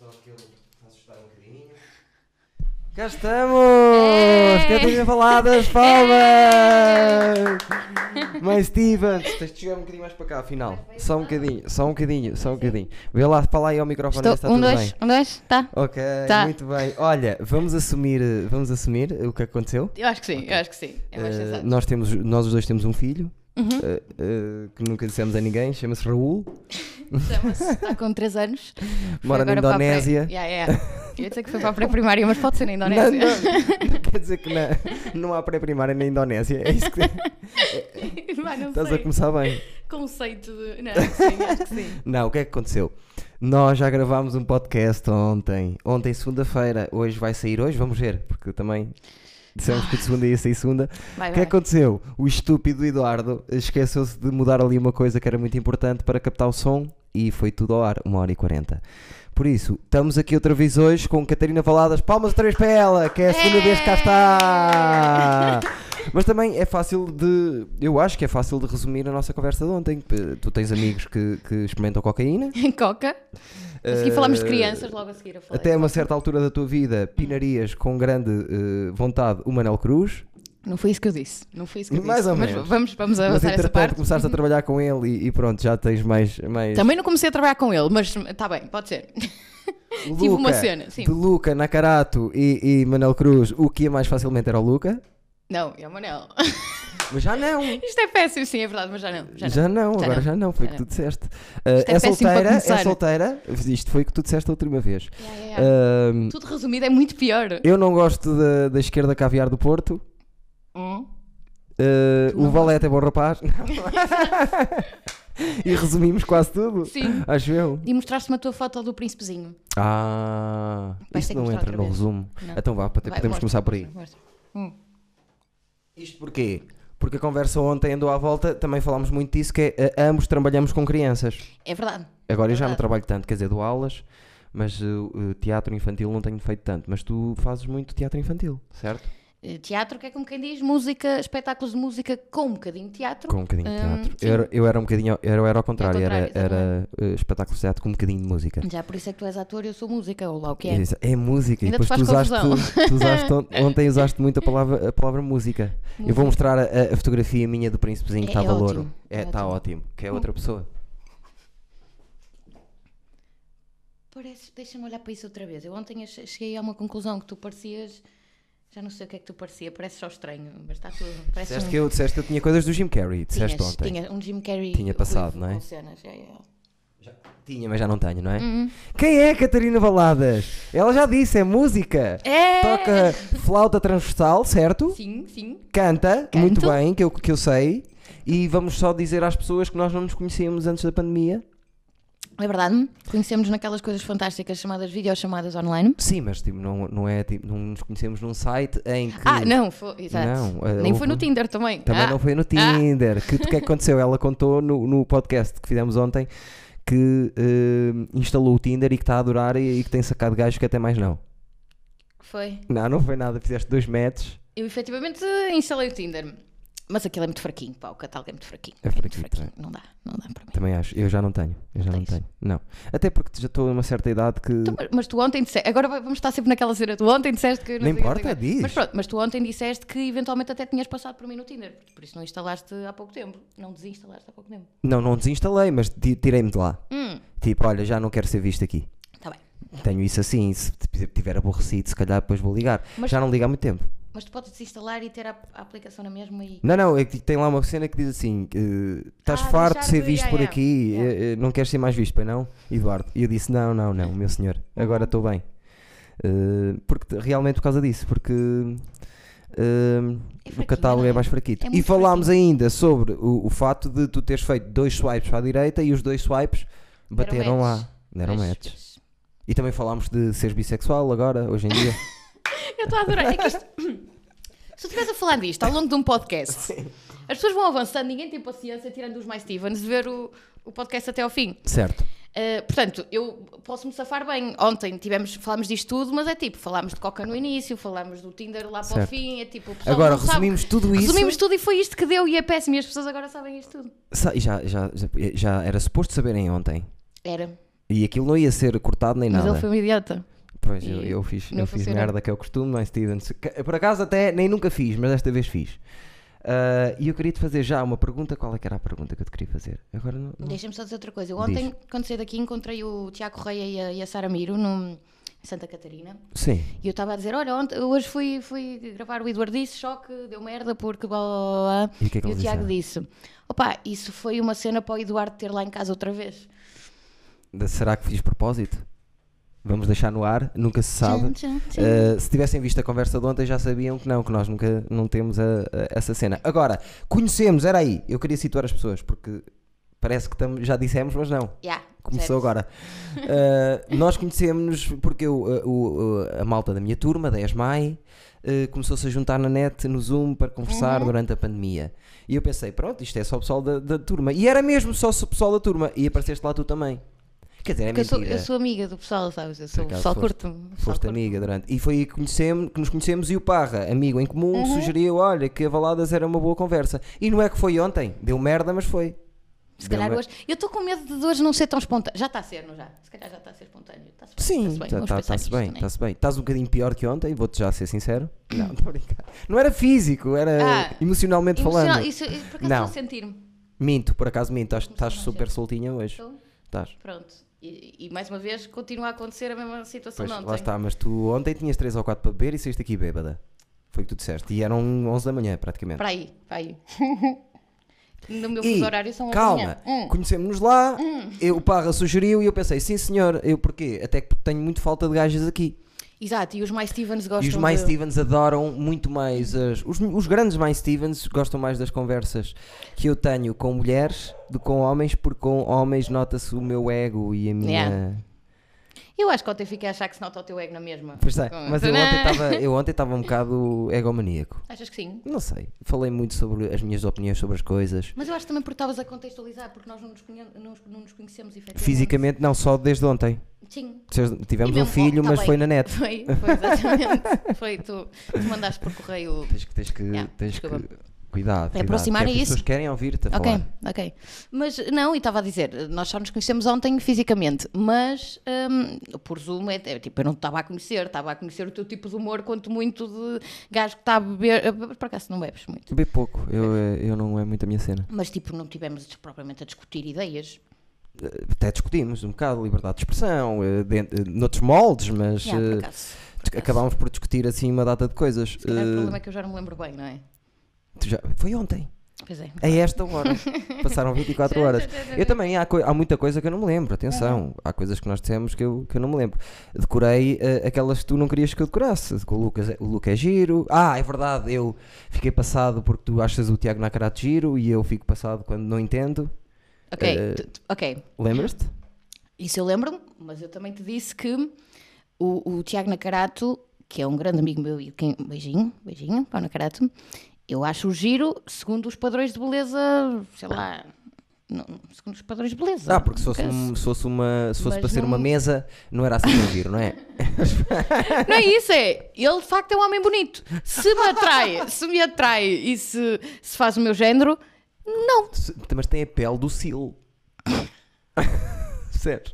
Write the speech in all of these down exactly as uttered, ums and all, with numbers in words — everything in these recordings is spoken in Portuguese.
só que ele assustar um bocadinho. Cá estamos! Catarina Valadas, palmas! Mãe Stevens, tens de chegar um bocadinho mais para cá, afinal. Só um bocadinho, só um bocadinho, só um bocadinho. Vê lá, fala aí ao microfone. Estou, está um, tudo dois, bem. um, dois, tá? Ok, tá. muito bem. Olha, vamos assumir, vamos assumir o que aconteceu. Eu acho que sim, okay. eu acho que sim. É mais uh, nós, temos, nós os dois temos um filho. Uhum. Uh, uh, que nunca dissemos a ninguém, chama-se Raul. Chama-se, está com três anos. Mora na Indonésia. Yeah, yeah. Eu ia dizer que foi para a pré-primária, mas pode ser na Indonésia. Não, não, não quer dizer que não, não há pré-primária na Indonésia. É isso que. Mas não Estás sei. a começar bem. Conceito de. Não, acho que sim, acho que sim. Não, o que é que aconteceu? Nós já gravámos um podcast ontem. Ontem, segunda-feira. Hoje vai sair hoje, vamos ver, porque também. Dissemos que de segunda ia sair segunda. O que aconteceu? O estúpido Eduardo esqueceu-se de mudar ali uma coisa que era muito importante para captar o som e foi tudo ao ar, uma hora e quarenta. Por isso, estamos aqui outra vez hoje com Catarina Valadas. Palmas outra vez para ela, que é a segunda é. vez que cá está. Mas também é fácil de... Eu acho que é fácil de resumir a nossa conversa de ontem. Tu tens amigos que, que experimentam cocaína. Coca. A seguir falámos de crianças, logo a seguir eu falei. Até uma certa altura da tua vida, pinarias com grande uh, vontade o Manel Cruz. Não foi isso que eu disse. Não foi isso que eu mais disse. Ou mas menos. vamos, vamos avançar essa parte. Começaste a trabalhar com ele e, e pronto, já tens mais, mais... Também não comecei a trabalhar com ele, mas está bem, pode ser. Luca, Tive uma cena, sim. De Luca, Nakarato e, e Manel Cruz, o que ia mais facilmente era o Luca? Não, é o Manel. Mas já não. Isto é péssimo, sim, é verdade, mas já não. Já não, já não já agora não. já não, foi o que tu disseste. Uh, é, é solteira, é solteira. Isto foi o que tu disseste a última vez. Yeah, yeah, yeah. Uh, Tudo resumido é muito pior. Eu não gosto da, da esquerda caviar do Porto. Hum? Uh, o Valete é bom rapaz. E resumimos quase tudo. Sim. Acho eu. E mostraste-me a tua foto do príncipezinho. Ah, Vais isso não entra no vez. resumo. Não. Então vá, Vai, podemos mostra, começar por aí. Mostra, hum. Isto porquê? Porque a conversa ontem andou à volta, também falámos muito disso, que é, uh, ambos trabalhamos com crianças. É verdade. Agora é eu já verdade. não trabalho tanto, quer dizer, dou aulas, mas uh, uh, teatro infantil não tenho feito tanto. Mas tu fazes muito teatro infantil, certo? Teatro, que é como quem diz, música, espetáculos de música com um bocadinho de teatro. Com um bocadinho de teatro. Um, eu, era, eu era um bocadinho, eu era ao contrário, ao contrário era, era uh, espetáculos de teatro com um bocadinho de música. Já por isso é que tu és ator e eu sou música, ou lá o que é. É, é música, ainda e depois tu usaste, tu usaste, ontem usaste muito a palavra, a palavra música. música. Eu vou mostrar a, a fotografia minha do príncipezinho que é, estava é louro. É, está ótimo. ótimo, que é outra pessoa. Parece, deixa-me olhar para isso outra vez. Eu ontem cheguei a uma conclusão que tu parecias... Já não sei o que é que tu parecia, parece só estranho, mas está tudo. Disseste, um... que eu, disseste que eu tinha coisas do Jim Carrey, disseste Tinhas, ontem. Tinha um Jim Carrey. Tinha passado, ruivo, não é? Com cenas. É, é. Já, tinha, mas já não tenho, não é? Uhum. Quem é Catarina Valadas? Ela já disse, é música. É. Toca flauta transversal, certo? Sim, sim. Canta, Canto. muito bem, que eu, que eu sei. E vamos só dizer às pessoas que nós não nos conhecíamos antes da pandemia. É verdade, conhecemos naquelas coisas fantásticas chamadas videochamadas online. Sim, mas tipo, não, não é tipo, não nos conhecemos num site em que... Ah, não, foi, exato. Não, Nem houve... foi no Tinder também. Também ah. não foi no Tinder. Ah. Que, o que é que aconteceu? Ela contou no, no podcast que fizemos ontem que uh, instalou o Tinder e que está a adorar e, e que tem sacado gajos que até mais não. Foi? Não, não foi nada, fizeste dois matches. Eu efetivamente instalei o Tinder. Mas aquilo é muito fraquinho, pá, o catálogo é muito fraquinho. É, é fraquinho, muito fraquinho. Não dá, não dá para mim. Também acho, eu já não tenho, eu já não, não tenho, não. Até porque já estou a uma certa idade que... Tu, mas tu ontem disseste, agora vamos estar sempre naquela cena, tu ontem disseste que... Não, não importa, que... diz. Mas pronto, mas tu ontem disseste que eventualmente até tinhas passado por mim no Tinder, por isso não instalaste há pouco tempo, não desinstalaste há pouco tempo. Não, não desinstalei, mas tirei-me de lá. Hum. Tipo, olha, já não quero ser visto aqui. Tá bem. Tenho isso assim, se tiver aborrecido, se calhar depois vou ligar. Mas... Já não ligo há muito tempo. Mas tu podes desinstalar e ter a, a aplicação na mesma e... Não, não, é que tem lá uma cena que diz assim, uh, estás ah, farto de ser visto yeah, por yeah. aqui, Yeah. Uh, não queres ser mais visto, pois não, Eduardo? E eu disse, não, não, não, meu senhor, agora estou bem. Uh, porque realmente por causa disso, porque uh, é o catálogo é, é mais fraquito. É e falámos fraquinho. ainda sobre o, o fato de tu teres feito dois swipes para a direita e os dois swipes bateram lá, deram matches. E também falámos de seres bissexual agora, hoje em dia. Eu estou a adorar. É que isto... Se tu estivesse a falar disto ao longo de um podcast, sim. As pessoas vão avançando, ninguém tem paciência, tirando os mais Stevens, de ver o, o podcast até ao fim. Certo. Uh, portanto, eu posso-me safar bem. Ontem tivemos, falámos disto tudo, mas é tipo, falámos de Coca no início, falámos do Tinder lá para o fim, é tipo... O agora, resumimos sabe, tudo isso... Resumimos tudo e foi isto que deu e é péssimo e as pessoas agora sabem isto tudo. Sa- já, já, já, já era suposto saberem ontem. Era. E aquilo não ia ser cortado nem Mas nada. ele foi um idiota. Pois, eu, eu fiz, eu fiz merda que é o costume, não é, Steven? Por acaso até nem nunca fiz, mas desta vez fiz. Uh, e eu queria te fazer já uma pergunta. Qual é que era a pergunta que eu te queria fazer? Agora não, não... Deixa-me só dizer outra coisa. Eu ontem, Diz. quando saí daqui, encontrei o Tiago Correia e a, e a Sara Miro no, em Santa Catarina. Sim. E eu estava a dizer, olha, ontem, hoje fui, fui gravar o Eduardo disse, choque, deu merda porque blá, blá, blá. E o que é que E o eles Tiago disseram? disse, opá, isso foi uma cena para o Eduardo ter lá em casa outra vez. Será que fiz propósito? Vamos deixar no ar, nunca se sabe. Tchum, tchum, tchum. Uh, se tivessem visto a conversa de ontem já sabiam que não, que nós nunca não temos a, a, essa cena. Agora, conhecemos, era aí, eu queria situar as pessoas, porque parece que tam, já dissemos, mas não. Yeah, Começou certo. agora. Uh, nós conhecemos-nos porque eu, o, o, a malta da minha turma, da ESMAI, uh, começou-se a juntar na net, no Zoom, para conversar Uhum. durante a pandemia. E eu pensei, pronto, isto é só o pessoal da, da turma. E era mesmo só o pessoal da turma. E apareceste lá tu também. Quer dizer, é Porque eu sou, mentira. eu sou amiga do pessoal, sabes? Eu sou, o acaso pessoal foste- curto. Foste amiga durante. E foi aí que, conhecemos, que nos conhecemos e o Parra, amigo em comum, sugeriu: olha, que a Valadas era uma boa conversa. E não é que foi ontem, deu merda, mas foi. Se Deu calhar mer- hoje. Eu estou com medo de hoje não ser tão espontâneo. Já está a ser, não já? Se calhar já está a ser espontâneo. Está-se bem, Sim, está-se bem. Vamos pensar está-se nisto, bem, não é? está-se bem. Estás um bocadinho pior que ontem, vou-te já ser sincero. Não, estou a brincar. Não era físico, era Ah, emocionalmente Emocional, falando. isso, isso, por acaso Não. estou a sentir-me. Minto, por acaso minto, estás, estás Começou a super ser. soltinha hoje. Estou? Estás. Pronto. E, e mais uma vez continua a acontecer a mesma situação Pois, de ontem. lá está, mas tu ontem tinhas três ou quatro para beber e saíste aqui bêbada. Foi o que tu disseste. E eram onze da manhã, praticamente. Para aí, para aí. No meu E, fuso horário são onze da calma, manhã. Hum. conhecemos-nos lá, eu, o Parra sugeriu e eu pensei, sim senhor, eu porquê? Até que tenho muito falta de gajas aqui. Exato, e os mais Stevens gostam E os mais de... Stevens adoram muito mais, as, os, os grandes mais Stevens gostam mais das conversas que eu tenho com mulheres do que com homens, porque com homens nota-se o meu ego e a minha... Yeah. Eu acho que ontem fiquei a achar que se nota o teu ego na mesma. Pois é, Com- mas eu ontem estava eu ontem estava um bocado egomaníaco. Achas que sim? Não sei, falei muito sobre as minhas opiniões sobre as coisas. Mas eu acho também porque estavas a contextualizar, porque nós não nos, conhe... não nos- não nos conhecemos efetivamente. Fisicamente, não, só desde ontem. Sim. Tivemos E um mesmo- filho, oh, tá mas bem. foi na net. Foi, foi exatamente. Foi, tu, tu mandaste por correio. Tens que, tens que, Yeah, tens que desculpa. cuidado, cuidado, aproximar que é a que as isso. pessoas querem ouvir-te a Ok, falar. ok. Mas não, e estava a dizer, nós só nos conhecemos ontem fisicamente, mas hum, por Zoom, é, é, tipo, eu não te estava a conhecer, estava a conhecer o teu tipo de humor, quanto muito de gajo que está a beber. Por acaso não bebes muito. Bem pouco, eu, eu não é muito a minha cena. Mas tipo, não tivemos propriamente a discutir ideias. Até discutimos um bocado liberdade de expressão, eh, dentro, eh, noutros moldes, mas Yeah, por eh, acaso, por acaso. acabámos por discutir assim uma data de coisas. Se calhar o Eh, problema é que eu já não me lembro bem, não é? tu já- foi ontem, Pois é. a esta hora. Passaram vinte e quatro horas. Eu também, há, coi- há muita coisa que eu não me lembro, atenção. Há coisas que nós dissemos que eu, que eu não me lembro. Decorei eh, aquelas que tu não querias que eu decorasse. O Lucas, é- o Luca é giro. Ah, é verdade, eu fiquei passado porque tu achas o Tiago Nakarato giro e eu fico passado quando não entendo. Ok, Eh, tu- tu- ok. Lembras-te? Isso eu lembro-me, mas eu também te disse que o, o Tiago Nakarato, que é um grande amigo meu, e quem, beijinho, beijinho para o Nakarato, eu acho o giro segundo os padrões de beleza, sei lá, não, segundo os padrões de beleza. Ah, porque se fosse, Nunca- um- se fosse, uma, se fosse Mas para ser não- uma mesa, não era assim tão giro, não é? Não é isso, é, ele de facto é um homem bonito. Se me atrai, se me atrai e se, se faz o meu género, não. Se- Mas tem a pele do Sil. Percebes?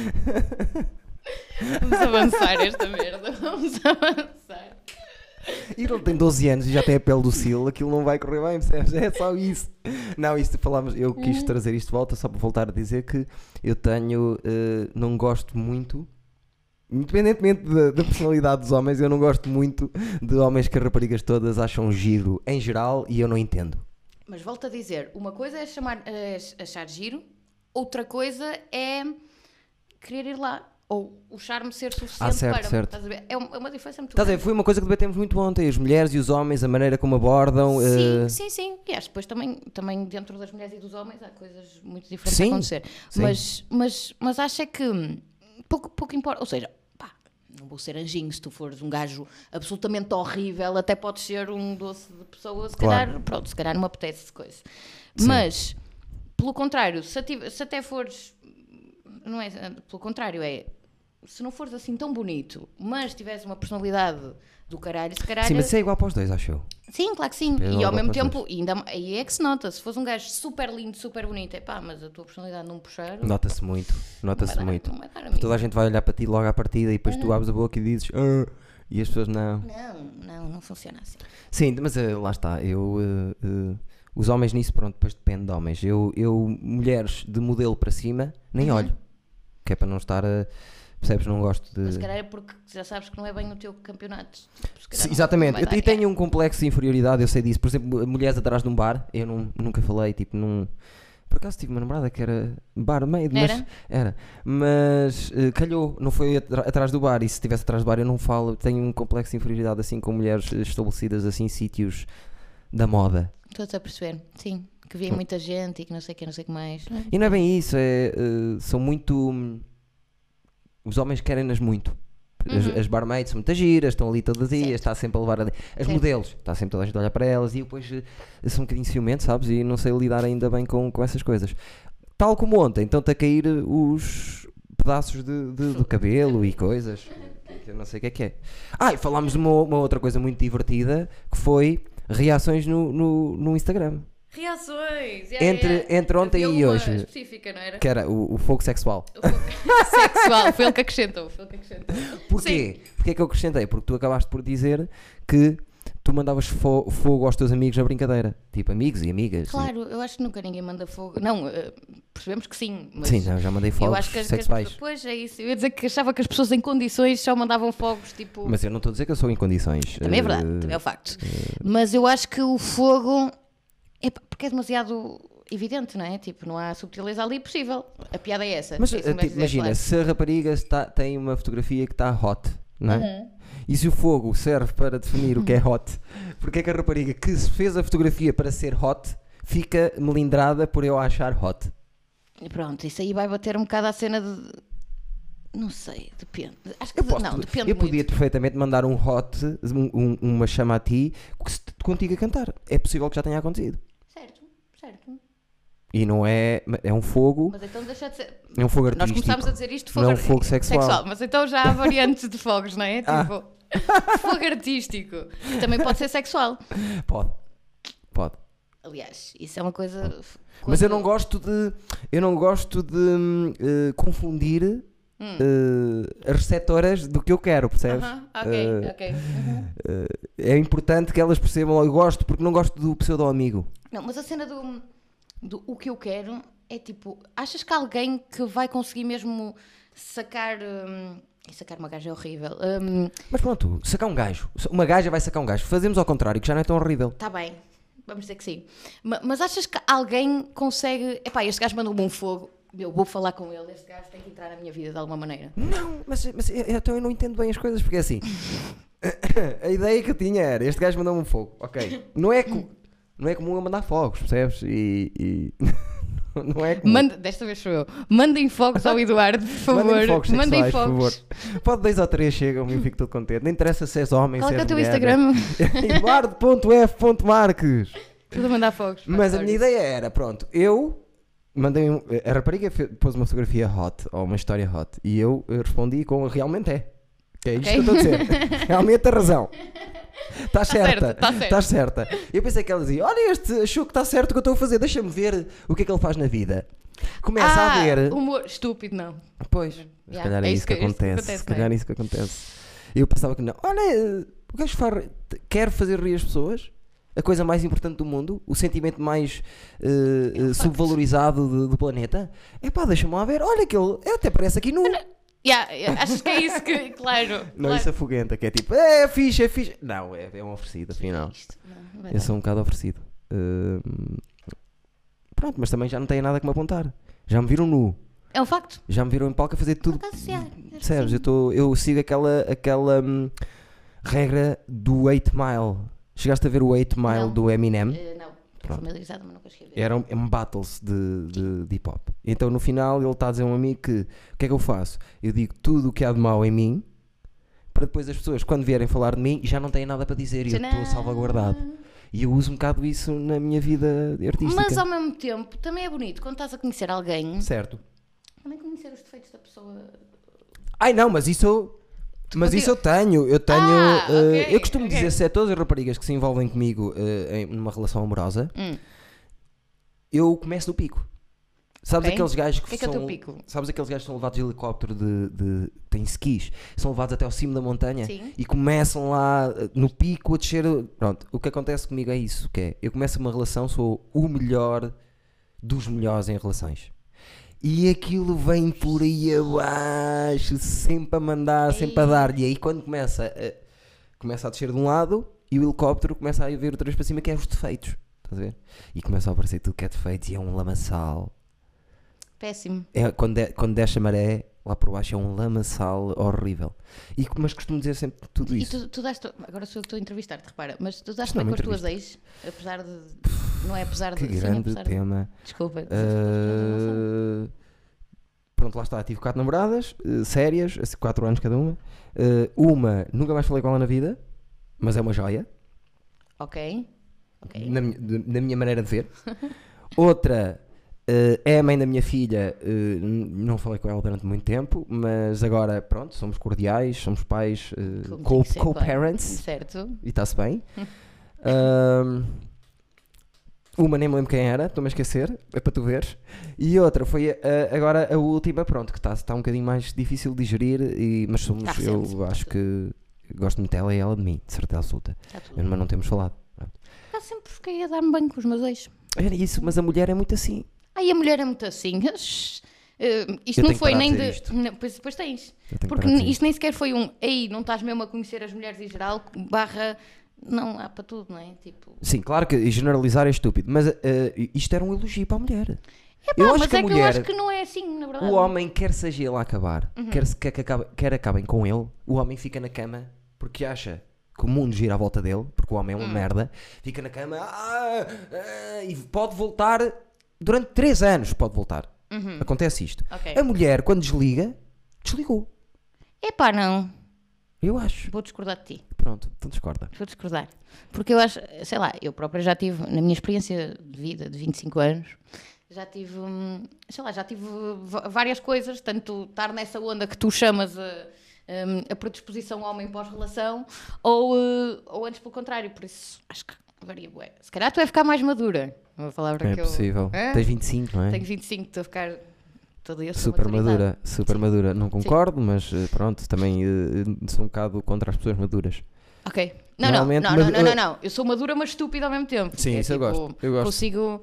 Vamos avançar esta merda, vamos avançar. E ele tem doze anos e já tem a pele do Sil, aquilo não vai correr bem, percebes? É só isso. Não, isto falámos, eu quis trazer isto de volta só para voltar a dizer que eu tenho, eh, não gosto muito, independentemente da, da personalidade dos homens, eu não gosto muito de homens que as raparigas todas acham giro em geral e eu não entendo. Mas volto a dizer, uma coisa é chamar, é achar giro, outra coisa é querer ir lá. Ou o charme ser suficiente Ah, certo, para. certo. Estás a ver? É uma, é uma diferença muito Estás a ver? grande. Foi uma coisa que debatemos muito ontem, as mulheres e os homens, a maneira como abordam. Sim, eh, sim, sim. E acho que depois também, também dentro das mulheres e dos homens há coisas muito diferentes Sim, a acontecer. sim. Mas, mas, mas acho é que hum, pouco, pouco importa. Ou seja, pá, não vou ser anjinho se tu fores um gajo absolutamente horrível, até podes ser um doce de pessoa, se Claro. calhar, pronto, se calhar não me apetece coisa. Sim. Mas, pelo contrário, se, ati- se até fores. Não é, pelo contrário, é se não fores assim tão bonito, mas tivesse uma personalidade do caralho, se caralho... Sim, mas isso é igual para os dois, acho eu. Sim, claro que sim. É e ao mesmo tempo, ainda, aí é que se nota. Se fosse um gajo super lindo, super bonito, é pá, mas a tua personalidade não puxar... Nota-se muito, nota-se dar, muito. Porque toda a gente vai olhar para ti logo à partida e depois uhum. tu abres a boca e dizes... Ah, e as pessoas não... Não, não, não funciona assim. Sim, mas uh, lá está. Eu... Uh, uh, os homens nisso, pronto, depois depende de homens. Eu, eu mulheres de modelo para cima, nem uhum. olho. Que é para não estar a... Percebes? Não gosto de... Mas se calhar é porque já sabes que não é bem o teu campeonato. Sim, exatamente. Eu, eu tenho um complexo de inferioridade, eu sei disso. Por exemplo, mulheres atrás de um bar, eu não, nunca falei, tipo, num... Por acaso tive uma namorada que era bar meio, mas... Era? Era. Mas uh, calhou, não foi atrás do bar. E se estivesse atrás do bar eu não falo. Tenho um complexo de inferioridade assim com mulheres estabelecidas assim em sítios da moda. Estou-te a perceber, sim. Que via muita gente e que não sei o que, não sei o que mais. E não é bem isso, é... Uh, são muito... Um, os homens querem-nas muito. As, uhum. as barmaids são muitas giras, estão ali todos os dias, está sempre a levar ali. As certo. Modelos, está sempre toda a gente a olhar para elas e eu depois uh, sou um bocadinho ciumento, sabes? E não sei lidar ainda bem com, com essas coisas. Tal como ontem, estão-te a cair os pedaços de, de, de cabelo e coisas. Eu não sei o que é que é. Ah, e falámos de uma, uma outra coisa muito divertida que foi reações no, no, no Instagram. Reações! Yeah, entre, yeah. entre ontem Havia e uma hoje. Específica, não era? Que era o, o fogo sexual. O fogo sexual, foi ele que acrescentou. Foi ele que acrescentou. Porquê? Sim. Porquê é que eu acrescentei? Porque tu acabaste por dizer que tu mandavas fo- fogo aos teus amigos na brincadeira. Tipo, amigos e amigas. Claro, e... eu acho que nunca ninguém manda fogo. Não, uh, percebemos que sim. Mas sim, não, já mandei fogos eu acho que, sexuais. Que as, pois é isso. Eu ia dizer que achava que as pessoas em condições só mandavam fogos, tipo... Mas eu não estou a dizer que eu sou em condições. Também é verdade, uh, também é o facto. Uh... Mas eu acho que o fogo... É porque é demasiado evidente, não é? Tipo, não há subtileza ali possível. A piada é essa. Mas é tipo, dizer, imagina, claro. Se a rapariga está, tem uma fotografia que está hot, não é? Uhum. E se o fogo serve para definir uhum. o que é hot, porque é que a rapariga que se fez a fotografia para ser hot fica melindrada por eu a achar hot? E pronto, isso aí vai bater um bocado à cena de... Não sei, depende. Acho que eu posso, não, depende Eu muito. podia perfeitamente mandar um hot, um, um, uma chama a ti, contigo a cantar. É possível que já tenha acontecido. Certo, certo. E não é... É um fogo... Mas então deixa de ser... É um fogo artístico. Nós começámos a dizer isto, fogo, não é um fogo sexual. sexual. Mas então já há variantes de fogos, não é? Tipo, ah. fogo artístico. Também pode ser sexual. Pode. Pode. Aliás, isso é uma coisa... Quando... Mas eu não gosto de... Eu não gosto de uh, confundir... Hum. Uh, as receptoras do que eu quero, percebes? Uh-huh. Ok, uh, ok. Uh-huh. Uh, é importante que elas percebam. Eu gosto, porque não gosto do pseudo-amigo. Não, mas a cena do, do o que eu quero é tipo, achas que alguém que vai conseguir mesmo sacar... Um, e sacar uma gaja é horrível. Um, mas pronto, sacar um gajo. Uma gaja vai sacar um gajo. Fazemos ao contrário, que já não é tão horrível. Está bem, vamos dizer que sim. Mas, mas achas que alguém consegue... Epá, este gajo mandou-me um fogo. Eu vou falar com ele, este gajo tem que entrar na minha vida de alguma maneira. Não, mas, mas eu, então eu não entendo bem as coisas, porque é assim, a ideia que eu tinha era, este gajo mandou-me um fogo, ok, não é, com, não é comum a mandar fogos, percebes? E, e não é comum. Manda, desta vez sou eu, mandem fogos ao Eduardo, por favor. Mandem fogos sexuais, mandem fogos. Por favor. Pode dois ou três chegam e eu fico todo contente, não interessa se és homem, qual se és és mulher. Qual é o teu Instagram? eduardo ponto f ponto marques. Tudo a mandar fogos. Mas a minha ideia era, pronto, eu... Mandei um, a rapariga pôs uma fotografia hot, ou uma história hot, e eu, eu respondi com realmente é. Que é isto okay. que eu estou a dizer. Realmente a razão. Estás certa. Tá certo, Estás certa. Eu pensei que ela dizia, olha este, achou que está certo o que eu estou a fazer, deixa-me ver o que é que ele faz na vida. Começa ah, a ver... humor estúpido, não. Pois, yeah. se calhar é, é isso que, que acontece. acontece. Se calhar é isso que acontece. Eu pensava que não. Olha, o gajo faz, quer fazer rir as pessoas... A coisa mais importante do mundo, o sentimento mais uh, uh, subvalorizado do, do planeta. É pá, deixa-me lá ver. Olha que ele até parece aqui nu. Yeah, yeah, acho que é isso que, claro. Não, claro. isso afugenta, que é tipo, é fixe, é fixe. Não, é, é um oferecido, afinal. Não, não eu sou um bocado oferecido. Uh, pronto, mas também já não tenho nada que me apontar. Já me viram nu. É um facto. Já me viram em palco a fazer tudo. Sabes, eu, tô, eu sigo aquela, aquela hum, regra do eight mile. Chegaste a ver o eight mile não, do Eminem? Uh, não, estou familiarizada, mas nunca cheguei a ver. Eram um battles de, de, de hip hop. Então no final ele está a dizer a um amigo que o que é que eu faço? Eu digo tudo o que há de mal em mim para depois as pessoas quando vierem falar de mim já não têm nada para dizer e eu estou salvaguardado. E eu uso um bocado isso na minha vida artística. Mas ao mesmo tempo também é bonito quando estás a conhecer alguém. Certo. Também conhecer os defeitos da pessoa. Ai não, mas isso... Mas isso eu tenho, eu tenho, ah, uh, okay, eu costumo okay. dizer, se é todas as raparigas que se envolvem comigo uh, em numa relação amorosa, hum. eu começo no pico. Sabes okay. aqueles gajos que, que, é que são, é o teu pico? Sabes aqueles gajos que são levados de helicóptero de, de têm skis, são levados até ao cimo da montanha. Sim. E começam lá no pico a descer, pronto, o que acontece comigo é isso, que é, eu começo uma relação, sou o melhor dos melhores em relações. E aquilo vem por aí abaixo, sempre a mandar, sempre a dar. E aí quando começa a, começa a descer de um lado e o helicóptero começa a ver outra vez para cima, que é os defeitos. Estás a ver? E começa a aparecer tudo que é defeitos e é um lamaçal. Péssimo. É, quando, de, quando desce a maré, lá por baixo é um lamaçal horrível. E, mas costumo dizer sempre tudo e isso. E tu, tu daste, agora sou eu que estou a entrevistar-te, repara, mas tu daste Não, bem não com as tuas entrevista. ex, apesar de... Não é apesar de... Que sim, grande apesar tema. De, desculpa. Uh, pronto, lá está. Tive quatro namoradas, uh, sérias, quatro anos cada uma. Uh, uma, nunca mais falei com ela na vida, mas é uma joia. Ok. okay. Na, na minha maneira de ver. Outra... Uh, é a mãe da minha filha, uh, não falei com ela durante muito tempo, mas agora, pronto, somos cordiais, somos pais, uh, co-parents, co certo. E está-se bem. uh, uma nem me lembro quem era, estou-me a esquecer, é para tu veres. E outra foi uh, agora a última, pronto, que está tá um bocadinho mais difícil de digerir, e, mas somos, tá eu sempre, acho tá que gosto muito dela e ela de mim, de certeza absoluta. Tá mas não temos falado. Eu sempre fiquei a dar-me bem com os meus ex. Era isso, mas a mulher é muito assim. Ai, a mulher é muito assim. Uh, isto eu não foi nem de. Não, pois, depois tens. Porque isto nem sequer foi um. Ei, não estás mesmo a conhecer as mulheres em geral, barra. Não, há para tudo, não é? Tipo... Sim, claro que generalizar é estúpido, mas uh, isto era um elogio para a mulher. É pá, eu acho mas que é mulher, que eu acho que não é assim, na verdade. O homem, quer seja ele a acabar, uhum. quer, quer, que acabe, quer acabem com ele, o homem fica na cama porque acha que o mundo gira à volta dele, porque o homem é uma hum. merda, fica na cama ah, ah, e pode voltar. Durante três anos pode voltar. Uhum. Acontece isto. Okay. A mulher, quando desliga, desligou. Epá, não. Eu acho. Vou discordar de ti. Pronto, então discorda. Vou discordar. Porque eu acho, sei lá, eu própria já tive, na minha experiência de vida de vinte e cinco anos, já tive, sei lá, já tive várias coisas, tanto estar nessa onda que tu chamas a, a predisposição homem pós-relação, ou, ou antes pelo contrário. Por isso, acho que varia bué. Se calhar tu vai ficar mais madura. Uma palavra é que possível. Eu... É? Tens vinte e cinco, não é? Tenho vinte e cinco, estou a ficar todo dia super madura, super Sim. madura. Não concordo, Sim. mas pronto, também uh, sou um bocado contra as pessoas maduras. Ok. Não, não, não, não, não, não, não. Eu sou madura, mas estúpida ao mesmo tempo. Sim, é, isso tipo, eu gosto. Eu gosto. Consigo...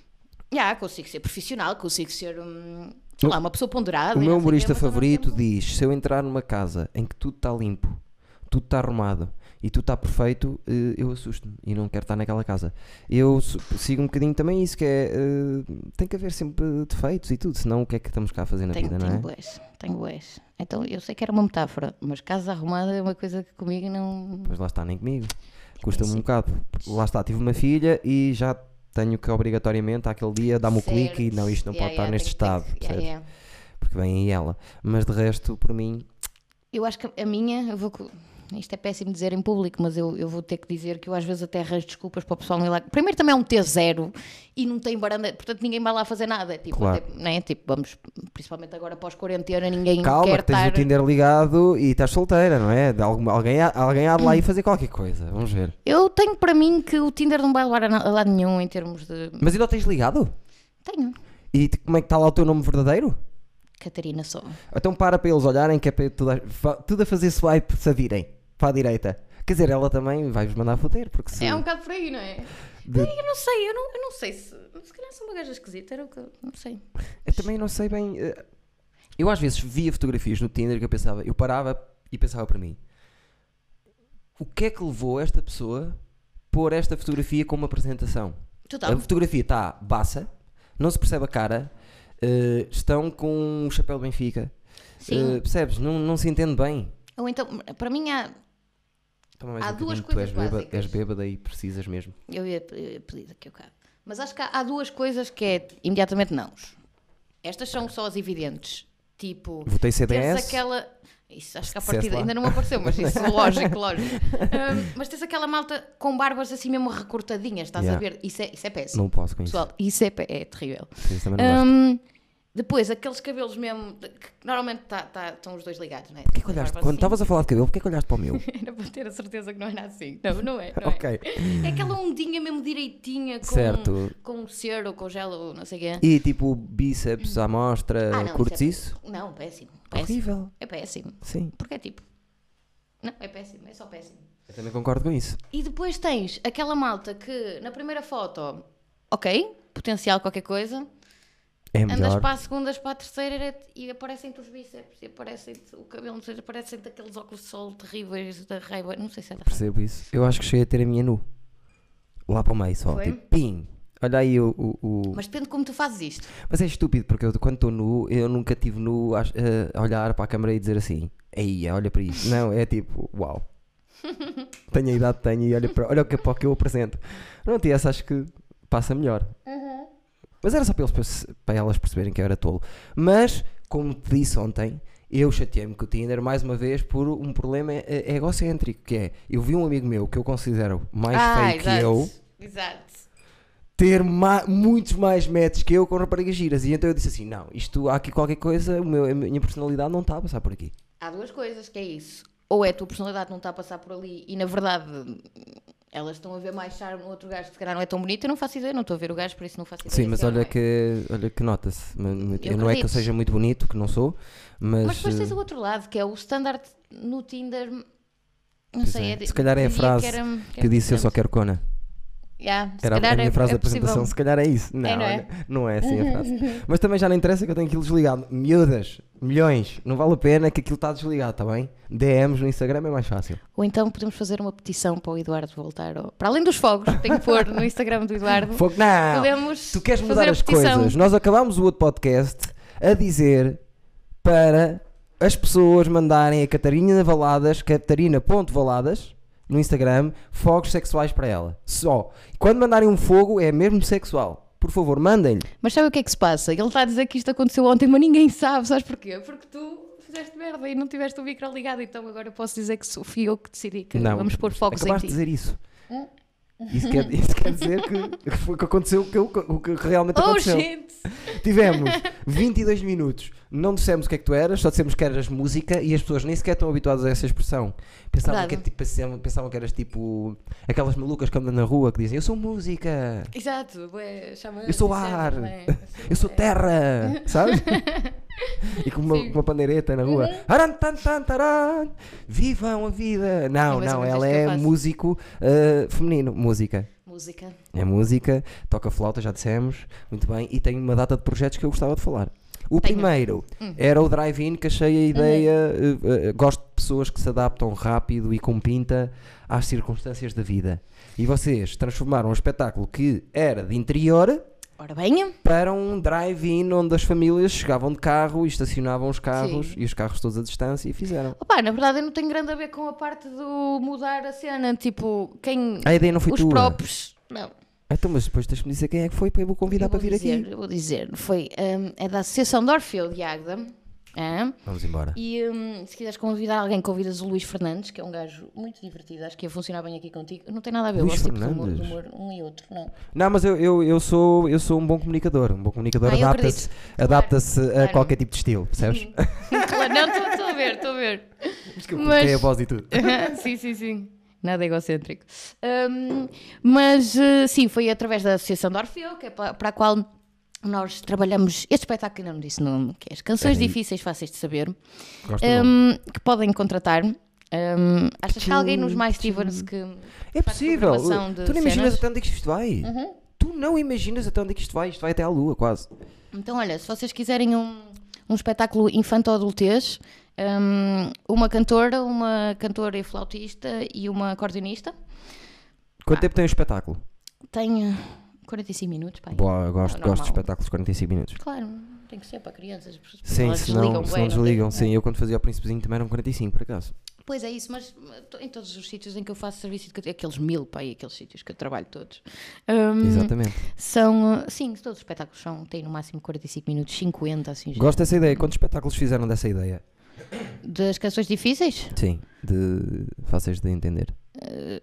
Yeah, consigo ser profissional, consigo ser um, sei lá, uma pessoa ponderada. O meu humorista favorito diz, se eu entrar numa casa em que tudo está limpo, tudo está arrumado e tudo está perfeito, eu assusto-me e não quero estar naquela casa. Eu sigo um bocadinho também isso, que é, uh, tem que haver sempre defeitos e tudo, senão o que é que estamos cá a fazer na tenho, vida, tenho não é? Bués, tenho bués. Então eu sei que era uma metáfora, mas casa arrumada é uma coisa que comigo não... Pois lá está, nem comigo. Custa-me um bocado. Lá está, tive uma filha e já tenho que obrigatoriamente àquele dia dar-me o clique e não, isto não yeah, pode yeah, estar neste estado, que, percebes? Yeah, yeah. Porque vem aí ela. Mas de resto, por mim... Eu acho que a minha, eu vou... Isto é péssimo dizer em público, mas eu, eu vou ter que dizer que eu às vezes até arranjo desculpas para o pessoal não ir lá. Primeiro também é um T zero e não tem varanda, portanto ninguém vai lá fazer nada. Tipo, claro. até, não é? Tipo, vamos, principalmente agora pós-quarentena, ninguém Calma, quer tens estar... o Tinder ligado e estás solteira, não é? Alguém, alguém há de lá ir fazer qualquer coisa, vamos ver. Eu tenho para mim que o Tinder não vai levar a lado nenhum em termos de... Mas ainda o tens ligado? Tenho. E como é que está lá o teu nome verdadeiro? Catarina só. Então para para eles olharem que é para tudo a, tudo a fazer swipe se a virem para a direita. Quer dizer, ela também vai-vos mandar foder, porque se... É um bocado por aí, não é? De... Eu não sei, eu não, eu não sei se... Se calhar sou uma gaja esquisita, era o que eu não sei. Eu também não sei bem... Eu às vezes via fotografias no Tinder que eu pensava... Eu parava e pensava para mim... O que é que levou esta pessoa pôr esta fotografia como apresentação? Total. A fotografia está baça, não se percebe a cara, uh, estão com um chapéu de Benfica. Sim. Uh, percebes? Não, não se entende bem. Ou então, para mim há... Há um duas coisas tu és básicas. Bêbada, és bêbada e precisas mesmo. Eu ia, eu ia pedir daqui a bocado. Mas acho que há, há duas coisas que é imediatamente não. Estas são só as evidentes. Tipo, votei C D S. Tens aquela... Isso acho que a partida ainda não me apareceu, mas isso lógico, lógico. Um, mas tens aquela malta com barbas assim mesmo recortadinhas, estás yeah. a ver? Isso é, isso é péssimo. Não posso com Pessoal, isso. isso é, é terrível. Isso também não um, Depois, aqueles cabelos mesmo, que normalmente tá, tá, estão os dois ligados, não é? Porquê que olhaste, quando estavas a falar de cabelo, porquê que olhaste para o meu? Era para ter a certeza que não era assim. Não, não é. Não Ok. É. É aquela ondinha mesmo direitinha, com, Certo. com cera ou com gelo, não sei o quê. E tipo bíceps à mostra, Ah, não, curtes isso? isso? É, não, péssimo, péssimo. Horrível. É péssimo. Sim. Porque é tipo... Não, é péssimo, é só péssimo. Eu também concordo com isso. E depois tens aquela malta que na primeira foto, ok, potencial qualquer coisa... É Andas melhor. para a segunda, para a terceira e aparecem-te os bíceps e aparecem-te o cabelo, não sei, aparecem-te aqueles óculos de sol terríveis da raiva, não sei se é da raiva. Percebo isso. Eu acho que cheguei a ter a minha nu. Lá para o meio só. Foi? Tipo, pim. Olha aí o, o, o... Mas depende de como tu fazes isto. Mas é estúpido, porque eu, quando estou nu, eu nunca tive nu a, a olhar para a câmera e dizer assim: ei, olha para isso. Não, é tipo, uau. Tenho a idade que tenho e olha, para, olha o que, para o que eu apresento. Não tinha essa, acho que passa melhor. Uhum. Mas era só para, eles, para elas perceberem que eu era tolo. Mas, como te disse ontem, eu chateei-me com o Tinder mais uma vez por um problema egocêntrico, que é, eu vi um amigo meu que eu considero mais ah, feio exato, que eu exato. ter ma- muitos mais metros que eu com raparigas giras. E então eu disse assim, não, isto há aqui qualquer coisa, o meu, a minha personalidade não está a passar por aqui. Há duas coisas, que é isso. Ou é a tua personalidade não está a passar por ali e na verdade... Elas estão a ver mais charme no outro gajo que se calhar não é tão bonito, eu não faço ideia, não estou a ver o gajo, por isso não faço ideia. Sim, mas olha, é. que, olha que nota-se. Eu Eu não é que eu acredito. seja muito bonito, que não sou, mas... Mas depois tens o outro lado, que é o standard no Tinder, não Pois sei, é. é, Se calhar é a dizia frase que, era, que, era eu disse, eu só diferente. quero cona. Yeah, se Era a calhar minha é, frase é de apresentação, possível. se calhar é isso. Não, É, não é? olha, não é assim a frase. Mas também já não interessa que eu tenho aquilo desligado. Miúdas, milhões, não vale a pena que aquilo está desligado, está bem? D Ms no Instagram é mais fácil. Ou então podemos fazer uma petição para o Eduardo voltar. Ao... Para além dos fogos, tenho que pôr no Instagram do Eduardo. Fogo, não! Podemos Tu queres fazer mudar a as petição. coisas. Nós acabámos o outro podcast a dizer para as pessoas mandarem a Catarina Valadas, catarina ponto valadas, no Instagram, fogos sexuais para ela. Só. E quando mandarem um fogo é mesmo sexual. Por favor, mandem-lhe. Mas sabe o que é que se passa? Ele está a dizer que isto aconteceu ontem, mas ninguém sabe. Sabes porquê? Porque tu fizeste merda e não tiveste o micro ligado. Então agora eu posso dizer que fui eu que decidi que Não, vamos pôr fogos em acabaste ti. de dizer isso. Isso quer, isso quer dizer que, que, foi, que aconteceu o que, o que realmente Oh aconteceu. shit! Tivemos vinte e dois minutos, não dissemos o que é que tu eras, só dissemos que eras música e as pessoas nem sequer estão habituadas a essa expressão. Pensavam, que, Verdade. tipo, pensavam, pensavam que eras tipo aquelas malucas que andam na rua que dizem eu sou música, Exato, ué, chama eu sou dizendo, ar, não é? eu sou terra, sabes? E com uma, Sim. com uma pandeireta na rua. Aran, tan, tan, taran, vivam a vida. Não, É mais ou não, menos ela isto que eu é faço. músico uh, feminino, música. Música. É música, toca flauta, já dissemos, muito bem, e tem uma data de projetos que eu gostava de falar. O Tenho. primeiro Hum. era o drive-in, que achei a ideia, uh, uh, gosto de pessoas que se adaptam rápido e com pinta às circunstâncias da vida. E vocês transformaram um espetáculo que era de interior Ora bem, para um drive-in onde as famílias chegavam de carro e estacionavam os carros Sim. e os carros todos à distância e fizeram. opá, na verdade eu não tenho grande a ver com a parte do mudar a cena, tipo, quem... A ideia não foi os tua. próprios... Não. Então, mas depois tens-me dizer quem é que foi para eu vou convidar Eu para vou vir dizer, aqui. eu vou dizer, foi, hum, é da Associação de Orfeu de Águeda, hum, Vamos embora. e hum, se quiseres convidar alguém, convidas o Luís Fernandes, que é um gajo muito divertido, acho que ia funcionar bem aqui contigo. Não tem nada a ver, Luís o vosso tipo de humor, de Fernandes? humor, um e outro, não. Não, mas eu, eu, eu, sou, eu sou um bom comunicador. Um bom comunicador Ah, eu adapta-se acredito. adapta-se a claro. qualquer tipo de estilo, percebes? Claro, não, estou a ver, estou a ver. Mas que eu Mas- coloquei a voz e tudo. sim, sim, sim. Nada egocêntrico. Hum, mas, eh, sim, foi através da Associação de Orfeu, que é para, para a qual nós trabalhamos este espetáculo que ainda não disse o nome, que é as Canções Peraí. Difíceis Fáceis de Saber, Gosto do nome. hum, que podem contratar. Hum, achas que há alguém nos mais Stevens que É faz possível. programação de Tu não imaginas cenas? até onde é que isto vai. Uhum. Tu não imaginas até onde é que isto vai. Isto vai até à lua, quase. Então, olha, se vocês quiserem um, um espetáculo infanto-adultez, hum, uma cantora, uma cantora e flautista e uma acordeonista, Quanto tempo tem o espetáculo? tem eh, quarenta e cinco minutos, pai. Boa, gosto, É gosto de normal. espetáculos de quarenta e cinco minutos. Claro, tem que ser para crianças. porque Sim, elas se não desligam, se bué, não tem- desligam. Sim, eu quando fazia o Príncipezinho também eram quarenta e cinco, por acaso. Pois é isso, mas eh, em todos os sítios em que eu faço serviço de cate- aqueles mil, pai, aqueles sítios que eu trabalho todos, hum, Exatamente. são, eh, sim, todos os espetáculos são, têm no máximo quarenta e cinco minutos, cinquenta, assim, já. Gosto dessa ideia. Quantos espetáculos fizeram dessa ideia? Das canções difíceis? Sim, de fáceis de entender. Eh,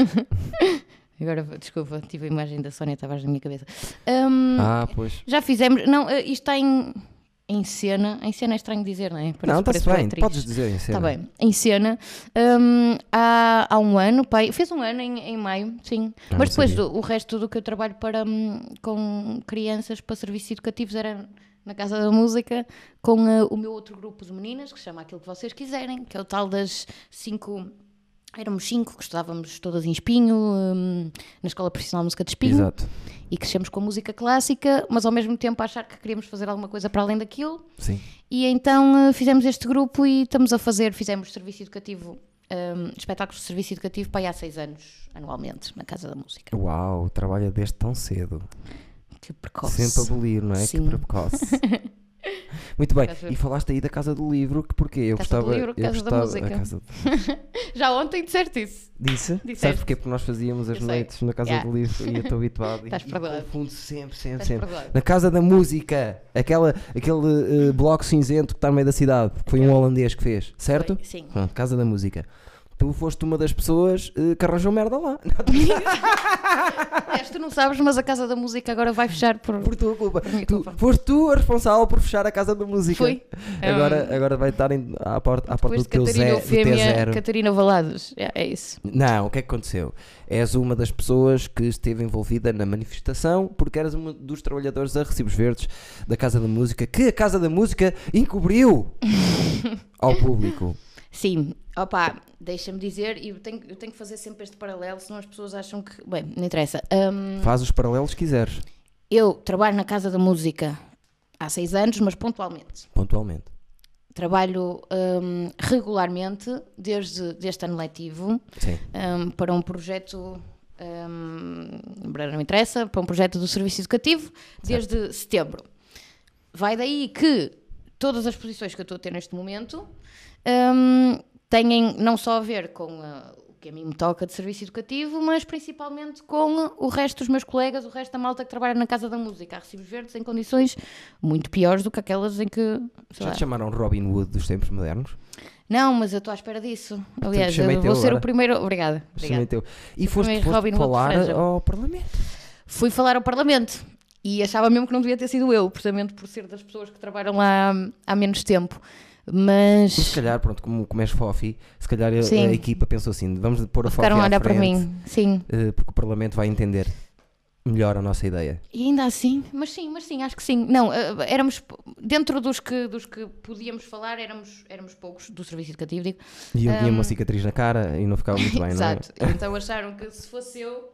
Agora, desculpa, tive a imagem da Sónia Tavares na minha cabeça. Hum, Ah, pois. Já fizemos, não, eh, isto está em, em cena, em cena é estranho dizer, não é? Parece, não, está-se bem, podes dizer em cena. Está bem, em cena, um, há, há um ano, pai, fez um ano em, em maio, sim, ah, mas depois do, o resto do que eu trabalho para, um, com crianças para serviços educativos era na Casa da Música, com uh, o meu outro grupo de meninas, que se chama Aquilo que Vocês Quiserem, que é o tal das cinco... Éramos cinco que estudávamos todas em Espinho, um, na Escola Profissional de Música de Espinho. Exato. E crescemos com a música clássica, mas ao mesmo tempo a achar que queríamos fazer alguma coisa para além daquilo. Sim. E então uh, fizemos este grupo e estamos a fazer, fizemos serviço educativo, um, espetáculos de serviço educativo para aí há seis anos, anualmente, na Casa da Música. Uau, trabalha desde tão cedo. Que precoce. Sempre a abolir, não é? Sim. Que precoce. Muito bem, e falaste aí da Casa do Livro, que porquê? Eu casa gostava, do Livro, eu Casa gostava, da Música. A casa do... Já ontem disseste isso. Disse? Disseste. Sabes porquê? Porque nós fazíamos as Eu noites sei. na Casa Yeah. do Livro e eu estou habituado. Estás e, e perdoado. confundo sempre, sempre, Estás sempre. perdoado. Na Casa da Música, aquela, aquele uh, bloco cinzento que está no meio da cidade, que foi um holandês que fez, certo? Foi, sim. Pronto, Casa da Música. Tu foste uma das pessoas uh, que arranjou merda lá. És, tu não sabes, mas a Casa da Música agora vai fechar por, Por tua culpa. por minha Tu, culpa. foste tu a responsável por fechar a Casa da Música. Foi. Agora, Um, agora vai estar em, à porta, à porta Depois do de teu Catarina Zé, do T Eufémia, zero. Catarina Valados. É, é isso. Não, o que é que aconteceu? És uma das pessoas que esteve envolvida na manifestação porque eras um dos trabalhadores a recibos verdes da Casa da Música, que a Casa da Música encobriu ao público. Sim, opa, deixa-me dizer, e eu tenho, eu tenho que fazer sempre este paralelo, senão as pessoas acham que... Bem, não interessa. Um, Faz os paralelos que quiseres, eu trabalho na Casa da Música há seis anos, mas pontualmente. pontualmente. Trabalho um, regularmente, desde este ano letivo, Sim. um, para um projeto... Um, não interessa, para um projeto do Serviço Educativo, desde certo. setembro. Vai daí que todas as posições que eu estou a ter neste momento... Um, têm não só a ver com uh, o que a mim me toca de serviço educativo, mas principalmente com uh, o resto dos meus colegas, o resto da malta que trabalha na Casa da Música, há recibos verdes em condições muito piores do que aquelas em que... Já te chamaram Robin Hood dos tempos modernos? Não, mas eu estou à espera disso. Aliás, Portanto, eu vou ser agora. o primeiro... Obrigada. obrigada. Teu. E Sou foste, foste falar ao Parlamento? Fui falar ao Parlamento. E achava mesmo que não devia ter sido eu, precisamente por ser das pessoas que trabalham lá há, há menos tempo. Mas... E se calhar, pronto, como, como és fofi, se calhar a, a equipa pensou assim, vamos pôr a fofi à Ficaram a olhar frente, para mim, sim. Uh, porque o Parlamento vai entender melhor a nossa ideia. E ainda assim, mas sim, mas sim, acho que sim. Não, uh, éramos, dentro dos que, dos que podíamos falar, éramos, éramos poucos, do serviço educativo, digo. E eu tinha um... uma cicatriz na cara e não ficava muito bem, não é? Exato, então acharam que se fosse eu...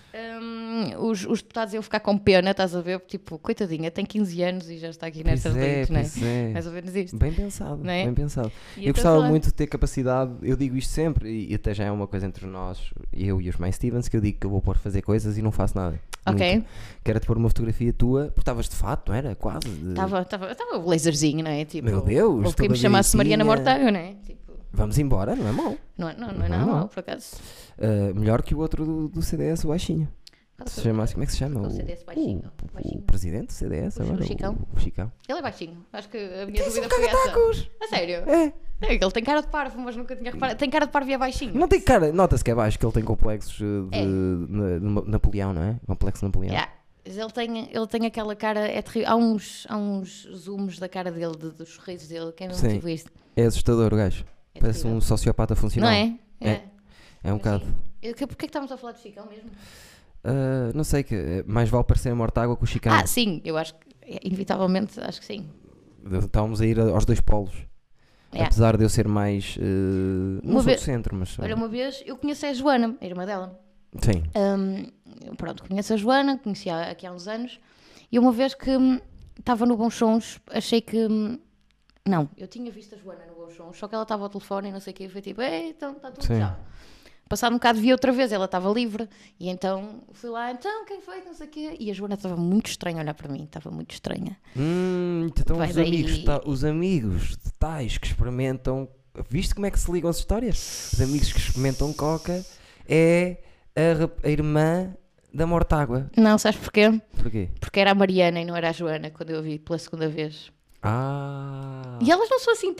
Um, os, os deputados iam ficar com pena, estás a ver? Tipo, coitadinha, tem quinze anos e já está aqui nestas leis, não é? é? Mais ou menos isto. Bem pensado, não é? bem pensado. E eu então gostava falar... muito de ter capacidade, eu digo isto sempre, e até já é uma coisa entre nós, eu e os mais Stevens, que eu digo que eu vou pôr fazer coisas e não faço nada. Ok. Nunca. Que era-te pôr uma fotografia tua, porque estavas de fato, não era? Quase. Estava de... o blazerzinho, não é? Tipo, Meu Deus! ou quem me chamasse Mariana Mortágua, não é? Tipo... Vamos embora, não é mau. Não, não, não é nada mau, por acaso. Uh, melhor que o outro do, do C D S, o baixinho. Se chama, como é que se chama? O C D S baixinho. O, baixinho. o presidente do C D S o, agora? O Chicão. O, o Chicão. Ele é baixinho. Acho que a minha Tem dúvida um foi cagatacos. essa. A sério? É. É, ele tem cara de parvo, mas nunca tinha reparado. Tem cara de parvo e é baixinho. Não tem cara, nota-se que é baixo, que ele tem complexos de, é. de, de, de Napoleão, não é? Complexo de Napoleão. Yeah. Mas ele tem, ele tem aquela cara, é terrível. Há uns, há uns zooms da cara dele, de, dos sorrisos dele. Quem não viu isto? É assustador o gajo. É Parece terrível. Um sociopata funcional. Não é? É, é, é um bocado. Porquê é que estamos a falar de Chicão mesmo? Uh, não sei, que mais vale parecer a Mortágua que o Chicão. Ah, sim, eu acho que, inevitavelmente, acho que sim. Estávamos a ir aos dois polos. Yeah. Apesar de eu ser mais. Uh, não uma sou vez, do centro, mas. Olha, uma vez eu conheci a Joana, a irmã dela. Sim. Um, pronto, conheço a Joana, conheci há, aqui há uns anos. E uma vez que estava no Bons Sons, achei que. Não, eu tinha visto a Joana no Bons Sons, só que ela estava ao telefone e não sei o que. Eu fui tipo, ei, então está tudo já. Passado um bocado vi outra vez, ela estava livre. E então fui lá, então quem foi, não sei o quê. E a Joana estava muito estranha a olhar para mim, estava muito estranha. Hum, então os amigos, tá, os amigos de tais que experimentam. Viste como é que se ligam as histórias? Os amigos que experimentam coca é a, a irmã da Mortágua. Não, sabes porquê? Porquê? Porque era a Mariana e não era a Joana quando eu a vi pela segunda vez. Ah. E elas não são assim tão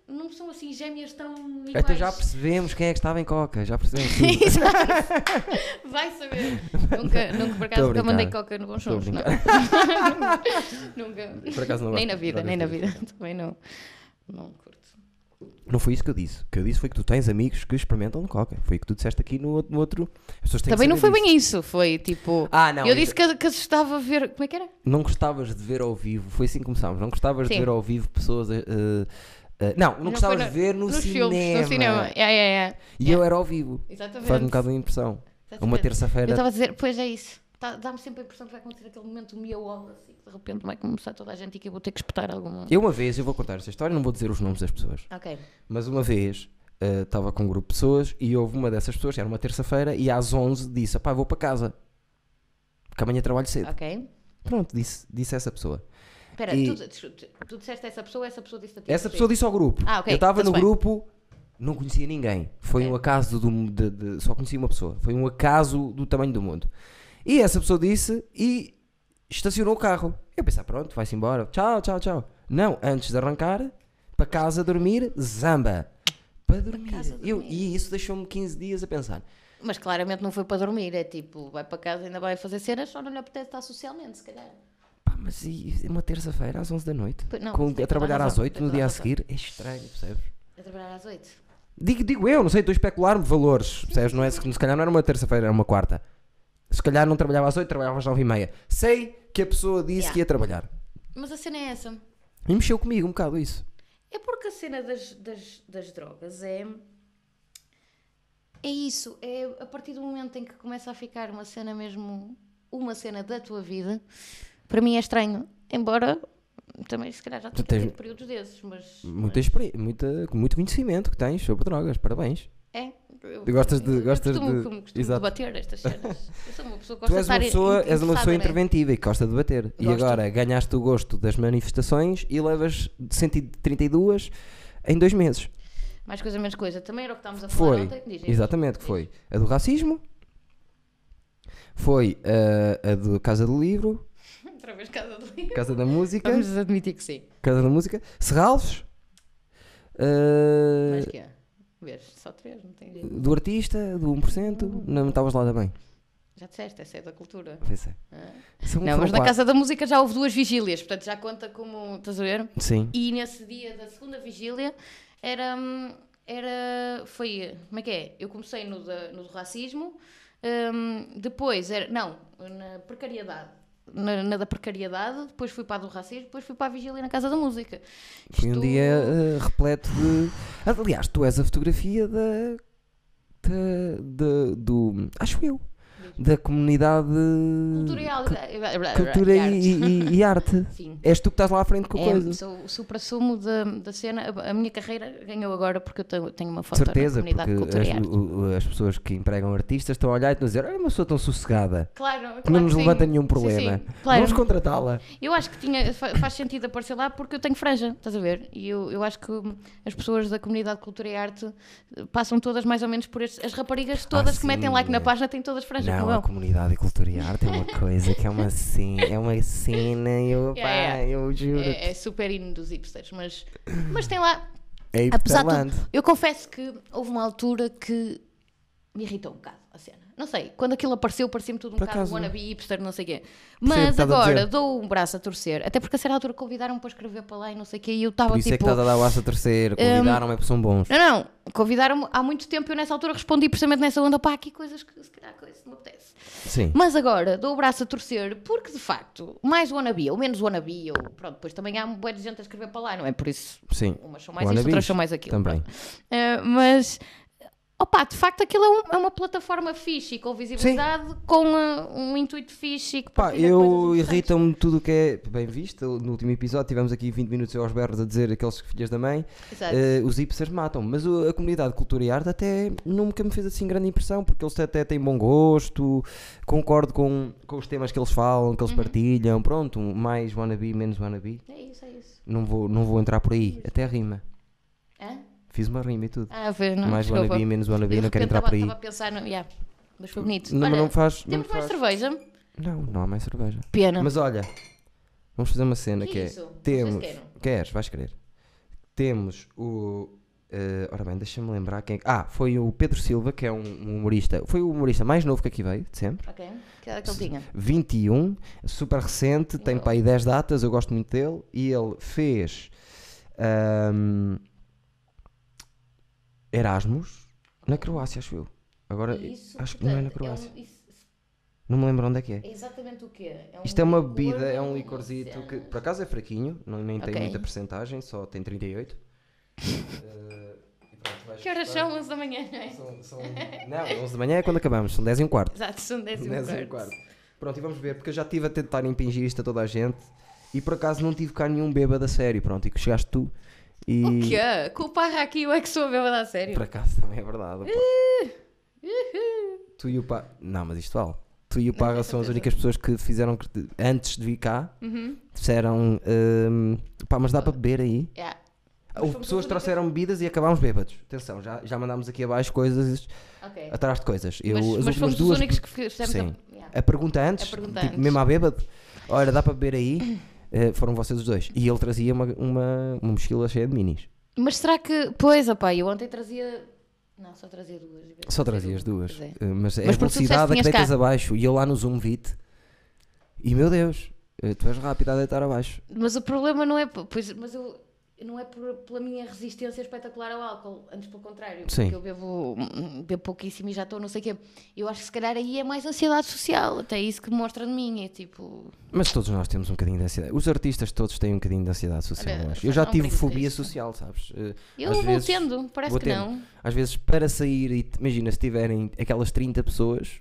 não são assim gêmeas tão iguais. Então já percebemos quem é que estava em coca, já percebemos tudo. Vai saber. Nunca, nunca por acaso, nunca mandei coca no Conchons, não. Nunca. Por acaso não nem na vida, nem na vida. Também não, não curto. Não foi isso que eu disse. O que eu disse foi que tu tens amigos que experimentam coca. Foi o que tu disseste aqui no outro. No outro. As pessoas têm Também que não foi disso. bem isso. Foi tipo. Ah, não, eu disse que, que assustava ver. Como é que era? Não gostavas de ver ao vivo. Foi assim que começámos. Não gostavas Sim. de ver ao vivo pessoas. Uh, uh, não, não, não gostavas no, de ver no nos cinema. Filmes, no cinema. Yeah, yeah, yeah. E yeah. eu era ao vivo. Exatamente. Faz um bocado de impressão. Exatamente. Uma terça-feira. Eu estava a dizer, pois é isso. Tá, dá-me sempre a impressão que vai acontecer aquele momento miau assim, que de repente vai começar toda a gente e que eu vou ter que espetar alguma. Eu uma vez, eu vou contar esta história, não vou dizer os nomes das pessoas. Ok. Mas uma vez estava uh, com um grupo de pessoas e houve uma dessas pessoas, era uma terça-feira, e às onze disse: pá, vou para casa, porque amanhã trabalho cedo. Ok. Pronto, disse, disse essa pessoa. Espera, e... tu, tu, tu disseste essa pessoa, essa pessoa disse a ti? Essa pessoa disse ao grupo. Ah, ok. Eu estava no bem. grupo, não conhecia ninguém. Foi okay. um acaso, do, de, de, só conhecia uma pessoa. Foi um acaso do tamanho do mundo. E essa pessoa disse e estacionou o carro. Eu pensei, pronto, vai-se embora. Tchau, tchau, tchau. Não, antes de arrancar, para casa dormir, zamba. Para dormir. Para dormir. Eu, e isso deixou-me quinze dias a pensar. Mas claramente não foi para dormir. É tipo, vai para casa e ainda vai fazer cenas, só não lhe apetece estar socialmente, se calhar. Pá, mas e uma terça-feira às onze da noite? Não, com, a trabalhar às oito no dia a razão. seguir? É estranho, percebes? A trabalhar às oito? Digo, digo eu, não sei, estou a especular valores. Percebes? Não é, se calhar não era uma terça-feira, era uma quarta. Se calhar não trabalhava às oito, trabalhava às nove e meia. Sei que a pessoa disse yeah. que ia trabalhar. Mas a cena é essa. E mexeu comigo um bocado isso. É porque a cena das, das, das drogas é... É isso. É a partir do momento em que começa a ficar uma cena mesmo... Uma cena da tua vida. Para mim é estranho. Embora... Também se calhar já tenho tens... períodos desses, mas... Muita experiência, muita, muito conhecimento que tens sobre drogas. Parabéns. É. Eu, gostas de, eu gostas costumo, de... costumo debater estas cenas. Eu sou uma pessoa que gosta tu és uma de estar pessoa, és uma pessoa né? interventiva e que gosta de debater. Gosto. E agora ganhaste o gosto das manifestações e levas de cento e trinta e dois em dois meses. Mais coisa, menos coisa. Também era o que estávamos a falar foi. ontem. Diz, Exatamente, que diz. foi a do racismo, foi a, a do Casa do Livro, outra vez Casa do Livro, Casa da Música, vamos admitir que sim. Casa da Música, Serralves, uh, mais que é? Vês, só três, não tem jeito. Do artista, do um por cento, hum. não estavas lá também. Já disseste, essa é da cultura. Pois é. Ah. Não, mas na Casa da Música já houve duas vigílias, portanto já conta como, estás a ver? Sim. E nesse dia da segunda vigília era, era foi, como é que é? Eu comecei no, da, no do racismo, um, depois era, não, na precariedade. Na, na da precariedade, depois fui para a do racismo, depois fui para a vigília na Casa da Música. Foi Isto... um dia uh, repleto de... Aliás, tu és a fotografia da... da, da do... acho eu. Da comunidade... Cultural. Cultura e, e, e arte. Sim. És tu que estás lá à frente com a é, coisa. Sou o supra-sumo da, da cena. A, a minha carreira ganhou agora porque eu tenho, tenho uma foto certeza, na comunidade porque cultura as, e arte. o, as pessoas que empregam artistas estão a olhar e estão a dizer: olha, uma pessoa tão sossegada. Claro, claro que não nos que levanta sim. nenhum problema. Sim, sim. Claro. Vamos contratá-la. Eu acho que tinha, faz sentido aparecer lá porque eu tenho franja, estás a ver? E eu, eu acho que as pessoas da comunidade cultura e arte passam todas mais ou menos por estes. As raparigas todas ah, que metem like na página têm todas franja. Não, como a eu. comunidade cultura e arte é uma coisa que é uma cena, é uma cena, eu, pá, yeah, yeah. eu juro. É, é super hino dos hipsters, mas, mas tem lá. É apesar de tudo, eu confesso que houve uma altura que me irritou um bocado a cena. Não sei, quando aquilo apareceu, parecia-me tudo um Por bocado acaso, wannabe hipster, não sei o quê. Percebo, Mas agora dou um braço a torcer, até porque a certa altura convidaram-me para escrever para lá e não sei o quê, e eu estava tipo... Por isso tipo, é que estás a dar o aço a terceiro, convidaram-me, um, é porque são bons. Não, não, convidaram-me há muito tempo e eu nessa altura respondi precisamente nessa onda, pá, aqui coisas que se calhar coisas me apetece. Sim. Mas agora dou o braço a torcer porque de facto, mais wannabe ou menos wannabe, ou pronto, depois também há um bué de gente a escrever para lá, não é? Por isso, sim, umas são mais isto, outras são mais aquilo. Também. Uh, mas... Opa, de facto aquilo é, um, é uma plataforma fixe com visibilidade, sim, com uh, um intuito fixe que pá, eu irrita-me tudo o que é bem visto. No último episódio tivemos aqui vinte minutos aos berros a dizer aqueles filhos da mãe, uh, os hipsters matam, mas a comunidade de cultura e arte até nunca me fez assim grande impressão, porque eles até têm bom gosto, concordo com, com os temas que eles falam, que eles uhum. partilham, pronto, mais wannabe, menos wannabe. É isso, é isso. Não vou, não vou entrar por aí, é até rima. Hã? Fiz uma rima e tudo. Ah, foi, não, mais desculpa. wannabe, menos wannabe, não quero entrar tava, por aí. Estava a pensar, no, yeah, mas foi bonito. Não, olha, não faz. Temos não mais faz. cerveja? Não, não há mais cerveja. Pena. Mas olha, vamos fazer uma cena que, que é. Isso? Temos. Queres? Vais querer. temos o... Uh, ora bem, deixa-me lembrar quem... Ah, foi o Pedro Silva, que é um, um humorista. Foi o humorista mais novo que aqui veio, de sempre. Ok. Que era que ele tinha? vinte e um, super recente, tem para aí dez datas, eu gosto muito dele. E ele fez um, Erasmus na Croácia, acho eu. Agora, isso, acho que portanto, não é na Croácia. É um, isso, não me lembro onde é que é. É exatamente o quê? É um Isto é uma licor, bebida, é um licorzito que por acaso é fraquinho, não, nem tem okay. muita percentagem, só tem trinta e oito. uh, e pronto, que horas são? onze da manhã, não é? São, são, não, onze da manhã é quando acabamos, são dez e um quarto. Exato, são dez e um quarto. Pronto, e vamos ver, porque eu já estive a tentar impingir isto a toda a gente e por acaso não tive cá nenhum bêbado a sério, pronto, e que chegaste tu e... O quê? Com o Parra aqui eu é que sou a bêbada a sério. Por acaso também é verdade. Tu e o Parra... Não, mas isto vale. Tu e o Parra são as únicas pessoas que fizeram, que antes de vir cá, uhum. disseram, um, pá, mas dá para beber aí? Yeah. Houve pessoas que trouxeram bebidas e acabámos bêbados. Atenção, já, já mandámos aqui abaixo coisas, okay. atrás de coisas. Eu, mas as mas fomos duas, os únicos que fizemos sim. a... Yeah. A pergunta antes, a pergunta tipo, antes. mesmo à bêbado, olha, dá para beber aí? Uh, foram vocês os dois. E ele trazia uma, uma, uma mochila cheia de minis. Mas será que... Pois, opá, eu ontem trazia... Não, só trazia duas. Só trazias duas. duas. É. Uh, mas é mas a velocidade a que deitas cá. abaixo. E eu lá no Zoom vi-te. E meu Deus, tu és rápido a deitar abaixo. Mas o problema não é... Pois, mas eu... Não é por, pela minha resistência espetacular ao álcool, antes pelo contrário, porque Sim. eu bebo, bebo pouquíssimo e já estou não sei o quê. Eu acho que se calhar aí é mais ansiedade social, até isso que mostra de mim, é tipo... Mas todos nós temos um bocadinho de ansiedade. Os artistas todos têm um bocadinho de ansiedade social. Olha, eu, acho. eu já não tive fobia isso. social, sabes? Eu Às vou vezes, tendo, parece vou que tendo. não. Às vezes para sair, e imagina se tiverem aquelas trinta pessoas,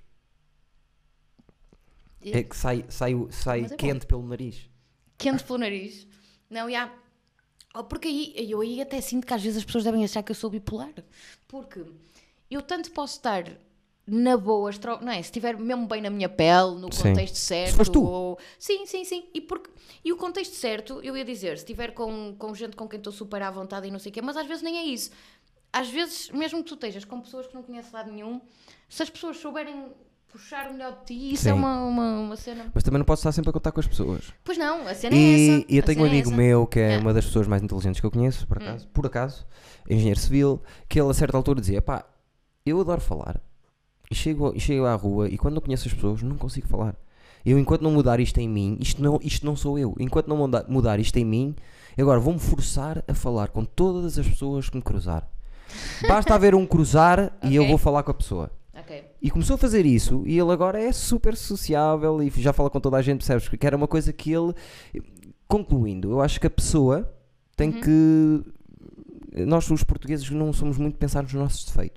é que sai, sai, sai é quente bom. pelo nariz. Quente pelo nariz. Não, já... Oh, porque aí, eu aí até sinto que às vezes as pessoas devem achar que eu sou bipolar. Porque eu tanto posso estar na boa, não é? Se estiver mesmo bem na minha pele, no sim. contexto certo. Se foste tu. Ou... Sim, sim, sim. E, porque... e o contexto certo, eu ia dizer, se estiver com, com gente com quem estou super à vontade e não sei o quê, mas às vezes nem é isso. Às vezes, mesmo que tu estejas com pessoas que não conheces lado nenhum, se as pessoas souberem puxar o melhor de ti, isso sim. é uma, uma, uma cena. Mas também não posso estar sempre a contar com as pessoas. Pois não, a cena e, é essa. E eu tenho um amigo é meu que é, é uma é. das pessoas mais inteligentes que eu conheço, por acaso, hum. por acaso, engenheiro civil, que ele a certa altura dizia, pá, eu adoro falar, e chego, e chego à rua e quando não conheço as pessoas não consigo falar. Eu enquanto não mudar isto em mim, isto não, isto não sou eu, enquanto não mudar, mudar isto em mim, agora vou-me forçar a falar com todas as pessoas que me cruzar. Basta haver um cruzar okay. e eu vou falar com a pessoa. Okay. E começou a fazer isso e ele agora é super sociável e já fala com toda a gente, percebes? Que era uma coisa que ele... Concluindo, eu acho que a pessoa tem uhum. que... Nós os portugueses não somos muito pensar nos nossos defeitos.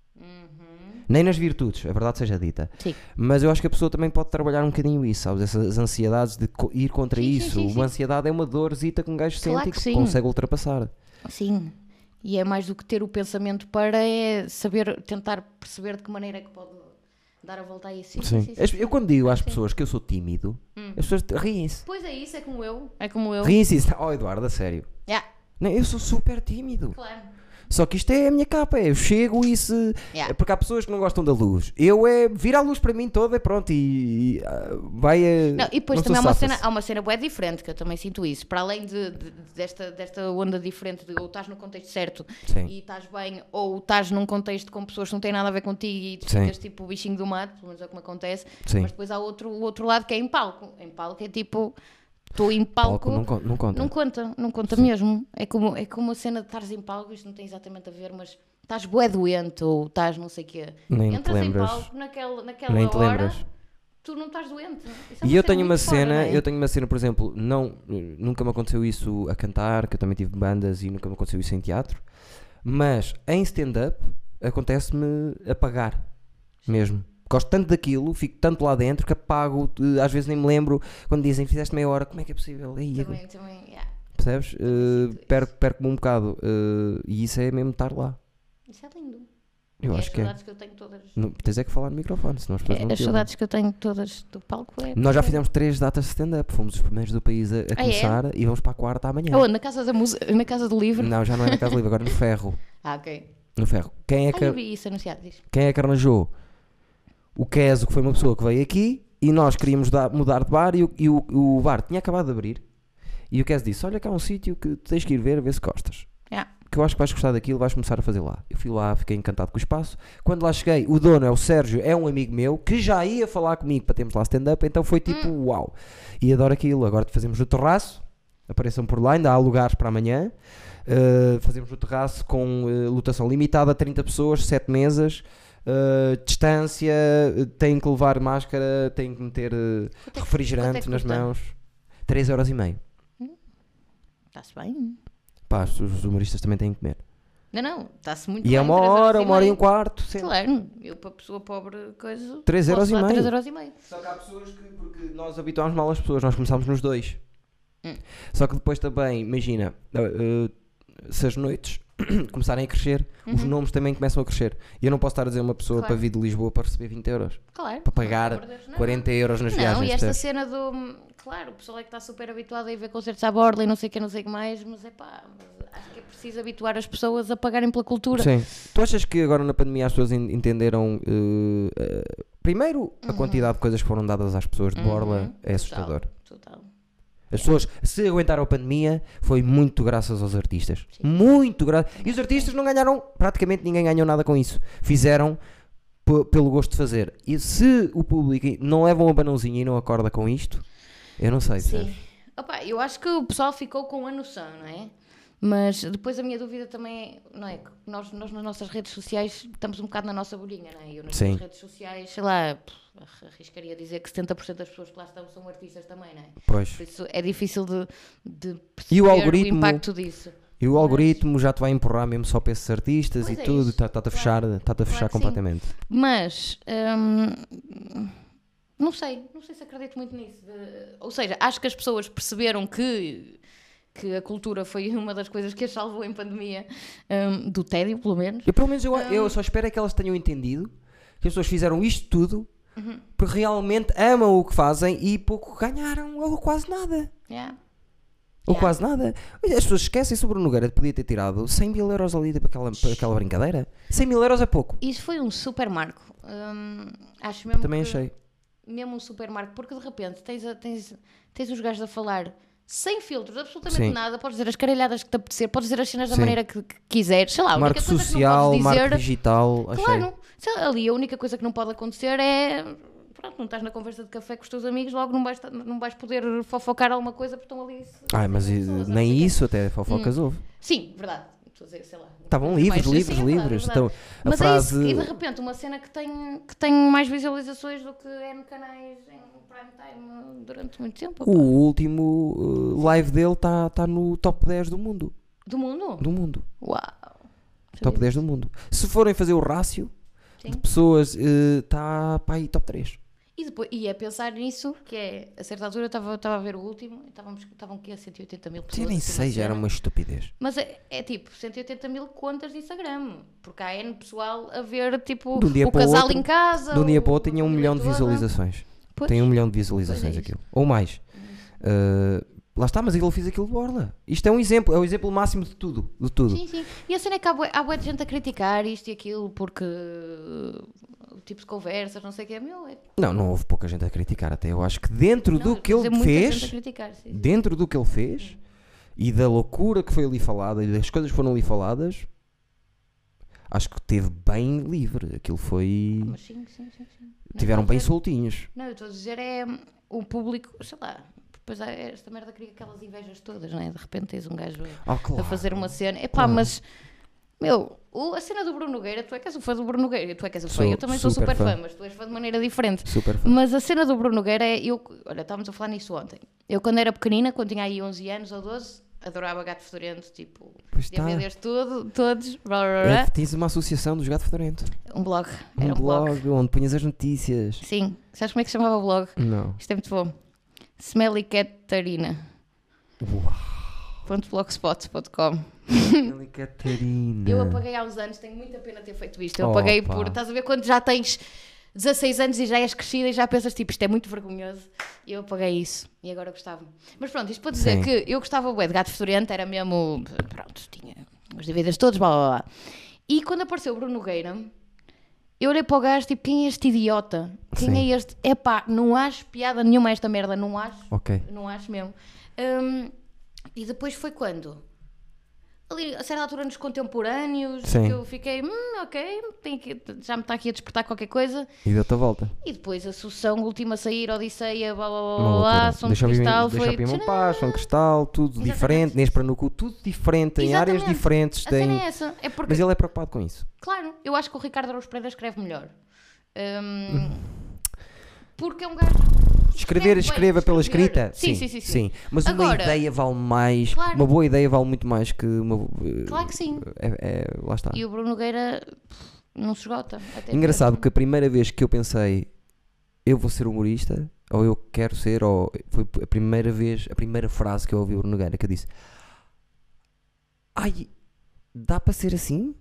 Uhum. Nem nas virtudes, a verdade seja dita. Sim. Mas eu acho que a pessoa também pode trabalhar um bocadinho isso, sabes? Essas ansiedades de ir contra sim, isso. sim, sim, sim. Uma ansiedade é uma dorzita que um gajo claro sente que e que sim. consegue ultrapassar. Sim. E é mais do que ter o pensamento para é saber, tentar perceber de que maneira é que pode dar a volta a isso. Sim, sim. sim, sim, sim. Eu quando digo às sim. pessoas que eu sou tímido, hum. as pessoas riem-se. Pois é isso, é como eu. É como eu. Riem-se. Oh Eduardo, a sério. Yeah. Não, eu sou super tímido. Claro. Só que isto é a minha capa, eu chego e se... Yeah. Porque há pessoas que não gostam da luz. Eu é vir a luz para mim toda e pronto, e, e uh, vai a... Não, e depois também há uma, cena, há uma cena bué diferente, que eu também sinto isso. Para além de, de, desta, desta onda diferente de ou estás no contexto certo sim. e estás bem, ou estás num contexto com pessoas que não têm nada a ver contigo e tu ficas tipo o bichinho do mato, pelo menos é como acontece. Sim. Mas depois há outro, o outro lado que é em palco. Em palco é tipo... Estou em palco, palco não, não conta. Não conta, não conta mesmo. É como, é como a cena de estares em palco, isto não tem exatamente a ver, mas estás bué doente ou estás não sei o quê. Nem Entras te lembras. em palco, naquela, naquela Nem te hora, lembras. tu não estás doente. É e eu tenho uma fora, cena, é? eu tenho uma cena, por exemplo, não, nunca me aconteceu isso a cantar, que eu também tive bandas e nunca me aconteceu isso em teatro, mas em stand-up acontece-me apagar mesmo. Gosto tanto daquilo, fico tanto lá dentro que apago, às vezes nem me lembro quando dizem fizeste meia hora, como é que é possível? Aí, também, também, yeah. Percebes? Uh, perco, perco-me um bocado uh, e isso é mesmo estar lá. Isso é lindo. Eu é acho as que é. saudades que eu tenho todas. Não, tens é que falar no microfone, senão as pessoas é, não As saudades que eu tenho todas do palco é. Nós já fizemos três datas de stand-up, fomos os primeiros do país a, a ah, começar é? e vamos para a quarta amanhã. Oh, na casa da música, na casa do livro? Não, já não é na casa do livro, agora no Ferro. Ah, ok. No Ferro. Quem é que, ah, eu vi isso anunciado, diz. Quem é que arranjou? O Keso, que foi uma pessoa que veio aqui e nós queríamos dar, mudar de bar e, o, e o, o bar tinha acabado de abrir e o Keso disse, olha cá um sítio que tens que ir ver a ver se gostas. porque eu acho que vais gostar daquilo, vais começar a fazer lá. Eu fui lá, fiquei encantado com o espaço. Quando lá cheguei, o dono é o Sérgio, é um amigo meu, que já ia falar comigo para termos lá stand-up, então foi tipo, hum. uau. E adoro aquilo. Agora fazemos no terraço, apareçam por lá, ainda há lugares para amanhã. Uh, fazemos no terraço com uh, lotação limitada, trinta pessoas, sete mesas. Uh, distância, uh, tem que levar máscara, tem que meter uh, refrigerante é que nas mãos. três euros e meio. Está-se bem. Pá, os humoristas também têm que comer. Não, não, está-se muito e bem. E é uma hora, uma hora e um quarto. Sempre. Claro, eu para pessoa pobre, coisa. três euros e meio. três euros e meio. Só que há pessoas que, porque nós habituámos mal as pessoas, nós começámos nos dois. Hum. Só que depois também, imagina, uh, se as noites começarem a crescer, uhum. os nomes também começam a crescer. E eu não posso estar a dizer a uma pessoa claro. para vir de Lisboa para receber vinte euros. Claro. Para pagar quarenta euros nas não, viagens. Não, e esta cena do... Claro, o pessoal é que está super habituado a ir ver concertos à borla e não sei o que, não sei o que mais, mas é pá, acho que é preciso habituar as pessoas a pagarem pela cultura. Sim. Tu achas que agora na pandemia as pessoas entenderam... Uh, uh, primeiro, uhum. a quantidade de coisas que foram dadas às pessoas de uhum. borla é assustador. Total. Total. As pessoas, se aguentaram a pandemia, foi muito graças aos artistas. Sim. Muito graças. E os artistas não ganharam, praticamente ninguém ganhou nada com isso. Fizeram p- pelo gosto de fazer. E se o público não leva um abanãozinho e não acorda com isto, eu não sei. Sim. Opa, eu acho que o pessoal ficou com a noção, não é? Mas depois a minha dúvida também é, não é? Que nós, nós nas nossas redes sociais estamos um bocado na nossa bolinha, não é? Eu nas minhas redes sociais, sei lá, arriscaria dizer que setenta por cento das pessoas que lá estão são artistas também, não é? Pois. Por isso é difícil de, de perceber e o, algoritmo, o impacto disso. E o Mas... algoritmo já te vai empurrar mesmo só para esses artistas pois e é tudo, está-te tá a fechar, claro. tá-te a fechar claro completamente. Sim. Mas... Hum, não sei, não sei se acredito muito nisso. De, ou seja, acho que as pessoas perceberam que, que a cultura foi uma das coisas que as salvou em pandemia, um, do tédio, pelo menos. Eu, pelo menos, eu, um, eu só espero é que elas tenham entendido que as pessoas fizeram isto tudo uhum. porque realmente amam o que fazem e pouco ganharam, ou quase nada. Yeah. Ou yeah. quase nada. As pessoas esquecem sobre o Nogueira, podia ter tirado cem mil euros ali para aquela, para aquela brincadeira. cem mil euros é pouco. Isso foi um super marco. Um, acho mesmo Também que... achei. Mesmo um supermarco, porque de repente tens, a, tens, tens os gajos a falar sem filtros, absolutamente Sim. nada, podes dizer as caralhadas que te apetecer, podes dizer as cenas da Sim. maneira que, que quiseres, sei lá, a marco única coisa social, que não podes dizer... marco digital, achei. Claro, sei lá, ali a única coisa que não pode acontecer é, pronto, não estás na conversa de café com os teus amigos, logo não vais, não vais poder fofocar alguma coisa, porque estão ali... Ai, mas pessoas, nem isso até fofocas houve. Hum. Sim, verdade. Sei lá, estavam livres, livres, sim, livres. Claro, então, a mas frase... é isso, e de repente uma cena que tem, que tem mais visualizações do que é no canais em prime time durante muito tempo. O opa. último uh, live dele está tá no top dez do mundo. Do mundo? Do mundo. Uau! Top dez do mundo. Se forem fazer o rácio sim. de pessoas, está uh, para aí top três. E, depois, e é pensar nisso, que é, a certa altura eu estava a ver o último, estavam aqui a cento e oitenta mil pessoas. Eu nem sei, já era uma estupidez. Mas é, é tipo, cento e oitenta mil contas de Instagram, porque há N pessoal a ver, tipo, um o casal outro, em casa. De um dia para o outro tinha um milhão de visualizações. Pois. Tem um milhão de visualizações é aquilo, ou mais. Uh, lá está, mas ele fez aquilo de borla. Isto é um exemplo, é o exemplo máximo de tudo, de tudo. Sim, sim. E a cena é que há bué, há bué de gente a criticar isto e aquilo, porque... o tipo de conversas, não sei o que é meu. É... Não, não houve pouca gente a criticar até. Eu acho que dentro não, do que ele fez, criticar, sim, dentro do que ele fez hum. e da loucura que foi ali falada e das coisas que foram ali faladas, acho que teve bem livre. Aquilo foi... Mas sim, sim, sim, sim. Tiveram não, bem dizer... soltinhos. Não, eu estou a dizer é o público, sei lá, depois esta merda cria aquelas invejas todas, não é? De repente tens um gajo oh, claro. a fazer uma cena. Epá, claro. Mas... Meu, a cena do Bruno Nogueira, tu é que és o fã do Bruno Nogueira, tu é que és o fã, sou, eu também sou super fã. fã, mas tu és fã de maneira diferente. Super fã. Mas a cena do Bruno Nogueira é, eu, olha, estávamos a falar nisso ontem. Eu quando era pequenina, quando tinha aí onze anos ou doze, adorava Gato Fedorento, tipo, D V Ds tudo, todos. Blá, blá, blá. É, tens uma associação dos Gato Fedorento. Um blog, era um, um blog. blog onde punhas as notícias. Sim, sabes como é que se chamava o blog? Não. Isto é muito bom. Smelly Catarina. Uau. .blogspot ponto com Catarina. Eu apaguei há uns anos, tenho muita pena ter feito isto. Eu apaguei oh, por. Estás a ver quando já tens dezasseis anos e já és crescida e já pensas tipo, isto é muito vergonhoso. E eu apaguei isso e agora gostava. Mas pronto, isto para dizer Sim. que eu gostava bué de Gato Fedorento, era mesmo. Pronto, tinha os D V Ds todos, blá blá blá. E quando apareceu o Bruno Nogueira, eu olhei para o gajo tipo, quem é este idiota? Quem Sim. é este? Epá, não acho piada nenhuma esta merda, não acho. Ok. Não acho mesmo. Um, E depois foi quando? ali a certa altura nos contemporâneos, Sim. que eu fiquei, hum, ok, tem que, já me está aqui a despertar qualquer coisa. E deu-te a volta. E depois a Sucessão, Última a Sair, Odisseia, blá blá blá, blá Som de Cristal, deixa foi... Deixa Paz, Som de Cristal, tudo Exatamente. diferente, Nês para no cu, tudo diferente, em Exatamente. áreas diferentes. A Tem... cena é essa. É porque... Mas ele é preocupado com isso. Claro, eu acho que o Ricardo Araújo Pereira escreve melhor. Um, porque é um gajo... Escrever, escreva pela escrita. Sim, sim, sim. sim, sim. sim. Mas Agora, uma ideia vale mais. Claro. Uma boa ideia vale muito mais que uma. Claro que sim. É, é, lá está. E o Bruno Nogueira não se esgota. Até Engraçado mesmo. que a primeira vez que eu pensei eu vou ser humorista, ou eu quero ser, ou foi a primeira vez, a primeira frase que eu ouvi o Bruno Nogueira que eu disse: ai, dá para ser assim?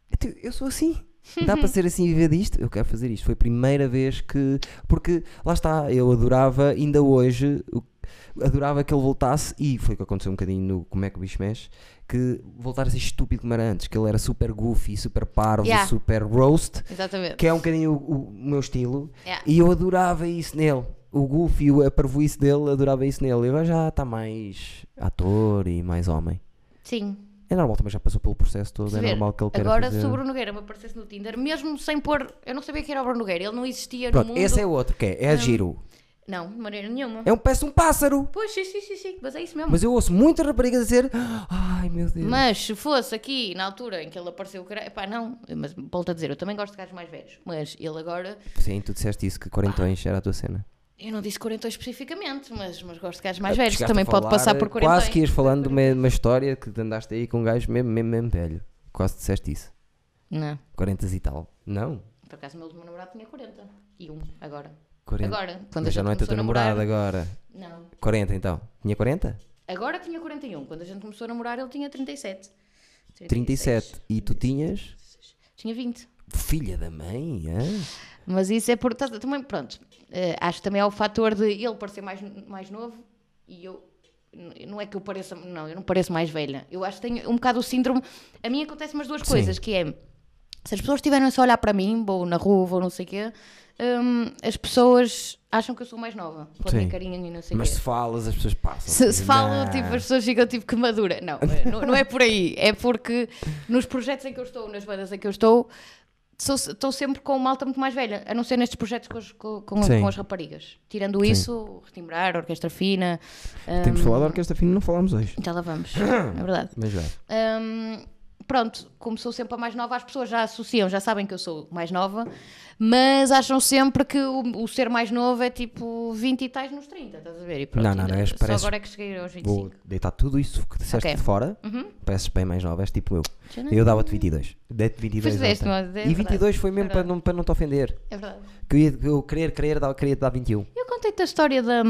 Eu sou assim. Dá para ser assim e viver disto? Eu quero fazer isto. Foi a primeira vez que... Porque, lá está, eu adorava, ainda hoje, adorava que ele voltasse, e foi o que aconteceu um bocadinho no Como é que o Bicho Mexe, que voltar a ser estúpido como era antes, que ele era super goofy, super parvo, Yeah. super roast. Exatamente. Que é um bocadinho o, o meu estilo. Yeah. E eu adorava isso nele. O goofy, a parvoíce dele, adorava isso nele. E agora já está mais ator e mais homem. Sim. É normal, também já passou pelo processo todo, Se é ver, normal que ele queira agora, fazer... se o Bruno Nogueira me aparecesse no Tinder, mesmo sem pôr... Eu não sabia que era o Bruno Nogueira, ele não existia Pronto, no mundo. esse é o outro, que é, é Hum. giro. Não, de maneira nenhuma. É um parece um pássaro. Pois, sim, sim, sim, sim, mas é isso mesmo. Mas eu ouço muitas raparigas dizer: ai meu Deus. Mas se fosse aqui, na altura em que ele apareceu, pá, não, mas volto a dizer, eu também gosto de gajos mais velhos, mas ele agora... Sim, tu disseste isso, que quarentões era a tua cena. Eu não disse quarentões especificamente, mas, mas gosto de gajos mais Ah, velhos, chegaste também a pode falar, passar por quarentões. Quase que ias falando de uma, uma história que andaste aí com um gajo mesmo, mesmo, mesmo velho. Quase disseste isso. Não, quarenta e tal. Não. por acaso o meu último namorado tinha quarenta e um agora. quarenta. Agora, quando a Mas já gente não é teu começou a namorar... namorado agora. Não. quarenta então. Tinha quarenta? Agora tinha quarenta e um, quando a gente começou a namorar ele tinha trinta e sete. trinta e sete. E tu tinhas? Tinha vinte. Filha da mãe, hã? Mas isso é por... Também, pronto, uh, acho que também é o fator de ele parecer mais, mais novo e eu... Não é que eu pareça... Não, eu não pareço mais velha. Eu acho que tenho um bocado o síndrome... A mim acontecem umas duas Sim. coisas, que é... Se as pessoas estiverem só a olhar para mim, vou na rua, vou não sei o quê, um, as pessoas acham que eu sou mais nova. Com a minha carinha e não sei o quê. Mas se falas, as pessoas passam. Se, se falo, tipo, as pessoas ficam tipo que madura. Não, não, não é por aí. É porque nos projetos em que eu estou, nas bandas em que eu estou, sou, estou sempre com uma malta muito mais velha, a não ser nestes projetos com, as- com, com, com as raparigas. Tirando Sim. isso, Retimbrar, Orquestra Fina. Temos um, falado da Orquestra Fina, não falámos hoje. Já lá vamos, é verdade. Mas vai. Um, pronto, como sou sempre a mais nova, as pessoas já associam, já sabem que eu sou mais nova, mas acham sempre que o, o ser mais novo é tipo vinte e tais nos trinta, estás a ver? E pronto, Não, não, não, és- só pareces- agora é que cheguei aos vinte e cinco. Vou deitar tudo isso que disseste Ok. de fora. Uhum. Pareces bem mais nova, és tipo eu. Já não- Eu dava-te vinte e dois. Dei-te vinte e dois. Pois deste, ontem. mas é E vinte e dois verdade, foi mesmo é para verdade. não, para não te ofender. É verdade. Que eu, ia, eu querer, querer, dar, queria te dar vinte e um. Eu contei-te a história da,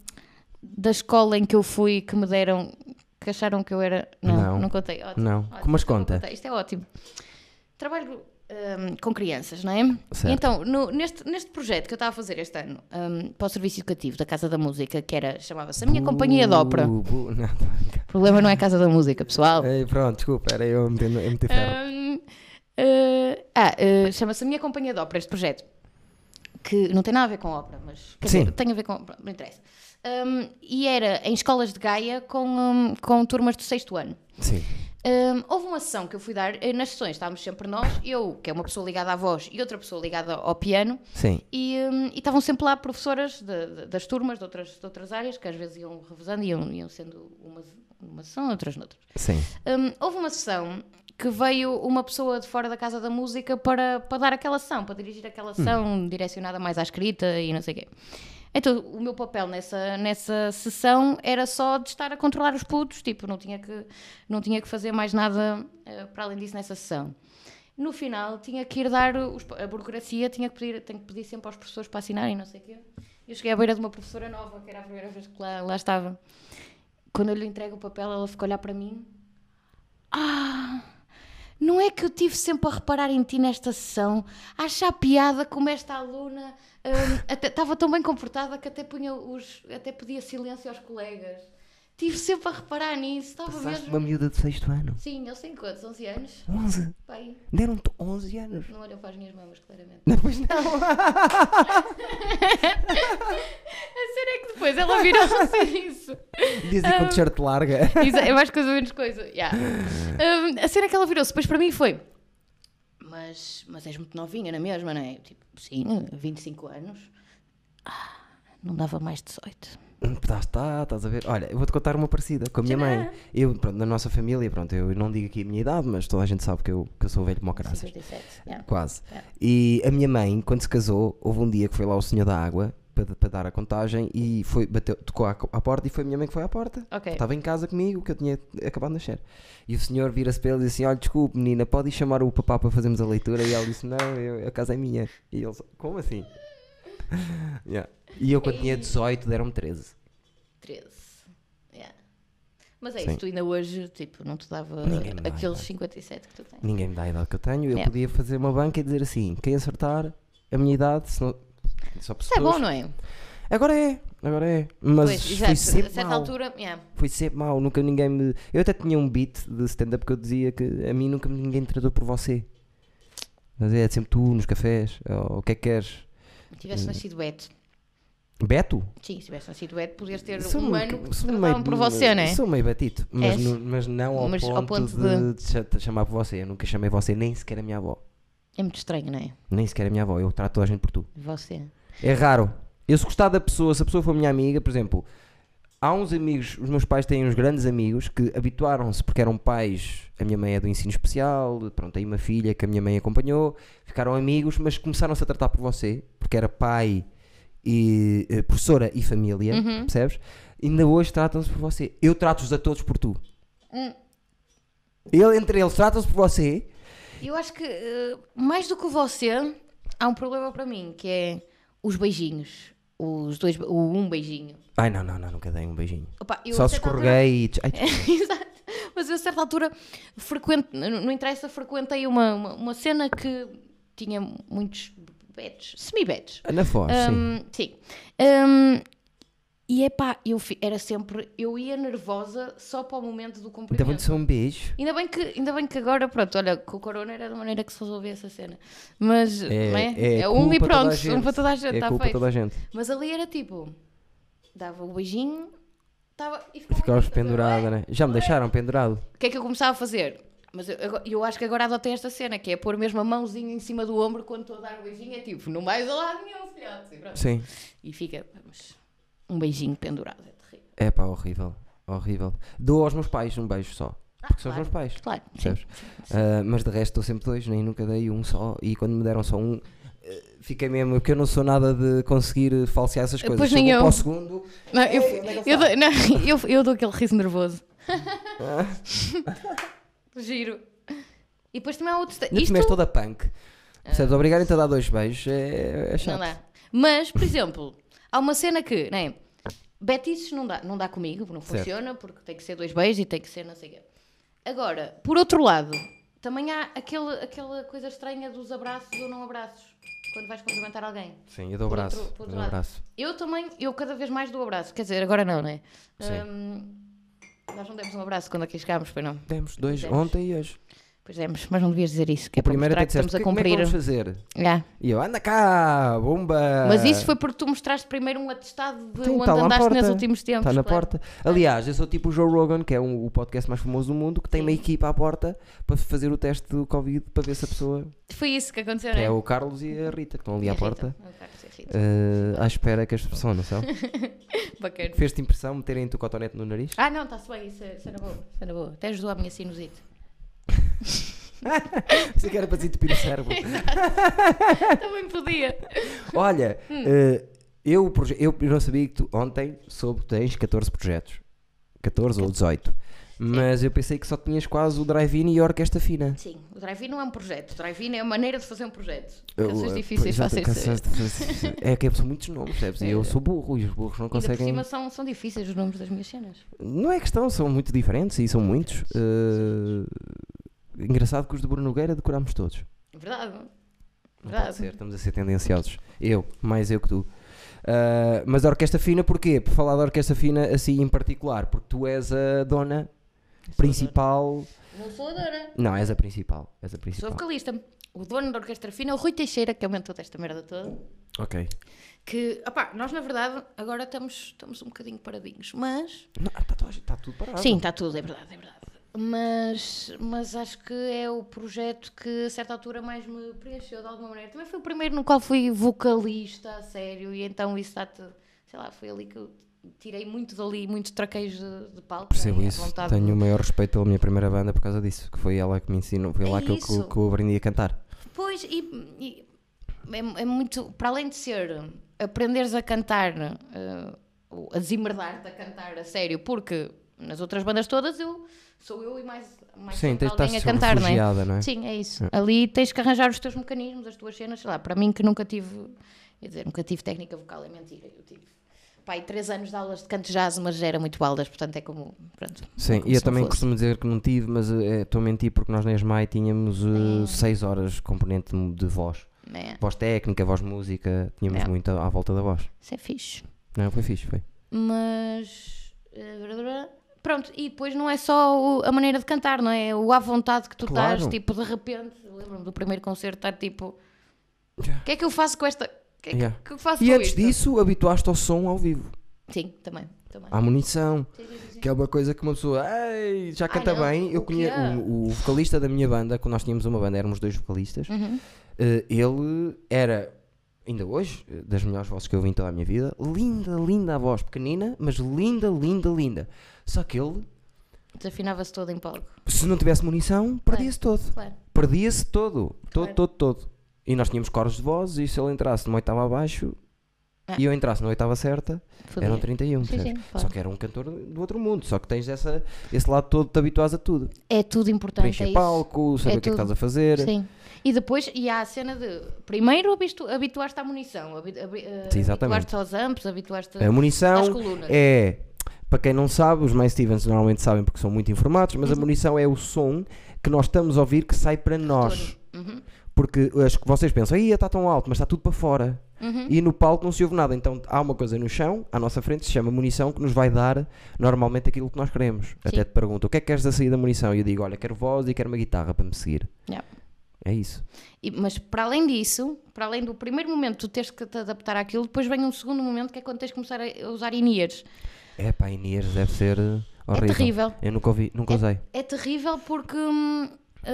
da escola em que eu fui, que me deram, que acharam que eu era... Não, Não. não, contei. Ótimo, Não. ótimo, Como as então vou conta? contar. Isto é ótimo. Trabalho hum, com crianças, não é? Certo. E então, no- neste, neste projeto que eu estava a fazer este ano, hum, para o Serviço Educativo da Casa da Música, que era, chamava-se a minha companhia de ópera. Bu, bu, não, tô a brincar. O problema não é a Casa da Música, pessoal. Ei, pronto, desculpa, era eu a meter, a meter ferro. Hum, eh, ah, eh, chama-se a minha companhia de ópera, este projeto. Que não tem nada a ver com ópera, mas quer Sim. dizer, tem a ver com... pronto, não interessa. Hum, e era em escolas de Gaia com, hum, com turmas do sexto ano. Sim. Hum, houve uma sessão que eu fui dar, eh, nas sessões estávamos sempre nós, eu, que é uma pessoa ligada à voz, e outra pessoa ligada ao piano, Sim. e, hum, e estavam sempre lá professoras de- de- das turmas de outras, de outras áreas, que às vezes iam revezando, iam, iam sendo umas numa sessão, outras noutras. Sim. Hum, houve uma sessão que veio uma pessoa de fora da Casa da Música para, para dar aquela sessão, para dirigir aquela sessão Hum. direcionada mais à escrita e não sei o quê. Então, o meu papel nessa, nessa sessão era só de estar a controlar os putos, tipo, não tinha que, não tinha que fazer mais nada uh, para além disso nessa sessão. No final, tinha que ir dar os, a burocracia, tinha que pedir, tenho que pedir sempre aos professores para assinarem, não sei o quê. Eu cheguei à beira de uma professora nova, que era a primeira vez que lá, lá estava. Quando eu lhe entrego o papel, ela ficou a olhar para mim. Ah, não é que eu tive sempre a reparar em ti nesta sessão, a achar piada como esta aluna hum, até, estava tão bem comportada que até, punha os, até pedia silêncio aos colegas. Estive sempre a reparar nisso. Estava Passaste mesmo... uma miúda de sexto ano. Sim, eles têm quantos? onze anos? onze? Pai. Deram-te onze anos. Não olham para as minhas mamas, claramente. Não, pois não. A cena é que depois ela virou a ser isso. Dizem um, com t-shirt larga. É mais coisa menos coisa. Yeah. Um, a cena é que ela virou-se depois para mim foi... Mas, mas és muito novinha, não é mesmo, não é? Tipo, sim, vinte e cinco anos. Ah, não dava mais dezoito. Está, está, estás a ver? Olha, eu vou-te contar uma parecida com a minha mãe. Eu, pronto, na nossa família, pronto, eu não digo aqui a minha idade, mas toda a gente sabe que eu, que eu sou velho como o caraças. cinquenta e sete, yeah. Quase. Yeah. E a minha mãe, quando se casou, houve um dia que foi lá o senhor da água para, para dar a contagem e foi, bateu, tocou à, à porta e foi a minha mãe que foi à porta. Okay. Estava em casa comigo, que eu tinha acabado de nascer. E o senhor vira-se para ele e disse assim: olha, desculpe menina, pode ir chamar o papá para fazermos a leitura? E ela disse: não, eu, a casa é minha. E ele, como assim? Yeah. E eu quando tinha dezoito deram-me treze. treze. Yeah. Mas é Sim. isso, tu ainda hoje, tipo, não te dava aqueles cinquenta e sete que tu tens. Ninguém me dá a idade que eu tenho. Eu Yeah. podia fazer uma banca e dizer assim: quem acertar a minha idade, se não... só Isso é bom, não é? Agora é, agora é. Mas Pois, foi exato, sempre a certa mau. altura, yeah. Foi sempre mau. Nunca ninguém me... Eu até tinha um beat de stand-up que eu dizia que a mim nunca ninguém me tratou por você. Mas é sempre tu, nos cafés, ou o que é que queres? Se tivesse nascido Beto. Beto? Sim, se tivesse nascido Beto, podias ter Sou um meio- ano que te sou tratavam meio- por você, não é? Sou meio Betito, mas, És. no- mas não ao Mas ponto, ao ponto de, de cha- de chamar por você. Eu nunca chamei você, nem sequer a minha avó. É muito estranho, não é? Nem sequer a minha avó. Eu trato toda a gente por tu. Você. É raro. Eu se gostar da pessoa, se a pessoa for minha amiga, por exemplo, há uns amigos, os meus pais têm uns grandes amigos que habituaram-se porque eram pais, a minha mãe é do ensino especial, pronto, tem uma filha que a minha mãe acompanhou, ficaram amigos, mas começaram-se a tratar por você, porque era pai e eh, professora e família, Uhum. percebes? E ainda hoje tratam-se por você. Eu trato-os a todos por tu. Hum. Ele, entre eles, tratam-se por você. Eu acho que, eh, mais do que você, há um problema para mim, que é os beijinhos. Os dois, o um beijinho. Ai, não, não, não, nunca dei um beijinho. Opa, eu Só a se certa escorreguei e... Ai, altura- Exato. Mas eu a certa altura, frequente, não não interessa, frequentei uma, uma, uma cena que tinha muitos betos, semi-betos. na voz, sim. Um, sim. Um, e é pá, eu fi- era sempre, eu ia nervosa só para o momento do Então vou-te cumprimento. só um beijo. Ainda bem, que, ainda bem que agora, pronto, olha, com o corona era da maneira que se resolvia essa cena. Mas, É, não é? é É um culpa e toda a pronto, gente. um para toda a gente, É está culpa feito. toda a gente. Mas ali era tipo, dava o beijinho, estava e ficava Ficavas aqui, estás a ver? pendurada, né? Já me deixaram pendurado. O que é que eu começava a fazer? Mas eu, eu, eu acho que agora adotei esta cena, que é pôr mesmo a mãozinha em cima do ombro quando estou a dar o beijinho, é tipo, não vais a lado nenhum, filhote. E pronto. Sim. E fica, mas um beijinho pendurado, é terrível. É pá, horrível. Horrível. Dou aos meus pais um beijo só. Porque são os claro. meus pais. Claro, sim. Percebes? Ah, mas de resto dou sempre dois, nem nunca dei um só. E quando me deram só um, eh, fiquei mesmo, porque eu não sou nada de conseguir falsear essas coisas. Pois Chego nem eu. para o segundo. Não, eu, Ei, onde é que ele eu, está? dou, não, eu, eu dou aquele riso nervoso. Giro. E depois também há outros. Ainda Isto comeste toda punk. Percebes? Obrigarem-te a dar dois beijos é, é não chato. dá. Mas, por exemplo, há uma cena que, não é? Betices não dá, não dá comigo, não Certo. funciona, porque tem que ser dois beijos e tem que ser não sei o quê. Agora, por outro lado, também há aquele, aquela coisa estranha dos abraços ou não abraços, quando vais cumprimentar alguém. Sim, eu dou Por abraço. outro- por outro dou lado. abraço. Eu também, eu cada vez mais dou abraço. Quer dizer, agora não, não é? Sim. Hum, nós não demos um abraço quando aqui chegámos, pois não? Demos dois Demos. ontem e hoje. Pois demos, mas não devias dizer isso, que é O para primeiro mostrar até que estamos disseste, a como é que cumprir. vamos fazer? Yeah. E eu, anda cá, bomba! Mas isso foi porque tu mostraste primeiro um atestado de Sim, onde tá lá na andaste porta. nos últimos tempos. Está na claro. porta. Aliás, eu sou tipo o Joe Rogan, que é um- o podcast mais famoso do mundo, que tem Sim. uma equipa à porta para fazer o teste do Covid para ver se a pessoa. Foi isso que aconteceu, Que não é é? o Carlos e a Rita, que estão ali E a à Rita. porta, É o Carlos e a Rita. eh, à espera que as pessoas não são. Bacana. Fez-te impressão meterem-te o cotonete no nariz? Ah, não, está-se bem, isso, é- isso era boa, isso era boa. Até ajudou a minha sinusite. Isso que era para desentupir o cérebro. Também podia. Olha, Hum. eh, eu, proje- eu não sabia que tu ontem soube que tens catorze projetos. catorze ou dezoito. Mas eu pensei que só tinhas quase o drive-in e a orquestra fina. Sim, o drive-in não é um projeto. O drive-in é a maneira de fazer um projeto. Eu, Canções eh, difíceis, pois, fáceis de canções ser. difíceis. É que são muitos nomes, percebes? E eu sou burro e os burros não Ainda por conseguem. cima são, são difíceis os nomes das minhas cenas. Não é questão, são muito diferentes e são muitos. Eh, Engraçado que os de Bruno Nogueira decorámos todos. Verdade. Não Verdade. pode ser, estamos a ser tendenciosos. Eu, mais eu que tu. Uh, mas a orquestra fina, porquê? Por falar da orquestra fina assim em particular, porque tu és a dona sou principal. Dona. Não sou a dona. Não, és a principal. És a principal. Sou vocalista. O dono da orquestra fina é o Rui Teixeira, que aumentou desta merda toda. Ok. Que, opá, nós na verdade agora estamos, estamos um bocadinho paradinhos, mas... Está tá tudo parado. Sim, está tudo, é verdade, é verdade. Mas, mas acho que é o projeto que a certa altura mais me preencheu de alguma maneira. Também foi o primeiro no qual fui vocalista a sério e então isso está, sei lá, foi ali que eu tirei muito dali, muitos traqueios de, de palco. Percebo né? isso, tenho de... o maior respeito pela minha primeira banda por causa disso, que foi ela que me ensinou, foi é lá que eu, que, que eu aprendi a cantar. Pois, e, e é, é muito, para além de ser aprenderes a cantar, uh, a desimerdar-te a cantar a sério, porque nas outras bandas todas eu... Sou eu e mais, mais Sim, tens alguém a cantar, não é? não é? Sim, é isso. É. Ali tens que arranjar os teus mecanismos, as tuas cenas, sei lá. Para mim que nunca tive, quer dizer, nunca tive técnica vocal, é mentira. Eu tive, pai, três anos de aulas de canto jazz, mas já era muito baldas, portanto é como, pronto. Sim, como e eu também fosse. Costumo dizer que não tive, mas estou é, a mentir porque nós na ESMAI tínhamos uh, é. seis horas de componente de voz. É. Voz técnica, voz música, tínhamos é. muito à, à volta da voz. Isso é fixe. Não, foi fixe, foi. Mas... Uh, Pronto, e depois não é só o, a maneira de cantar, não é? O à vontade que tu claro. estás, tipo, de repente, lembro-me do primeiro concerto, estar tipo, o yeah. que é que eu faço com esta, o que é yeah. que eu faço e com antes isto? disso, habituaste ao som ao vivo. Sim, também. também. À munição, sim, sim, sim. que é uma coisa que uma pessoa, ei, já canta ah, bem. Eu conheço o, o vocalista da minha banda, quando nós tínhamos uma banda, éramos dois vocalistas, uhum. uh, ele era... Ainda hoje, das melhores vozes que eu ouvi em toda a minha vida. Linda, linda a voz, pequenina, mas linda, linda, linda. Só que ele... Desafinava-se todo em palco. Se não tivesse munição, perdia-se claro, todo. Claro. Perdia-se todo. Todo, claro. todo, todo. E nós tínhamos coros de voz e se ele entrasse numa oitava abaixo ah. e eu entrasse na oitava certa, Fudeu. eram trinta e um. Sim, sim, claro. Só que era um cantor do outro mundo. Só que tens essa, esse lado todo, te habituas a tudo. É tudo importante. Preencher é palco, saber é o que é que estás a fazer. Sim. E depois, e há a cena de, primeiro habituaste à munição, habi, habi, Sim, habituaste aos amps, habituaste a munição às colunas. É, para quem não sabe, os mais Stevens normalmente sabem porque são muito informados, mas uhum. a munição é o som que nós estamos a ouvir que sai para nós. Uhum. Porque acho que vocês pensam, aí está tão alto, mas está tudo para fora. Uhum. E no palco não se ouve nada. Então há uma coisa no chão, à nossa frente, que se chama munição, que nos vai dar normalmente aquilo que nós queremos. Sim. Até te pergunto, o que é que queres a sair da munição? E eu digo, olha, quero voz e quero uma guitarra para me seguir. Yeah. É isso. E, mas para além disso, para além do primeiro momento tu teres que te adaptar àquilo, depois vem um segundo momento que é quando tens que começar a usar in-ears. É pá, in-ears deve ser horrível. É terrível. Eu nunca ouvi, nunca é, usei. É terrível porque, hum,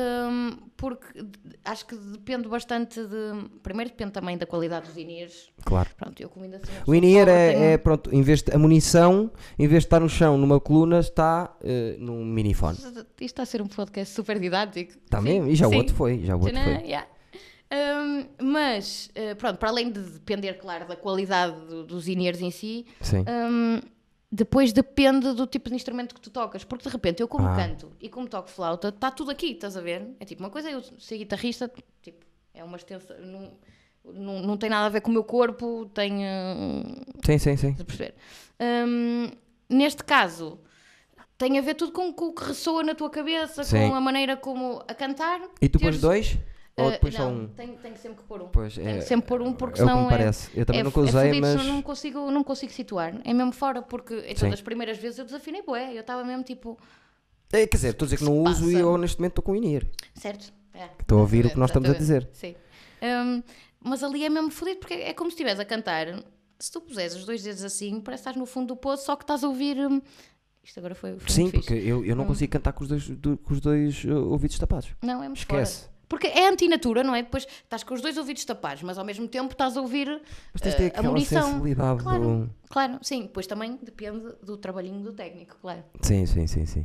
porque acho que depende bastante de... Primeiro depende também da qualidade dos in-ears. Claro. Pronto, eu como ainda assim, o in-ear é, tenho... é, pronto, em vez de, a munição, em vez de estar no chão numa coluna, está uh, num minifone. Isto está a ser um podcast super didático. Está mesmo? E já o outro foi. Já o outro foi. Yeah. Um, mas, uh, pronto, para além de depender, claro, da qualidade do, dos in-ears em si, um, depois depende do tipo de instrumento que tu tocas. Porque de repente eu como ah. canto e como toco flauta, está tudo aqui, estás a ver? É tipo, uma coisa é eu ser guitarrista, tipo, é uma extensa... Não, não, não tem nada a ver com o meu corpo, tem... Uh, sim, sim, sim. A perceber. Um, neste caso... Tem a ver tudo com, com o que ressoa na tua cabeça, sim. com a maneira como a cantar. E tu pões dois? Ou depois uh, só não, um? Tenho, tenho sempre que pôr um. Pois, tenho é, que sempre pôr um porque é senão o que me parece. É, eu também é, nunca usei, é mas... não consigo, não consigo situar. É mesmo fora, porque então, das primeiras vezes eu desafinei bué. Eu estava mesmo tipo... É, quer dizer, estou a dizer que não uso e eu neste momento estou com o in-ear. Certo. É, estou a ouvir o que nós estamos a dizer. Sim. Um, mas ali é mesmo fodido porque é como se estivesse a cantar. Se tu puseres os dois dedos assim, parece que estás no fundo do poço, só que estás a ouvir... Um, Isto agora foi, foi Sim, porque eu, eu não hum. consigo cantar com os dois, do, com os dois uh, ouvidos tapados. Não, é muito Esquece. Fora. Porque é antinatura, não é? Depois estás com os dois ouvidos tapados, mas ao mesmo tempo estás a ouvir mas tens de ter uh, a munição. Sensibilidade claro, do... claro, sim. Depois também depende do trabalhinho do técnico, claro. Sim, sim, sim, sim.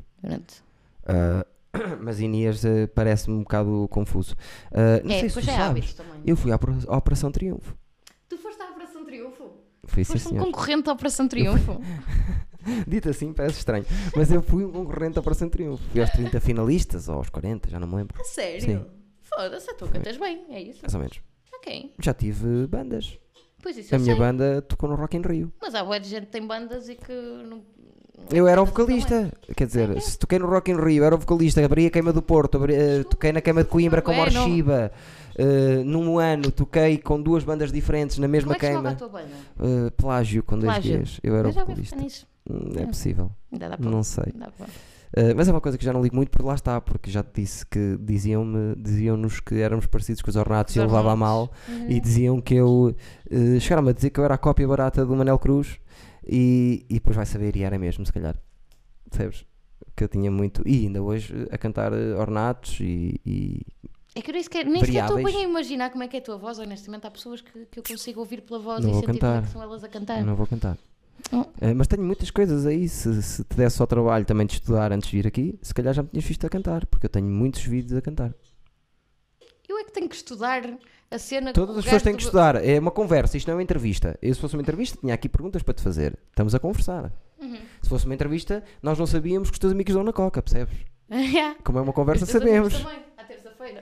Uh, mas in-ears uh, parece-me um bocado confuso. Uh, não é, sei se tu é sabes, também. Eu fui à, à Operação Triunfo. Tu foste à Operação Triunfo? Fui, sim, foste um concorrente da Operação Triunfo? Dito assim parece estranho, mas eu fui um concorrente da Operação Triunfo. Fui aos trinta finalistas, ou aos quarenta, já não me lembro. A sério? Sim. Foda-se, tu cantas bem, é isso? Mais ou menos. Ok. Já tive bandas. Pois isso A eu minha sei. banda tocou no Rock in Rio. Mas há boa de gente que tem bandas e que não... Eu era o vocalista, quer dizer, é, é. se toquei no Rock in Rio, era o vocalista, abri a Queima do Porto, abri, uh, toquei na Queima de Coimbra com o Archiba, Uh, num ano toquei com duas bandas diferentes na mesma queima. Como é que chamava a tua banda? Uh, Plágio, com dois Gs. Eu era o vocalista. É, é possível. Dá não sei. Dá Uh, mas é uma coisa que já não ligo muito, porque lá está, porque já te disse que diziam-me, diziam-nos que éramos parecidos com os Ornatos e eu levava a mal, uhum. e diziam que eu, uh, chegaram-me a dizer que eu era a cópia barata do Manel Cruz, e, e depois vai saber, e era mesmo, se calhar, percebes? Que eu tinha muito, e ainda hoje a cantar Ornatos e... e é que eu nem sequer, nem sequer estou bem a imaginar como é que é a tua voz, honestamente, há pessoas que, que eu consigo ouvir pela voz não e sentir como é que são elas a cantar. Não vou cantar. Uh, mas tenho muitas coisas aí. Se, se te desse ao trabalho também de estudar antes de vir aqui, se calhar já me tinhas visto a cantar, porque eu tenho muitos vídeos a cantar. Eu é que tenho que estudar a cena. Todas as pessoas têm que estudar. É uma conversa, isto não é uma entrevista. Eu, se fosse uma entrevista, tinha aqui perguntas para te fazer. Estamos a conversar. Uhum. Se fosse uma entrevista, nós não sabíamos que os teus amigos dão na coca, percebes? Yeah. Como é uma conversa, sabemos. Terça-feira.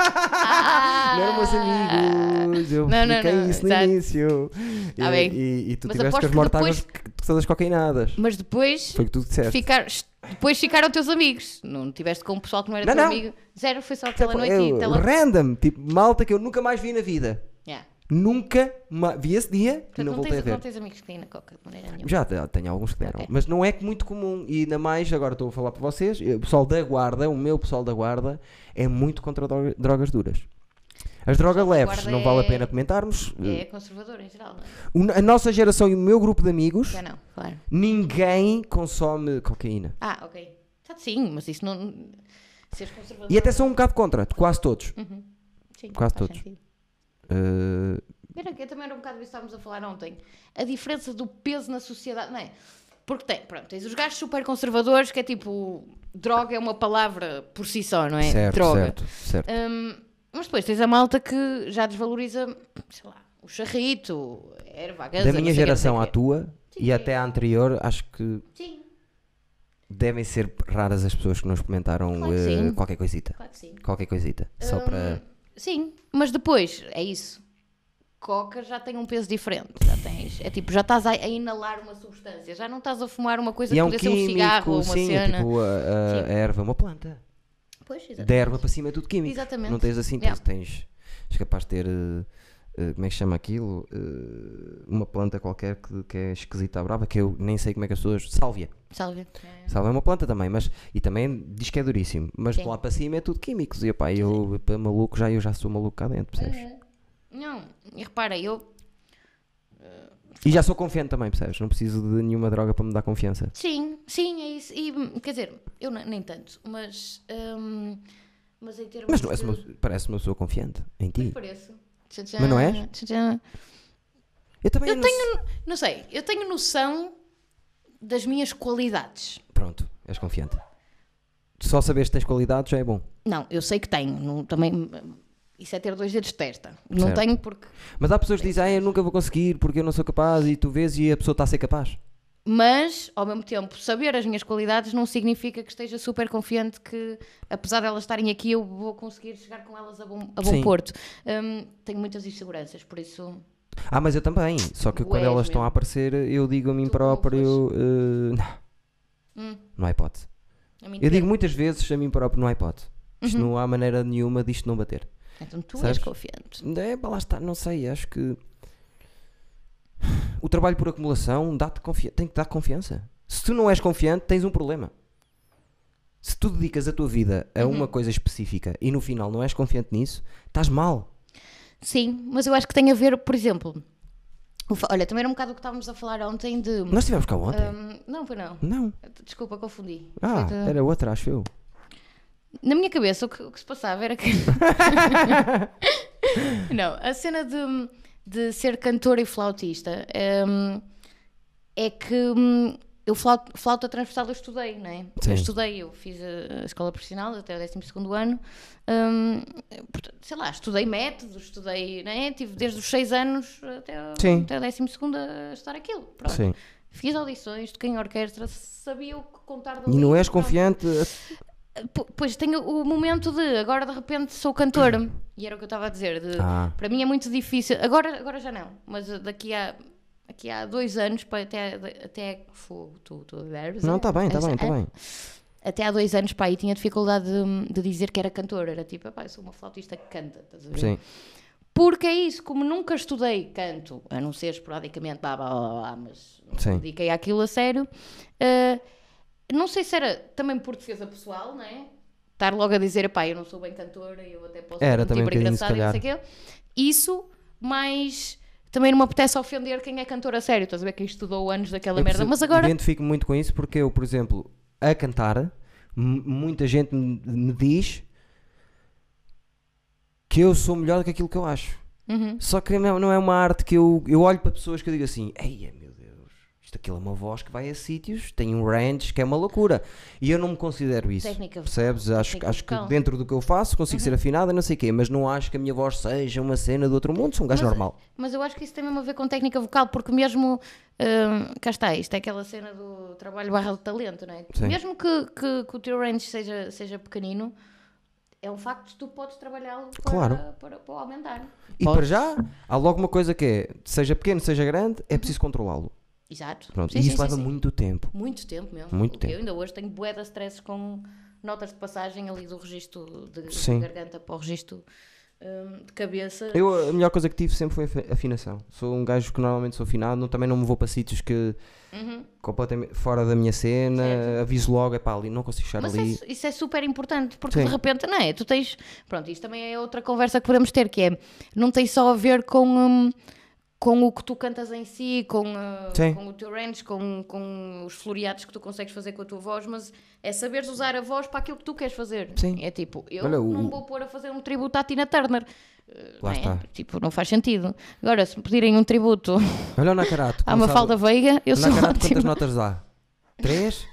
Ah, não eram meus amigos, eu não, expliquei não, não, isso no exato. Início. Ah, e, e, e tu mas tiveste com as mortáguas depois... todas cocainadas. Mas depois. Foi o que tu disseste. Ficar... Depois ficaram teus amigos. Não tiveste com um pessoal que não era não, teu não. amigo. Zero, foi só aquela noite eu, e tela... Random, tipo malta que eu nunca mais vi na vida. Yeah. Nunca ma... vi esse dia Portanto, e não, não voltei tens, a ver. Não tens amigos que têm na coca de maneira nenhuma? Já tenho alguns que deram, okay. Mas não é muito comum. E ainda mais, agora estou a falar para vocês, o pessoal da guarda, o meu pessoal da guarda, é muito contra drogas duras. As drogas leves, não é... vale a pena comentarmos. É conservador em geral, não é? A nossa geração e o meu grupo de amigos, já não, claro. Ninguém consome cocaína. Ah, ok. Sim, mas isso não... Seres conservador... E até são um bocado contra, quase todos. Uhum. Sim, quase todos. Uh... Era que também era um bocado disso que estávamos a falar ontem. A diferença do peso na sociedade, não é? Porque tem, pronto, tens os gajos super conservadores que é tipo, droga é uma palavra por si só, não é? Certo, droga. certo, certo. Um, mas depois tens a malta que já desvaloriza, sei lá, o charrito, a erva, a gaza, da minha geração à tua sim, e sim. até à anterior, acho que sim. devem ser raras as pessoas que não experimentaram claro que uh, qualquer coisita. Claro que sim. Qualquer coisita. Só um, para... Sim, mas depois, é isso. Coca já tem um peso diferente. Já tens, é tipo, já estás a, a inalar uma substância, já não estás a fumar uma coisa e que é um podia químico, ser um cigarro ou uma sim, cena. Tipo, a, a, a erva é uma planta. Pois, exatamente. Da erva para cima é tudo químico. Exatamente. Não tens assim, yeah. tens, tens és capaz de ter, uh, uh, como é que chama aquilo? Uh, uma planta qualquer que, que é esquisita, brava, que eu nem sei como é que as pessoas... Sálvia. Sálvia. É. Sálvia é uma planta também, mas, e também diz que é duríssimo, mas sim. lá para cima é tudo químicos. E opá, eu, para maluco, já, eu já sou maluco cá dentro, percebes? Uhum. Não, e repara, eu... E já sou confiante também, percebes? Não preciso de nenhuma droga para me dar confiança. Sim, sim, é isso. E, quer dizer, eu não, nem tanto, mas... Um, mas em termos mas não é de... uma, parece uma pessoa confiante em ti. Mas pareço. Tchá, mas não és? Tchá. Eu também eu não tenho, não sei, eu tenho noção das minhas qualidades. Pronto, és confiante. Só saberes que tens qualidades já é bom. Não, eu sei que tenho. Não, também... Isso é ter dois dedos de testa. Não certo. tenho porque... Mas há pessoas que dizem, ah, eu nunca vou conseguir porque eu não sou capaz, e tu vês e a pessoa está a ser capaz. Mas, ao mesmo tempo, saber as minhas qualidades não significa que esteja super confiante que, apesar de elas estarem aqui, eu vou conseguir chegar com elas a bom, a bom porto. Um, tenho muitas inseguranças, por isso... Ah, mas eu também. Só que quando elas mesmo. estão a aparecer, eu digo a mim tu próprio... Uh, não. Hum. Não há hipótese. Eu digo muitas vezes a mim próprio, não há hipótese. Isto uhum. não há maneira nenhuma disto não bater. Então tu Sabes? és confiante. É, lá está, não sei, acho que o trabalho por acumulação dá-te confi- tem que dar confiança. Se tu não és confiante, tens um problema. Se tu dedicas a tua vida a uhum. uma coisa específica e no final não és confiante nisso, estás mal. Sim, mas eu acho que tem a ver, por exemplo, fa- olha, também era um bocado o que estávamos a falar ontem de... Nós estivemos cá ontem? Um, não, foi não. Não. Desculpa, confundi. Ah, de... era outra, acho eu. Na minha cabeça o que, o que se passava era que... não, a cena de, de ser cantora e flautista um, é que um, eu flauta, flauta transversal eu estudei, não é? Sim. Eu estudei, eu fiz a, a escola profissional até o décimo segundo ano, um, portanto, sei lá, estudei métodos, estudei, não é? Tive desde os seis anos até, até o décimo segundo a estudar aquilo. Pronto. Sim. Fiz audições, toquei em orquestra, sabia o que contar do E não és confiante... Pois tenho o momento de agora de repente sou cantora e era o que eu estava a dizer de, ah. para mim é muito difícil agora, agora já não, mas daqui a, daqui a dois anos para até, até fogo tu, tu, não, está bem, está bem, está bem até há dois anos, pá, e tinha dificuldade de, de dizer que era cantora. Era tipo, pá, eu sou uma flautista que canta, estás a ver? Sim. Porque é isso, como nunca estudei canto, a não ser esporadicamente, blá, blá, blá, blá, mas Sim. dediquei àquilo a sério, uh, não sei se era também por defesa pessoal, não é? Estar logo a dizer, pá, eu não sou bem cantora, eu até posso era ser um também tipo um engraçado e não sei o quê. Isso, mas também não me apetece ofender quem é cantor a sério, estás a ver, quem estudou anos daquela eu merda, mas agora... identifico muito com isso porque eu, por exemplo, a cantar, muita gente me, me diz... que eu sou melhor do que aquilo que eu acho. Uhum. Só que não, não é uma arte que eu... Eu olho para pessoas que eu digo assim... Ei, meu Deus, isto aquilo é uma voz que vai a sítios, tem um range que é uma loucura. E eu não me considero isso. Técnica vocal. Percebes? Acho, Técnica acho que vocal. dentro do que eu faço consigo Uhum. ser afinada, não sei o quê. Mas não acho que a minha voz seja uma cena do outro mundo. Sou um gajo mas, normal. Mas eu acho que isso tem mesmo a ver com técnica vocal, porque mesmo... hum, cá está, isto é aquela cena do trabalho barra de talento, não é? Sim. Mesmo que, que, que o teu range seja, seja pequenino... É um facto que tu podes trabalhá-lo para, Claro. para, para, para aumentar. E Podes. para já, há logo uma coisa que é... Seja pequeno, seja grande, é preciso controlá-lo. Exato. Pronto. Sim, E sim, isso sim, leva sim. muito tempo. Muito tempo mesmo. Muito O que tempo. Eu ainda hoje tenho bué de stresses com notas de passagem ali do registro de, de Sim. garganta para o registro hum, de cabeça. Eu, a melhor coisa que tive sempre foi a afi- afinação. Sou um gajo que normalmente sou afinado, não, também não me vou para sítios que Uhum. completamente fora da minha cena, Certo. aviso logo, é pá, ali não consigo chegar Mas ali. é- isso é super importante, porque Sim. de repente, não é? Tu tens. Pronto, isto também é outra conversa que podemos ter, que é. Não tem só a ver com. hum, com o que tu cantas em si, com, uh, Sim. com o teu range, com, com os floreados que tu consegues fazer com a tua voz, mas é saberes usar a voz para aquilo que tu queres fazer. Sim. É tipo, eu Olha, o- não vou pôr a fazer um tributo à Tina Turner. Uh, Lá não é? está. Tipo, não faz sentido. Agora, se me pedirem um tributo Olha o Nakarato. à Mafalda Veiga, eu sou Nakarato quantas ótima. notas dá? Três?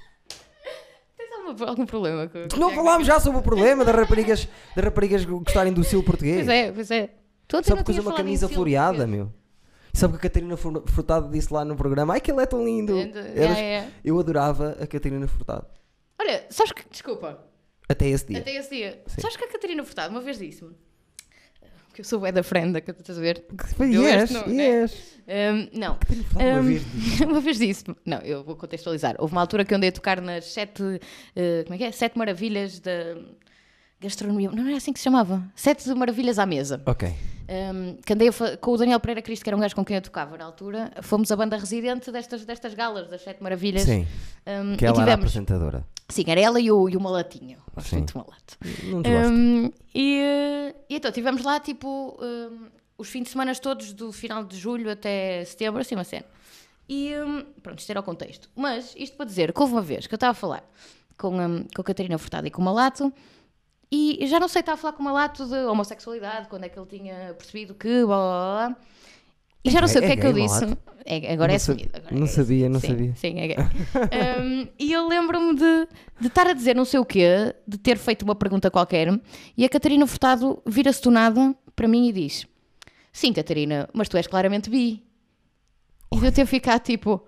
Tens algum, algum problema com com o Não Tiago? falámos já sobre o problema das raparigas, das raparigas gostarem do estilo português? Pois é, pois é. Tu ontem Só não porque usa tinhas uma falado em camisa estilo floreada, português. meu. Sabe o que a Catarina Fur- Furtado disse lá no programa? Ai, que ele é tão lindo. É, Eras- é, é. Eu adorava a Catarina Furtado. Olha, sabes que. Desculpa. Até esse dia. Até esse dia. Sim. Sabes que a Catarina Furtado uma vez disse-me que eu sou bué da frenda, que estás a ver? Foi, Eu yes, este não, yes. Um, não. Catarina Furtado uma Um, vez disse. uma vez disse-me. Não, eu vou contextualizar. Houve uma altura que eu andei a tocar nas sete. uh, como é que é? Sete maravilhas da gastronomia. Não era assim que se chamava? Sete maravilhas à mesa. Ok. Um, que andei a fa- com o Daniel Pereira Cristo, que era um gajo com quem eu tocava na altura. Fomos a banda residente destas, destas galas, das Sete Maravilhas. Sim. Um, Que e ela era a tivemos. apresentadora. Sim, era ela e o, e o Malatinho. Gosto Sim. muito do Malato. Não te gosto. Um, e, eh, e então tivemos lá tipo um, os fins de semana todos do final de julho até setembro, assim uma cena. E um, pronto, isto era o contexto. Mas isto para dizer que houve uma vez que eu estava a falar com, um, com a Catarina Furtado e com o Malato, e eu já não sei, estava a falar com o Malato de homossexualidade, quando é que ele tinha percebido que blá blá blá. E já não sei É o que é que eu gay, disse. Malato? É, agora Não é sa- assumido. agora não é sabia, não sim, sabia. Sim, é gay. Um, e eu lembro-me de, de estar a dizer não sei o quê, de ter feito uma pergunta qualquer, e a Catarina Furtado vira-se do nada para mim e diz: sim, Catarina, mas tu és claramente bi. E de eu ter ficado tipo.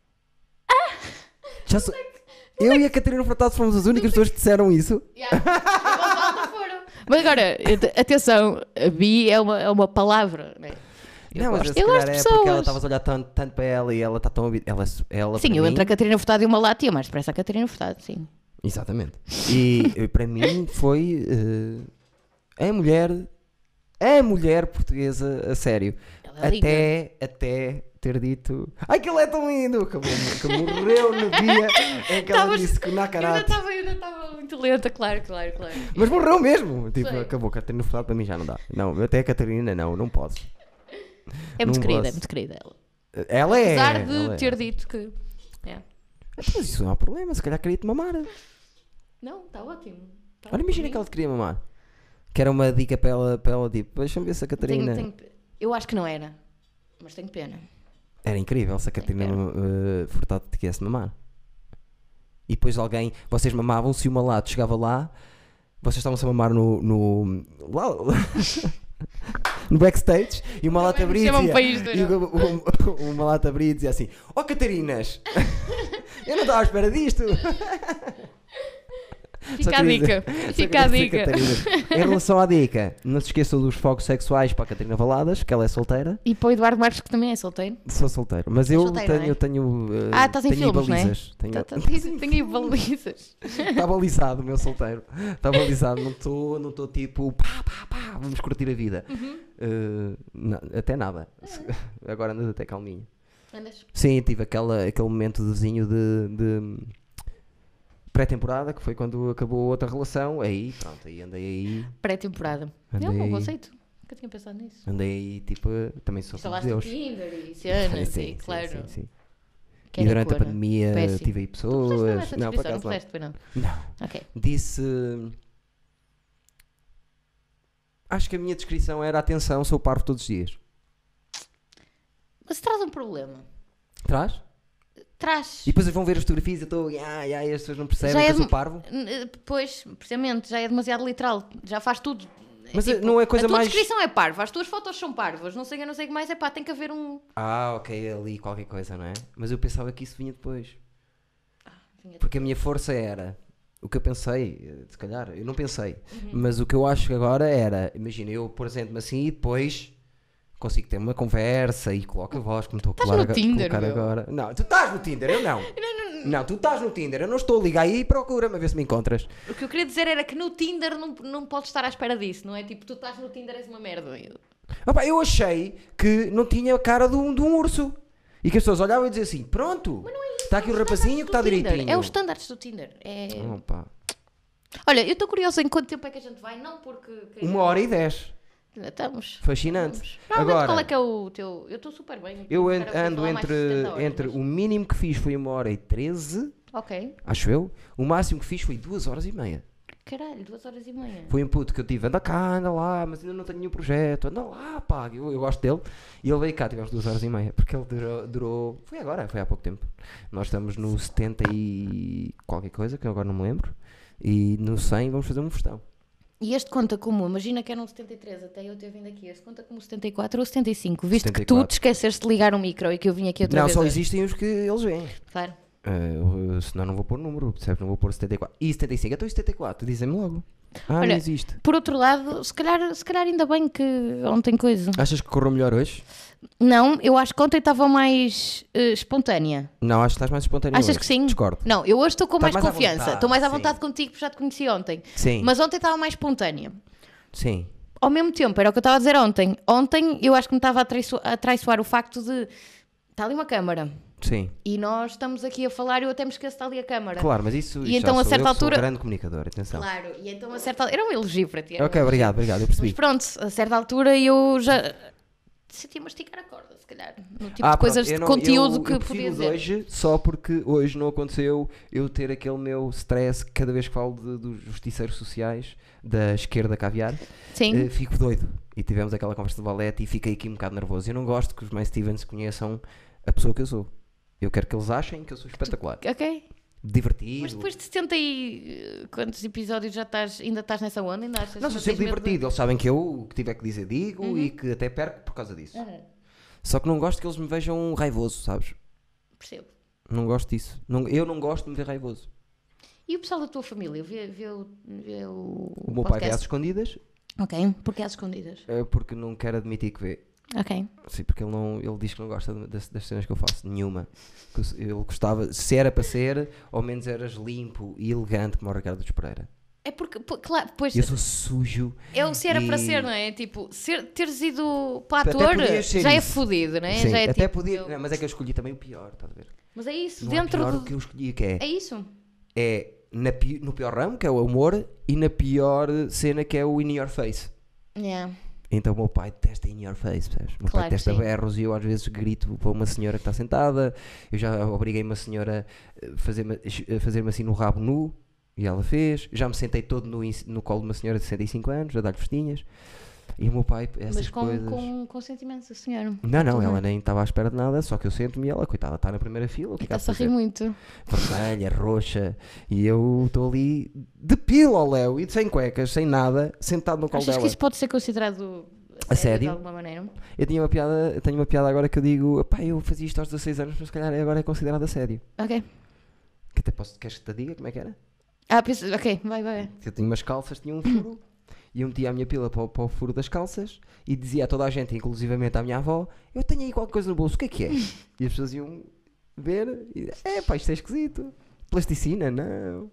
Já sou- Eu e a Catarina Furtado fomos as únicas pessoas que disseram isso. Yeah, em voz alta foram. Mas agora, atenção, a bi é uma, é uma palavra, né? Eu não, gosto, mas se eu calhar gosto de é porque ela pessoas. estava a olhar tanto, tanto para ela e ela está tão habi- ela, ela Sim, para eu mim- entre a Catarina Furtado e uma lata ia mais depressa a Catarina Furtado, sim. Exatamente. E eh, para mim foi eh, a mulher, a mulher portuguesa a sério. Ela é linda. Até, até ter dito: ai, que ele é tão lindo! Que, que morreu no dia em que ela Estavas- disse que o Eu ainda Nakarato. estava ainda estava muito lenta, claro, claro, claro. Mas morreu mesmo! Tipo, Sei. acabou. Catarina Furtado para mim já não dá. Não, até a Catarina não, não posso. É muito Não querida, gosto. é muito querida ela. Ela é. Apesar de ela é. ter dito que. É. Mas isso não é um problema, se calhar queria-te mamar. Não, está ótimo. Tá Olha, imagina que ela te queria mamar. Que era uma dica para ela, para ela tipo, deixa-me ver se a Catarina. Tenho, tenho- eu acho que não era, mas tenho pena. Era incrível se a Catarina pena. uh, Furtado te quisesse mamar. E depois alguém, vocês mamavam, se o malato chegava lá, vocês estavam-se a mamar no. no lá, no backstage e o malato abria e Chama-me dizia, país duro. e o, o, o, o malato abria e dizia assim: ó Catarinas, eu não estava à espera disto. Fica a dica. Fica a dica. Em relação à dica, não se esqueçam dos fogos sexuais para a Catarina Valadas, que ela é solteira. E para o Eduardo Marques, que também é solteiro. Sou solteiro, mas eu solteiro, tenho, é? eu tenho. Uh, ah, estás em tenho filmes, balizas. não é? Tenho, tá, tá, tenho, tenho aí balizas. Está balizado o meu solteiro. Está balizado, não estou não tipo pá, pá, pá, vamos curtir a vida. Uhum. Uh, não, até nada. Uhum. Agora andas até calminho. Andas? Sim, tive aquela, aquele momento desenho de, de pré-temporada, que foi quando acabou outra relação. Aí, pronto, aí andei aí. Pré-temporada. É um bom conceito. Nunca tinha pensado nisso. Andei aí, tipo, também sou filho de Deus. Tinder e cenas, sim, sim, claro. Sim, sim, sim. Que e durante cor, a pandemia péssimo. tive aí pessoas. Não, por acaso não. não. não. Não. Okay. Disse. Acho que a minha descrição era: atenção, sou parvo todos os dias. Mas traz um problema. Traz? Traz. E depois vão ver as fotografias e eu estou, ah, ah, as pessoas não percebem já que é eu sou parvo? Pois, precisamente, já é demasiado literal. Já faz tudo. Mas é tipo, não é coisa a tua mais... descrição é parva, as tuas fotos são parvas, não sei, não sei o que mais, é pá, tem que haver um... Ah, ok, ali qualquer coisa, não é? Mas eu pensava que isso vinha depois. Ah, vinha Porque a minha força era... O que eu pensei, se calhar, eu não pensei. Uhum. Mas o que eu acho que agora era... Imagina, eu apresento-me assim e depois... Consigo ter uma conversa e coloco a voz, como estou a colocar no Tinder, agora. Não, tu estás no Tinder, eu não. não, não, não, tu estás no Tinder, eu não estou a ligar aí e procura-me a ver se me encontras. O que eu queria dizer era que no Tinder não, não podes estar à espera disso, não é? Tipo, tu estás no Tinder és uma merda. Eu, Opa, eu achei que não tinha a cara de um, de um urso. E que as pessoas olhavam e diziam assim, pronto, mas não é isso, está aqui é o rapazinho que está direitinho. É os standards do Tinder. É... Opa. Olha, eu estou curiosa em quanto tempo é que a gente vai, não porque... Uma hora e dez. Estamos. Fascinante. Estamos. Agora, qual é que é o teu... Eu estou super bem. Eu ando entre, entre mas... o mínimo que fiz foi uma hora e treze, ok. acho eu. O máximo que fiz foi duas horas e meia. Caralho, duas horas e meia. Foi um puto que eu tive, anda cá, anda lá, mas ainda não tenho nenhum projeto, anda lá, pá, eu, eu gosto dele. E ele veio cá, tivemos duas horas e meia, porque ele durou, durou, foi agora, foi há pouco tempo. Nós estamos no setenta e qualquer coisa, que eu agora não me lembro, e no cem vamos fazer um festão. E este conta como, imagina que era um setenta e três, até eu ter vindo aqui, este conta como setenta e quatro ou setenta e cinco, visto setenta e que quatro. tu te esqueceste de ligar o micro e que eu vim aqui outra não, vez. Não, só hoje. existem os que eles veem. Claro. Uh, senão não vou pôr número, percebes? Não vou pôr setenta e quatro. E setenta e cinco, então e setenta e quatro, dizem-me logo. Ah, Olha, não existe. Por outro lado, se calhar, se calhar ainda bem que ontem coisa. Achas que correu melhor hoje? Não, eu acho que ontem estava mais uh, espontânea. Não, acho que estás mais espontânea. Achas hoje. que sim? Discordo. Não, eu hoje estou com Estás mais, mais à confiança. vontade, Estou mais à sim. vontade contigo porque já te conheci ontem. Sim. Mas ontem estava mais espontânea. Sim. Ao mesmo tempo, era o que eu estava a dizer ontem. Ontem eu acho que me estava a, traiço- a traiçoar o facto de... Está ali uma câmara. Sim. E nós estamos aqui a falar e eu até me esqueço que está ali a câmara. Claro, mas isso E já então, sou a certa eu que altura... sou um grande comunicador, atenção. Claro, e então a certa altura... Era um elogio para ti. era um Ok, elogio. obrigado, obrigado, eu percebi. Mas pronto, a certa altura eu já... Sentia-me a esticar a corda, se calhar. No tipo ah, de coisas pronto, de não, conteúdo eu, que eu podia dizer. dizer. Hoje, só porque hoje não aconteceu eu ter aquele meu stress cada vez que falo de, dos justiceiros sociais da esquerda caviar. Sim. Uh, fico doido. E tivemos aquela conversa de valete e fiquei aqui um bocado nervoso. Eu não gosto que os mais Stevens conheçam a pessoa que eu sou. Eu quero que eles achem que eu sou espetacular. Ok. Divertido. Mas depois de setenta e quantos episódios já estás, ainda estás nessa onda? Ainda achas Não, que sou tens sempre medo divertido. de- Eles sabem que eu o que tiver que dizer digo Uhum. e que até perco por causa disso. Uhum. Só que não gosto que eles me vejam raivoso, sabes? Percebo. Não gosto disso. Não, eu não gosto de me ver raivoso. E o pessoal da tua família? Vê, vê, o, vê o O meu pai vê podcast? às escondidas Ok, porque às escondidas. é porque não quer admitir que vê. Ok. Sim, porque ele, não, ele diz que não gosta de- das, das cenas que eu faço, nenhuma. Que eu- ele gostava, se era para ser, ao menos eras limpo e elegante como o Ricardo dos Pereira. É porque, pô, claro, depois Eu sou sujo. é o se era e- para ser, não é? Tipo, ser, teres ido para Até ator podias ser já é isso. fodido, não é? Sim, Já é até tipo, podia. eu- Não, mas é que eu escolhi também o pior, estás a ver? Mas é isso, Não dentro é pior do... o que eu escolhi, que é. É isso. É na pi- no pior ramo, que é o humor, e na pior cena, que é o in your face. Yeah. Então o meu pai detesta in your face, percebes? O meu Claro pai que detesta sim. berros e eu às vezes grito para uma senhora que está sentada. Eu já obriguei uma senhora a fazer-me, a fazer-me assim no rabo nu, e ela fez. Já me sentei todo no, ins- no colo de uma senhora de sessenta e cinco anos, a dar-lhe festinhas. E o meu pai, essas Mas com, coisas... com consentimento da senhora. Não, não, Tudo ela bem. nem estava à espera de nada, só que eu sento-me e ela, coitada, está na primeira fila. O que é que há de Está-se a rir fazer? muito. Vermelha, roxa, e eu estou ali de pila ao Léo e sem cuecas, sem nada, sentado no colo Achas dela. que isso pode ser considerado A sério? de alguma maneira? Eu tinha uma piada, eu tenho uma piada agora que eu digo, pá, eu fazia isto aos dezasseis anos, mas se calhar agora é considerado a sério. Ok. Que até posso, queres que te diga como é que era? Ah, penso, ok, vai, vai. Eu tinha umas calças, tinha um furo, e eu metia a minha pila para o, para o furo das calças e dizia a toda a gente, inclusivamente à minha avó, eu tenho aí qualquer coisa no bolso, o que é que é? E as pessoas iam ver e é pá, isto é esquisito. Plasticina, não.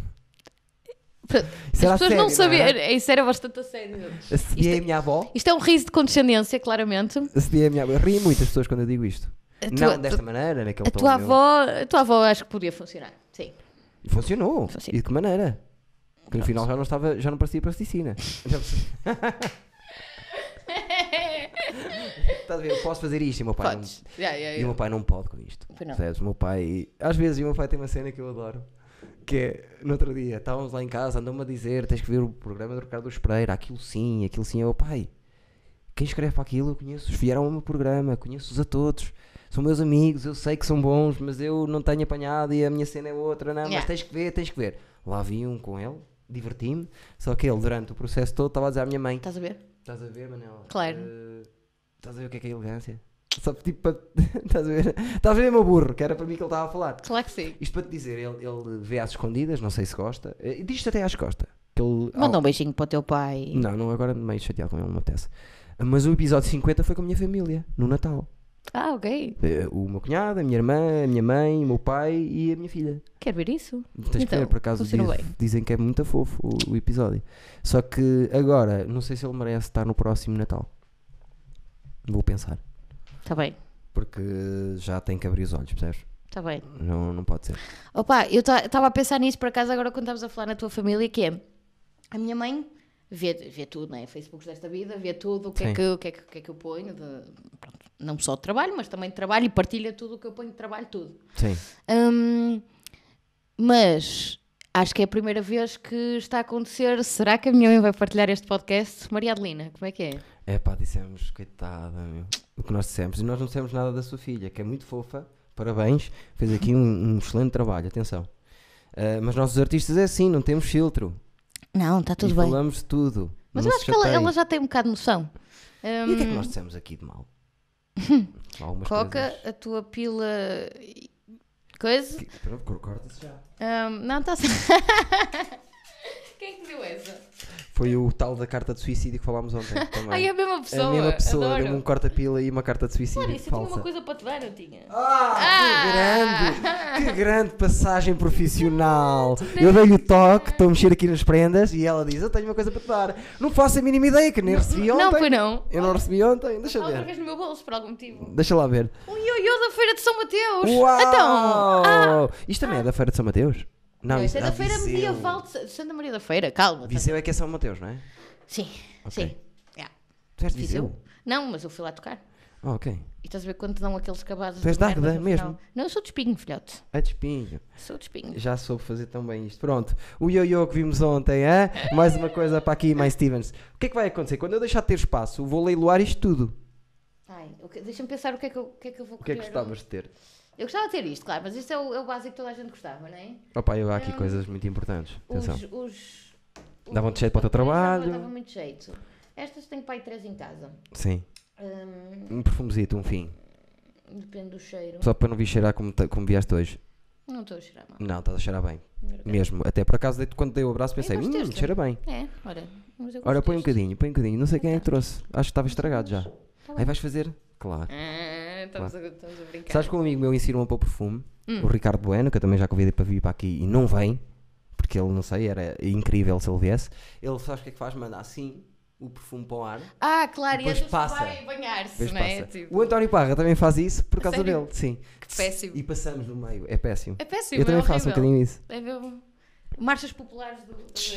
As pessoas sério, não sabiam, é? Isso era bastante a sério. Acedia a minha avó. Isto é um riso de condescendência, claramente. Acedia a minha avó. Ri muitas pessoas quando eu digo isto. A não tua, desta tu, maneira, naquele a tom. Tua avó, a tua avó acho que podia funcionar, sim. E funcionou. Funcionou. E de que maneira? Porque no final já não, estava, já não parecia plasticina. Estás a ver? Eu posso fazer isto e o meu pai, não, yeah, yeah, yeah. E o meu pai não pode com isto. O meu pai, às vezes o meu pai tem uma cena que eu adoro. Que é, no outro dia, estávamos lá em casa, andou-me a dizer, tens que ver o programa do Ricardo Espreira, aquilo sim, aquilo sim. Eu, pai, quem escreve para aquilo eu conheço, vieram ao meu programa, conheço-os a todos, são meus amigos, eu sei que são bons, mas eu não tenho apanhado e a minha cena é outra, não, yeah. Mas tens que ver, tens que ver. Lá vi um com ele, diverti-me, só que ele, durante o processo todo, estava a dizer à minha mãe: estás a ver? Estás a ver, Manela? Claro. Uh, estás a ver o que é que é elegância? Só tipo para. Estás a ver? Estás a ver, meu burro, que era para mim que ele estava a falar. Claro que sim. Isto para te dizer, ele, ele vê às escondidas, não sei se gosta, e diz-te até às costas. Que ele, Manda um beijinho para o teu pai. Não, não, agora meio chateado com ele, não me apetece. Mas o episódio cinquenta foi com a minha família, no Natal. Ah, ok. O meu cunhado, a minha irmã, a minha mãe, o meu pai e a minha filha. Quero ver isso. Tens então, que ver, por acaso diz, dizem que é muito fofo o, o episódio. Só que agora, não sei se ele merece estar no próximo Natal. Vou pensar. Está bem. Porque já tem que abrir os olhos, percebes? Está bem. Não, não pode ser. Opa, eu estava a pensar nisso por acaso agora quando estavas a falar na tua família, que é a minha mãe vê, vê tudo, né? Facebooks desta vida, vê tudo o que, é que, o que, é que, o que é que eu ponho, de, pronto, não só de trabalho, mas também de trabalho, e partilha tudo o que eu ponho de trabalho, tudo. Sim. Um, mas acho que é a primeira vez que está a acontecer. Será que a minha mãe vai partilhar este podcast? Maria Adelina, como é que é? É pá, dissemos, coitada, meu. O que nós dissemos, e nós não dissemos nada da sua filha, que é muito fofa, parabéns, fez aqui um, um excelente trabalho, atenção. Uh, mas nós os artistas é assim, não temos filtro. Não, está tudo e bem. Falamos de tudo. Mas eu acho que ela, ela já tem um bocado de noção. Um... E o que é que nós dissemos aqui de mal? Coca, coisas. A tua pila... Coisa? Que, espera, corta-se já. Um, não, está... Quem é que deu essa? Foi o tal da carta de suicídio que falámos ontem também. Ai, é a mesma pessoa. É a mesma pessoa, deu-me um corta-pila e uma carta de suicídio Claro, isso falsa. Eu tinha uma coisa para te dar, não tinha? Ah, ah! Que grande! Que grande passagem profissional! Eu dei-lhe o toque, estou a mexer aqui nas prendas e ela diz, eu tenho uma coisa para te dar. Não faço a mínima ideia, que nem recebi ontem. Não, foi não. Eu não recebi ontem, deixa ver. Outra vez no meu bolso, por algum motivo. Deixa lá ver. Um ioiô da Feira de São Mateus. Uau! Então, ah, isto também ah. é da Feira de São Mateus? Não, não isto é da Feira Viseu. Medieval de Santa Maria da Feira, calma. Viseu é que é São Mateus, não é? Sim, okay. sim. Yeah. Tu és de Viseu? Viseu? Não, mas eu fui lá tocar. Oh, ok. E estás a ver quando te dão aqueles cabazes de merda no final? Mesmo? Não, eu sou de espinho, filhote. É de espinho. Sou de espinho. Já soube fazer tão bem isto. Pronto. O ioiô que vimos ontem, hein? Mais uma coisa para aqui, mais Stevens. O que é que vai acontecer? Quando eu deixar de ter espaço, vou leiloar isto tudo. Ai, okay. Deixa-me pensar o que é que eu, o que é que eu vou querer. O que é que gostavas de ter? Eu gostava de ter isto, claro, mas isto é o, é o básico que toda a gente gostava, não é? Opa, eu há aqui um, coisas muito importantes. Atenção. Os, os, Davam-te jeito para o teu trabalho. Dava muito jeito. Estas tenho pai três em casa. Sim. Um, um perfumezito, um fim. Depende do cheiro. Só para não vir cheirar como, como vieste hoje. Não estou a cheirar mal. Não, estás a cheirar bem. Mesmo. Até por acaso, quando dei o abraço, pensei, hum, cheira bem. É, ora. Mas eu ora, põe um bocadinho, põe um bocadinho. Não sei quem é que trouxe. Acho que estava estragado já. Tá aí vais fazer? Claro. Ah, estamos, claro. A, estamos a brincar. Sabes que um amigo meu ensina-me para o perfume, hum. o Ricardo Bueno, que eu também já convidei para vir para aqui e não vem, porque ele, não sei, era incrível se ele viesse. Ele, sabes o que é que faz? Manda assim o perfume para o ar. Ah, claro, e depois passa. Vai banhar-se, não é? Tipo... O António Parra também faz isso por causa Sério? dele, sim. Que péssimo. E passamos no meio, é péssimo. É péssimo, eu também é faço um bocadinho isso. É ver marchas populares do...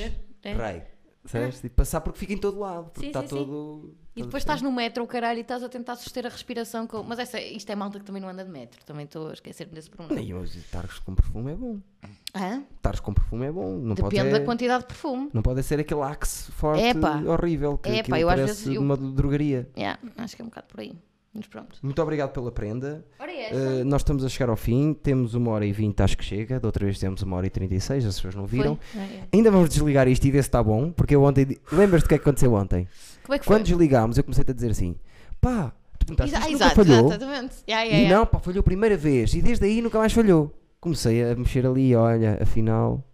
É? Rei. Sabes? Ah. Passar porque fica em todo lado, porque sim, está sim, todo... Sim. E depois estás no metro, o caralho, e estás a tentar suster a respiração com... Mas essa, isto é malta que também não anda de metro. Também estou a esquecer-me desse problema. Não, mas estares com perfume é bom. Hã? Estares com perfume é bom. Não Depende pode da é... quantidade de perfume. Não pode ser aquele axe forte, Epa. horrível, que Epa, eu parece às vezes, eu... uma drogaria. Yeah, acho que é um bocado por aí. Mas pronto. Muito obrigado pela prenda. Ora é essa? Uh, nós estamos a chegar ao fim. Temos uma hora e vinte, acho que chega. Da outra vez temos uma hora e trinta e seis, as pessoas não viram. Ah, é. Ainda vamos desligar isto e ver se está bom. Porque eu ontem... Lembras-te do que é que aconteceu ontem? Como é que foi? Quando desligámos, eu comecei a dizer assim... Pá, tu perguntaste, isto exato, nunca falhou? Exatamente. Yeah, yeah, e yeah. não, pá, falhou a primeira vez. E desde aí nunca mais falhou. Comecei a mexer ali, olha, afinal...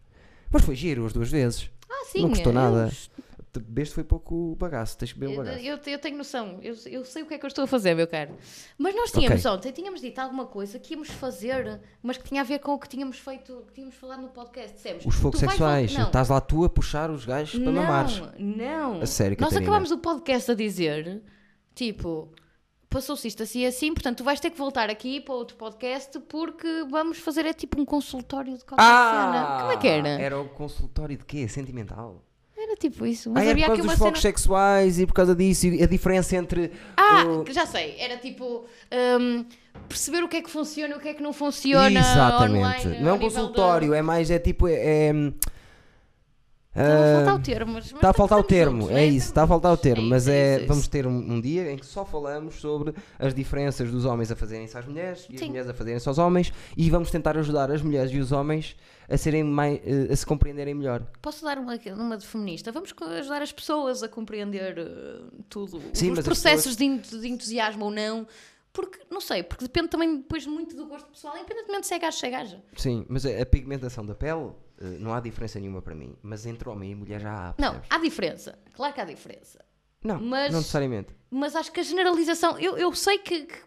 Mas foi giro as duas vezes. Ah, sim. Não custou eu... nada. Bebeste foi pouco bagaço, tens que beber o bagaço. Eu, eu, eu tenho noção, eu, eu sei o que é que eu estou a fazer, meu caro. Mas nós tínhamos okay. ontem, tínhamos dito alguma coisa que íamos fazer, mas que tinha a ver com o que tínhamos feito, que tínhamos falado no podcast. Dissemos, os fogos sexuais, estás lá tu a puxar os gajos para não, mamares. Não, a sério, nós Catarina. acabámos o podcast a dizer, tipo, passou-se isto assim e assim, portanto tu vais ter que voltar aqui para outro podcast porque vamos fazer é tipo um consultório de qualquer ah, cena. Como é que era? Era o consultório de quê? Sentimental? Era tipo isso. Mas ah, havia é por causa aqui dos uma fogos cena... sexuais e por causa disso, e a diferença entre... Ah, o... já sei. Era tipo... Um, perceber o que é que funciona e o que é que não funciona. Exatamente. Online, não é um consultório, de... é mais, é tipo... É, Está a faltar o termo. Mas está a faltar o termo, juntos, é isso, está a faltar o termo. É mas isso, é, é isso, vamos isso. ter um, um dia em que só falamos sobre as diferenças dos homens a fazerem-se às mulheres e Sim. as mulheres a fazerem-se aos homens, e vamos tentar ajudar as mulheres e os homens a, serem mais, a se compreenderem melhor. Posso dar uma, uma de feminista? Vamos ajudar as pessoas a compreender uh, tudo. Sim, os processos pessoas... de entusiasmo ou não. Porque, não sei, porque depende também depois muito do gosto pessoal, independentemente se é gajo, se é gaja. Sim, mas a pigmentação da pele, não há diferença nenhuma para mim. Mas entre homem e mulher já há, percebes? Não, há diferença. Claro que há diferença. Não, mas, não necessariamente. Mas acho que a generalização... Eu, eu sei que... que...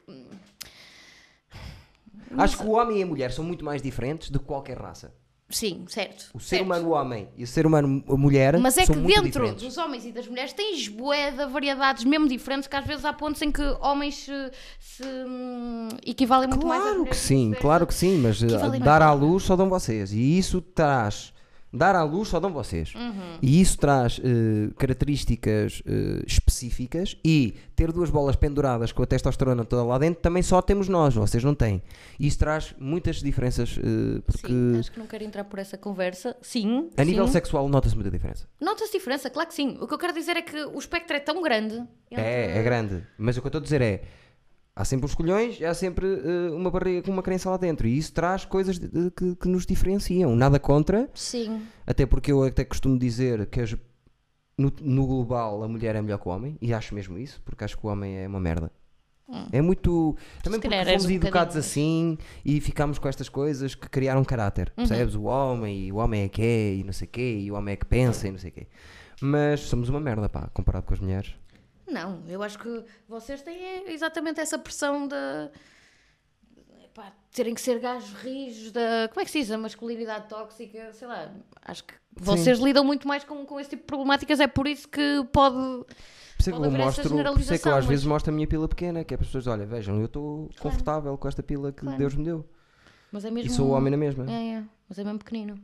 Acho que o homem e a mulher são muito mais diferentes de qualquer raça. Sim, certo. O ser certo. humano homem e o ser humano mulher mas é são que muito dentro diferentes. dos homens e das mulheres tens bué de variedades mesmo diferentes, que às vezes há pontos em que homens se, se hum, equivalem muito claro mais a mulheres. Que sim, claro que sim, mas dar à luz só dão vocês, e isso traz... Dar à luz só dão vocês. Uhum. E isso traz uh, características uh, específicas, e ter duas bolas penduradas com a testosterona toda lá dentro também só temos nós, vocês não têm. E isso traz muitas diferenças. Uh, porque sim, acho que não quero entrar por essa conversa. Sim. A nível sim. sexual nota-se muita diferença. Nota-se diferença, claro que sim. O que eu quero dizer é que o espectro é tão grande. Entre... É, é grande. Mas o que eu estou a dizer é... Há sempre os colhões e há sempre uh, uma barriga com uma crença lá dentro. E isso traz coisas de, de, que, que nos diferenciam. Nada contra. Sim. Até porque eu até costumo dizer que as, no, no global a mulher é melhor que o homem. E acho mesmo isso. Porque acho que o homem é uma merda. Hum. É muito... Também porque fomos um educados assim e ficámos com estas coisas que criaram caráter. Uhum. Percebes? O homem, e o homem é que é, e não sei o quê. E o homem é que pensa e não sei o quê. Mas somos uma merda, pá, comparado com as mulheres. Não, eu acho que vocês têm exatamente essa pressão de pá, terem que ser gajos rijos, da, como é que se diz, a masculinidade tóxica, sei lá, acho que vocês Sim. lidam muito mais com, com esse tipo de problemáticas, é por isso que pode, por pode haver mostro, essa generalização. Por isso é que eu às mas... vezes mostro a minha pila pequena, que é para as pessoas, olha, vejam, eu estou claro. confortável com esta pila que claro. Deus me deu. Mas é mesmo... E sou o homem na mesma. É, é, mas é mesmo pequenino.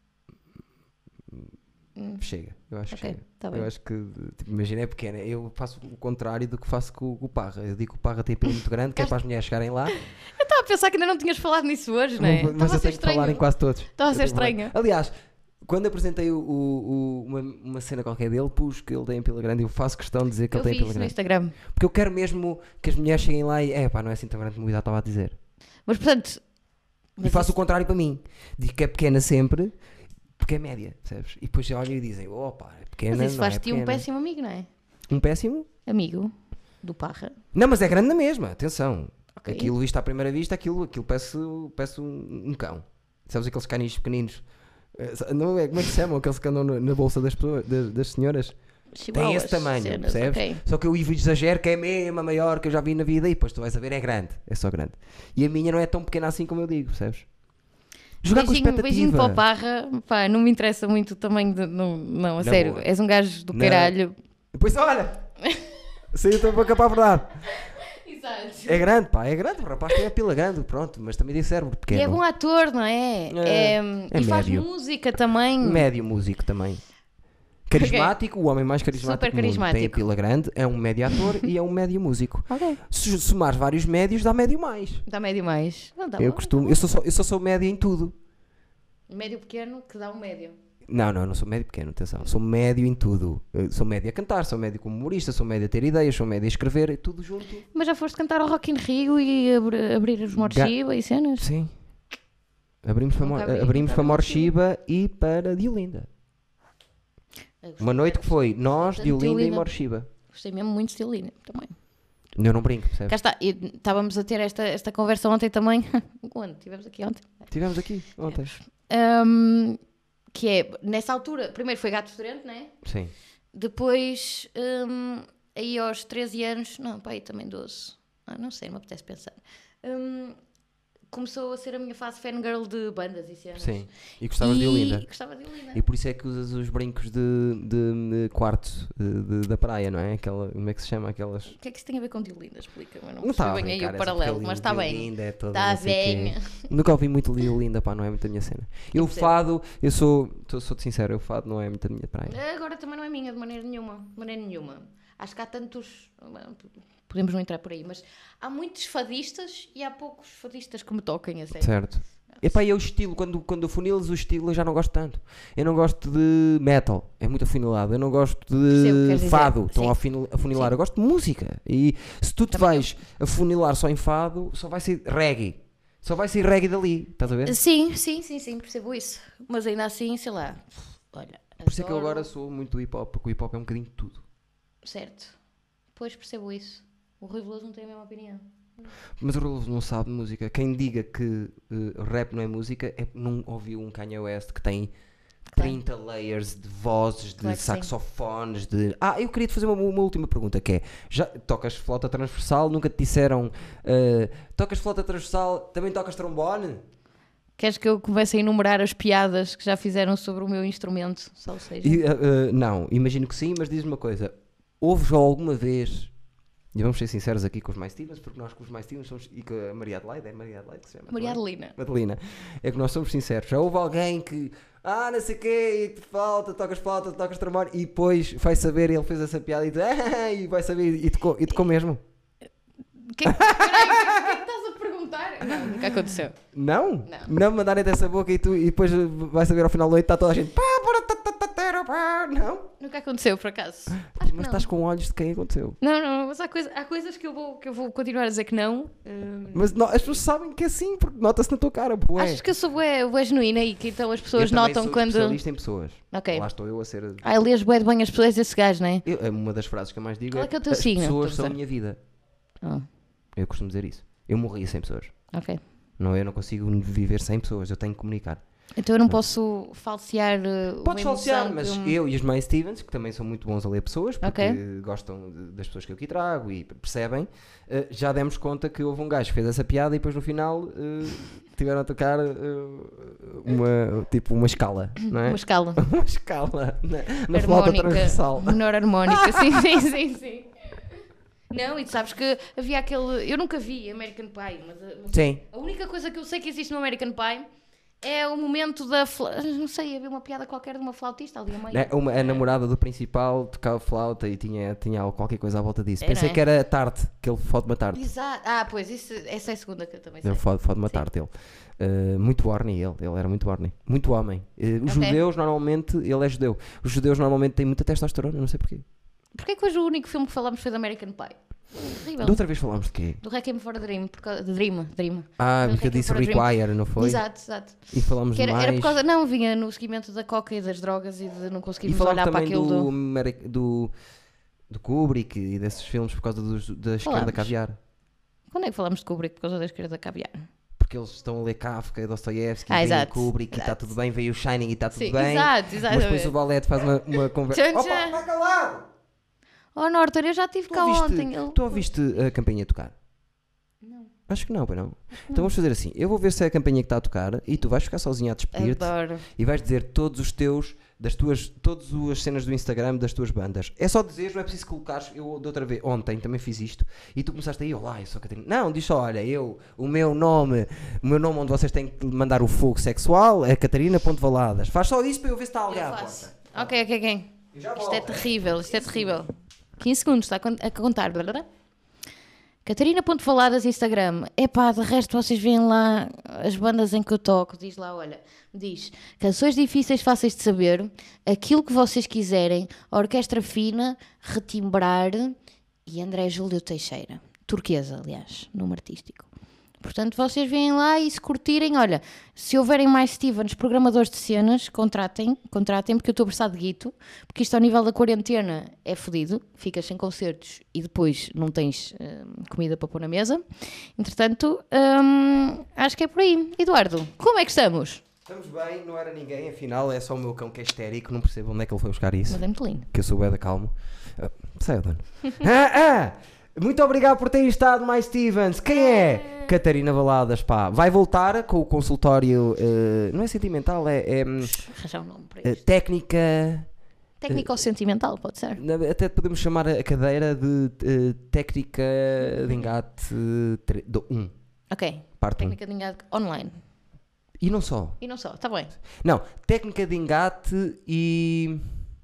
Chega, eu acho okay, que chega. Tá eu acho que, tipo, imagina, é pequena. Eu faço o contrário do que faço com, com o Parra. Eu digo que o Parra tem pelo muito grande, que é para as mulheres chegarem lá. Eu estava a pensar que ainda não tinhas falado nisso hoje, não é? Mas, mas eu tenho estranho. que falar em quase todos. Estava a ser estranho. Aliás, quando apresentei o, o, o, uma, uma cena qualquer dele, pus que ele tem a pila grande, eu faço questão de dizer que eu ele tem a pila grande. No Instagram. Porque eu quero mesmo que as mulheres cheguem lá e, é pá, não é assim tão grande como o Ida estava a dizer. Mas portanto... Mas e faço isso... o contrário para mim. Digo que é pequena sempre... Porque é média, percebes? E depois olham e dizem, opa, é pequena, mas isso faz-te é um péssimo amigo, não é? Um péssimo? Amigo do Parra. Não, mas é grande na mesma, atenção. Okay. Aquilo visto à primeira vista, aquilo, aquilo parece, parece um, um cão. Sabes aqueles canis pequeninos? Não é, como é que se chamam? Aqueles que andam na, na bolsa das, pessoas, das, das senhoras? Tem esse tamanho, cenas, percebes? Okay. Só que eu exagero que é mesmo a maior que eu já vi na vida e depois tu vais a ver, é grande, é só grande. E a minha não é tão pequena assim como eu digo, percebes? Jogar beijinho, com expectativa. Beijinho para o Parra, pá, não me interessa muito o tamanho de, não, não, a não, sério, boa. És um gajo do não. caralho. Depois olha, saiu a tua boca para a verdade. Exato. É grande, pá, é grande, o rapaz tem a pila grande, pronto, mas também tem cérebro pequeno. E é bom ator, não é? É, é, é e médio. Faz música também. Médio músico também. Carismático, okay. O homem mais carismático, Super carismático. Tem a pila grande, é um médio ator e é um médio músico. Okay. Se somares vários médios, dá médio mais. Dá médio mais. Não, dá eu bom, costumo, dá eu sou, só, eu só sou médio em tudo. Médio pequeno que dá um médio. Não, não, não sou médio pequeno, atenção. Sou médio em tudo. Eu sou médio a cantar, sou médio como humorista, sou médio a ter ideias, sou médio a escrever, tudo junto. Mas já foste cantar ao Rock in Rio e abrir, abrir os Morshiba Ga- e cenas? Sim. Abrimos para, Mor- abrimos para Morshiba e para Diolinda. Uma noite que foi nós, Diolinda e Morshiba. Gostei mesmo muito de Diolinda também. Eu não brinco, percebes? Cá está, e estávamos a ter esta, esta conversa ontem também. Quando? Estivemos aqui ontem? Estivemos aqui ontem. Um, que é, nessa altura, primeiro foi Gato Fedorento, não é? Sim. Depois, um, aí aos treze anos, não, pá, aí também doze, ah, não sei, não me apetece pensar. Um, começou a ser a minha fase fangirl de bandas e cenas. Sim, e gostavas e... de Olinda. E gostava de Olinda. E por isso é que usas os brincos de, de, de quarto de, de, da praia, não é? Aquela, como é que se chama? Aquelas... O que é que isso tem a ver com Diolinda? Explica-me, não Não percebo bem aí o paralelo, mas está bem. É está bem. Nunca ouvi muito Diolinda, pá, não é muito a minha cena. Eu, eu fado, eu sou, sou-te sincero, eu fado não é muito a minha praia. Agora também não é minha, de maneira nenhuma, de maneira nenhuma. Acho que há tantos... Podemos não entrar por aí, mas há muitos fadistas e há poucos fadistas que me toquem a sério. Certo. Epá, e é o estilo, quando, quando afunilas o estilo eu já não gosto tanto. Eu não gosto de metal, é muito afunilado. Eu não gosto de fado, estão a afunilar. Sim. Eu gosto de música. E se tu te Também vais eu. afunilar só em fado, só vai ser reggae. Só vai ser reggae dali, estás a ver? Sim, sim, sim, sim, percebo isso. Mas ainda assim, sei lá, olha... Por isso é que eu agora sou muito do hip hop, porque o hip hop é um bocadinho de tudo. Certo. Pois percebo isso. O Rui Veloso não tem a mesma opinião. Mas o Rui Veloso não sabe de música. Quem diga que uh, rap não é música é porque não ouviu um Kanye West que tem trinta claro. layers de vozes, de claro saxofones, de... Ah, eu queria te fazer uma, uma última pergunta que é, já tocas flauta transversal, nunca te disseram uh, tocas flauta transversal, também tocas trombone? Queres que eu comece a enumerar as piadas que já fizeram sobre o meu instrumento? Só seja. E, uh, uh, não, imagino que sim, mas diz-me uma coisa, ouves alguma vez... E vamos ser sinceros aqui com os mais Stevens, porque nós com os mais Stevens somos, e com a Maria Adelaide, é Maria Adelaide que se chama? Maria Adelina. Madelina. É que nós somos sinceros. Já houve alguém que, ah, não sei o quê, e te falta, tocas flauta, tocas trombone, e depois vai saber, ele fez essa piada e, te, ah, e vai saber, e tocou, e tocou mesmo. O que é que estás a perguntar? Não, nunca aconteceu. Não? Não. Não mandarem dessa boca e, tu, e depois vai saber ao final da noite, está toda a gente, não? Nunca aconteceu, por acaso. Acho mas estás com olhos de quem aconteceu. Não, não, mas há, coisa, há coisas que eu, vou, que eu vou continuar a dizer que não. Uh... Mas não, as pessoas sabem que é assim, porque nota-se na tua cara. Bué. Achas que eu sou bué, bué genuína e que então as pessoas eu notam sou quando... Eu sou especialista em pessoas. Ok. Lá estou eu a ser... Ah, lês bué de bem as pessoas desse gajo, não é? Eu, uma das frases que eu mais digo Qual é, é, que é o teu as signo? pessoas são a minha vida. Oh. Eu costumo dizer isso. Eu morria sem pessoas. Ok. Não, eu não consigo viver sem pessoas, eu tenho que comunicar. Então eu não posso falsear uh, Podes falsear, mas um... eu e os Miles Stevens, que também são muito bons a ler pessoas, porque okay. gostam de, das pessoas que eu aqui trago e percebem, uh, já demos conta que houve um gajo que fez essa piada e depois no final uh, tiveram a tocar uh, uma, tipo uma escala, não é? Uma escala. uma escala na, na flauta transversal. Menor harmónica, sim, sim, sim, sim. Não, e tu sabes que havia aquele... Eu nunca vi American Pie, mas a, sim. a única coisa que eu sei que existe no American Pie é o momento da... Fla... Não sei, havia uma piada qualquer de uma flautista ali a meio. É, uma, a namorada do principal tocava flauta e tinha, tinha qualquer coisa à volta disso. É, Pensei é? que era Tarte, que ele fode uma Tarte. Exato. Ah, pois, isso, essa é a segunda que eu também sei. Ele fode, fode uma Tarte, ele. Uh, muito horny ele, ele era muito horny. Muito homem. Uh, os okay. judeus, normalmente, ele é judeu. Os judeus normalmente têm muita testosterona, não sei porquê. Porquê que hoje o único filme que falámos foi do American Pie? Horrível. Da outra vez falámos de quê? Do Requiem for a Dream, por causa de Dream, Dream. Ah, porque eu disse Require, não foi? Exato, exato. E falámos que era, mais... era por causa, não, vinha no seguimento da coca e das drogas e de não conseguirmos olhar para aquilo do... do... do... do Kubrick e desses filmes por causa dos, da esquerda caviar. Quando é que falámos de Kubrick por causa da esquerda caviar? Porque eles estão a ler Kafka, Dostoiévski, ah, e Kubrick exato. E está tudo bem, veio o Shining e está tudo Sim, bem. Exato, exato. Mas depois o Valete faz uma, uma conversa. Opa, está calado! Oh, Norton, eu já estive cá ouviste, ontem. Ele... Tu ouviste a campanha a tocar? Não. Acho que não, pois não. Então vamos fazer assim. Eu vou ver se é a campanha que está a tocar e tu vais ficar sozinha a despedir-te. Adoro. E vais dizer todos os teus, das tuas, todas as cenas do Instagram das tuas bandas. É só dizer, não é preciso colocares. Eu de outra vez, ontem também fiz isto e tu começaste aí, olá, eu sou a Catarina. Não, diz só, olha, eu, o meu nome, o meu nome onde vocês têm que mandar o fogo sexual é Catarina.valadas. Faz só isso para eu ver se está alguém à porta. Ok, ok, ok. Isto é terrível, isto é terrível. quinze segundos, está a contar. Catarina.valadas Instagram. Epá, de resto vocês veem lá as bandas em que eu toco. Diz lá, olha, diz canções difíceis, fáceis de saber, aquilo que vocês quiserem, orquestra fina, retimbrar e André Júlio Teixeira. Turquesa, aliás, nome artístico. Portanto, vocês vêm lá e se curtirem, olha, se houverem mais Stevens, programadores de cenas, contratem, contratem, porque eu estou versado de guito, porque isto ao nível da quarentena é fodido, ficas sem concertos e depois não tens hum, comida para pôr na mesa. Entretanto, hum, acho que é por aí. Eduardo, como é que estamos? Estamos bem, não era ninguém, afinal é só o meu cão que é histérico, não percebo onde é que ele foi buscar isso. Mas é muito lindo. Que eu sou bué da calmo. Uh, Sai, dono. ah, ah, muito obrigado por terem estado, mais Stevens. Quem é? Catarina Valadas, pá. Vai voltar com o consultório, uh, não é sentimental, é... é Arranjar um nome para uh, isto. técnica... Técnico ou sentimental, pode ser. Até podemos chamar a cadeira de uh, técnica de engate um. Ok. Parte técnica um. de engate online. E não só. E não só, está bem. Não, técnica de engate e...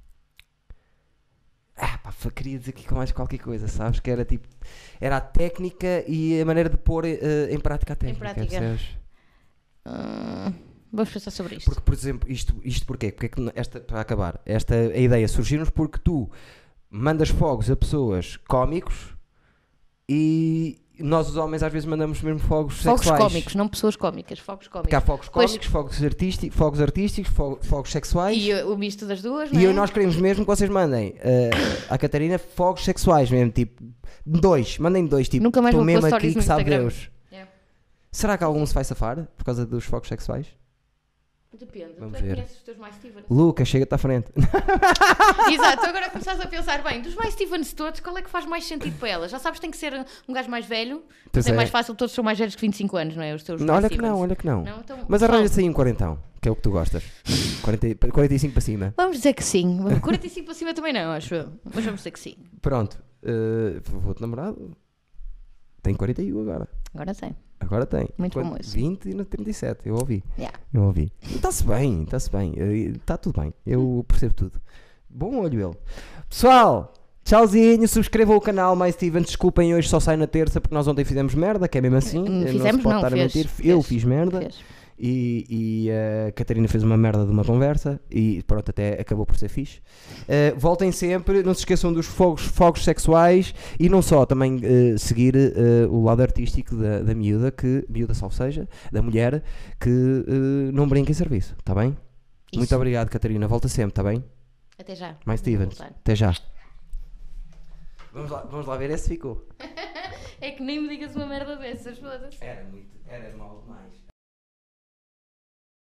Ah, pá, queria dizer aqui com mais qualquer coisa, sabes? Que era tipo... Era a técnica e a maneira de pôr uh, em prática a técnica. Em prática. Hum, vamos pensar sobre isto. Porque, por exemplo, isto, isto porquê? Porque é que esta, para acabar, esta a ideia surgiu-nos porque tu mandas fogos a pessoas cómicos e... Nós, os homens, às vezes mandamos mesmo fogos, fogos sexuais. Fogos cómicos, não pessoas cómicas, fogos cómicos. Porque há fogos cómicos, pois... fogos, artísticos, fogos artísticos, fogos, fogos sexuais. E o misto das duas, não E é? nós queremos mesmo que vocês mandem uh, à Catarina fogos sexuais mesmo, tipo, dois, mandem dois, tipo, nunca mais estou vou mesmo aqui que sabe Instagram. Deus. Yeah. Será que algum se vai safar por causa dos fogos sexuais? Depende, Vamos tu é que ver. conheces os teus mais Stevens. Lucas, chega-te à frente. Exato, agora começas a pensar, bem, dos mais Stevens todos, qual é que faz mais sentido para ela? Já sabes que tem que ser um gajo mais velho, mas é, é mais fácil, todos são mais velhos que vinte e cinco anos, não é? Os teus não, olha Stevens. que não, olha que não. não então, mas arranja-se aí um quarentão, que é o que tu gostas. quarenta, quarenta e cinco para cima. Vamos dizer que sim. quarenta e cinco para cima também não, acho eu. Mas vamos dizer que sim. Pronto, uh, vou-te namorado. Tem quarenta e um agora. Agora tem. Agora tem. Muito bom moço. vinte e trinta e sete, eu ouvi. Yeah. Eu ouvi. Está-se bem, está-se bem. Está tudo bem. Eu percebo tudo. Bom olho ele. Pessoal, tchauzinho. Subscrevam o canal Mais Stevens. Desculpem, hoje só sai na terça porque nós ontem fizemos merda, que é mesmo assim. Não não fizemos, se pode não. estar Fez, a mentir. fez, eu fiz merda. Fez. E, e a Catarina fez uma merda de uma conversa e pronto, até acabou por ser fixe. Uh, voltem sempre, não se esqueçam dos fogos, fogos sexuais e não só, também uh, seguir uh, o lado artístico da, da miúda, que, miúda salve seja, da mulher, que uh, não brinca em serviço, está bem? Isso. Muito obrigado, Catarina, volta sempre, está bem? Até já. Mais Stevens, até já. Vamos lá, vamos lá ver esse ficou. É que nem me digas uma merda dessas, foda-se. Era muito, era mal demais.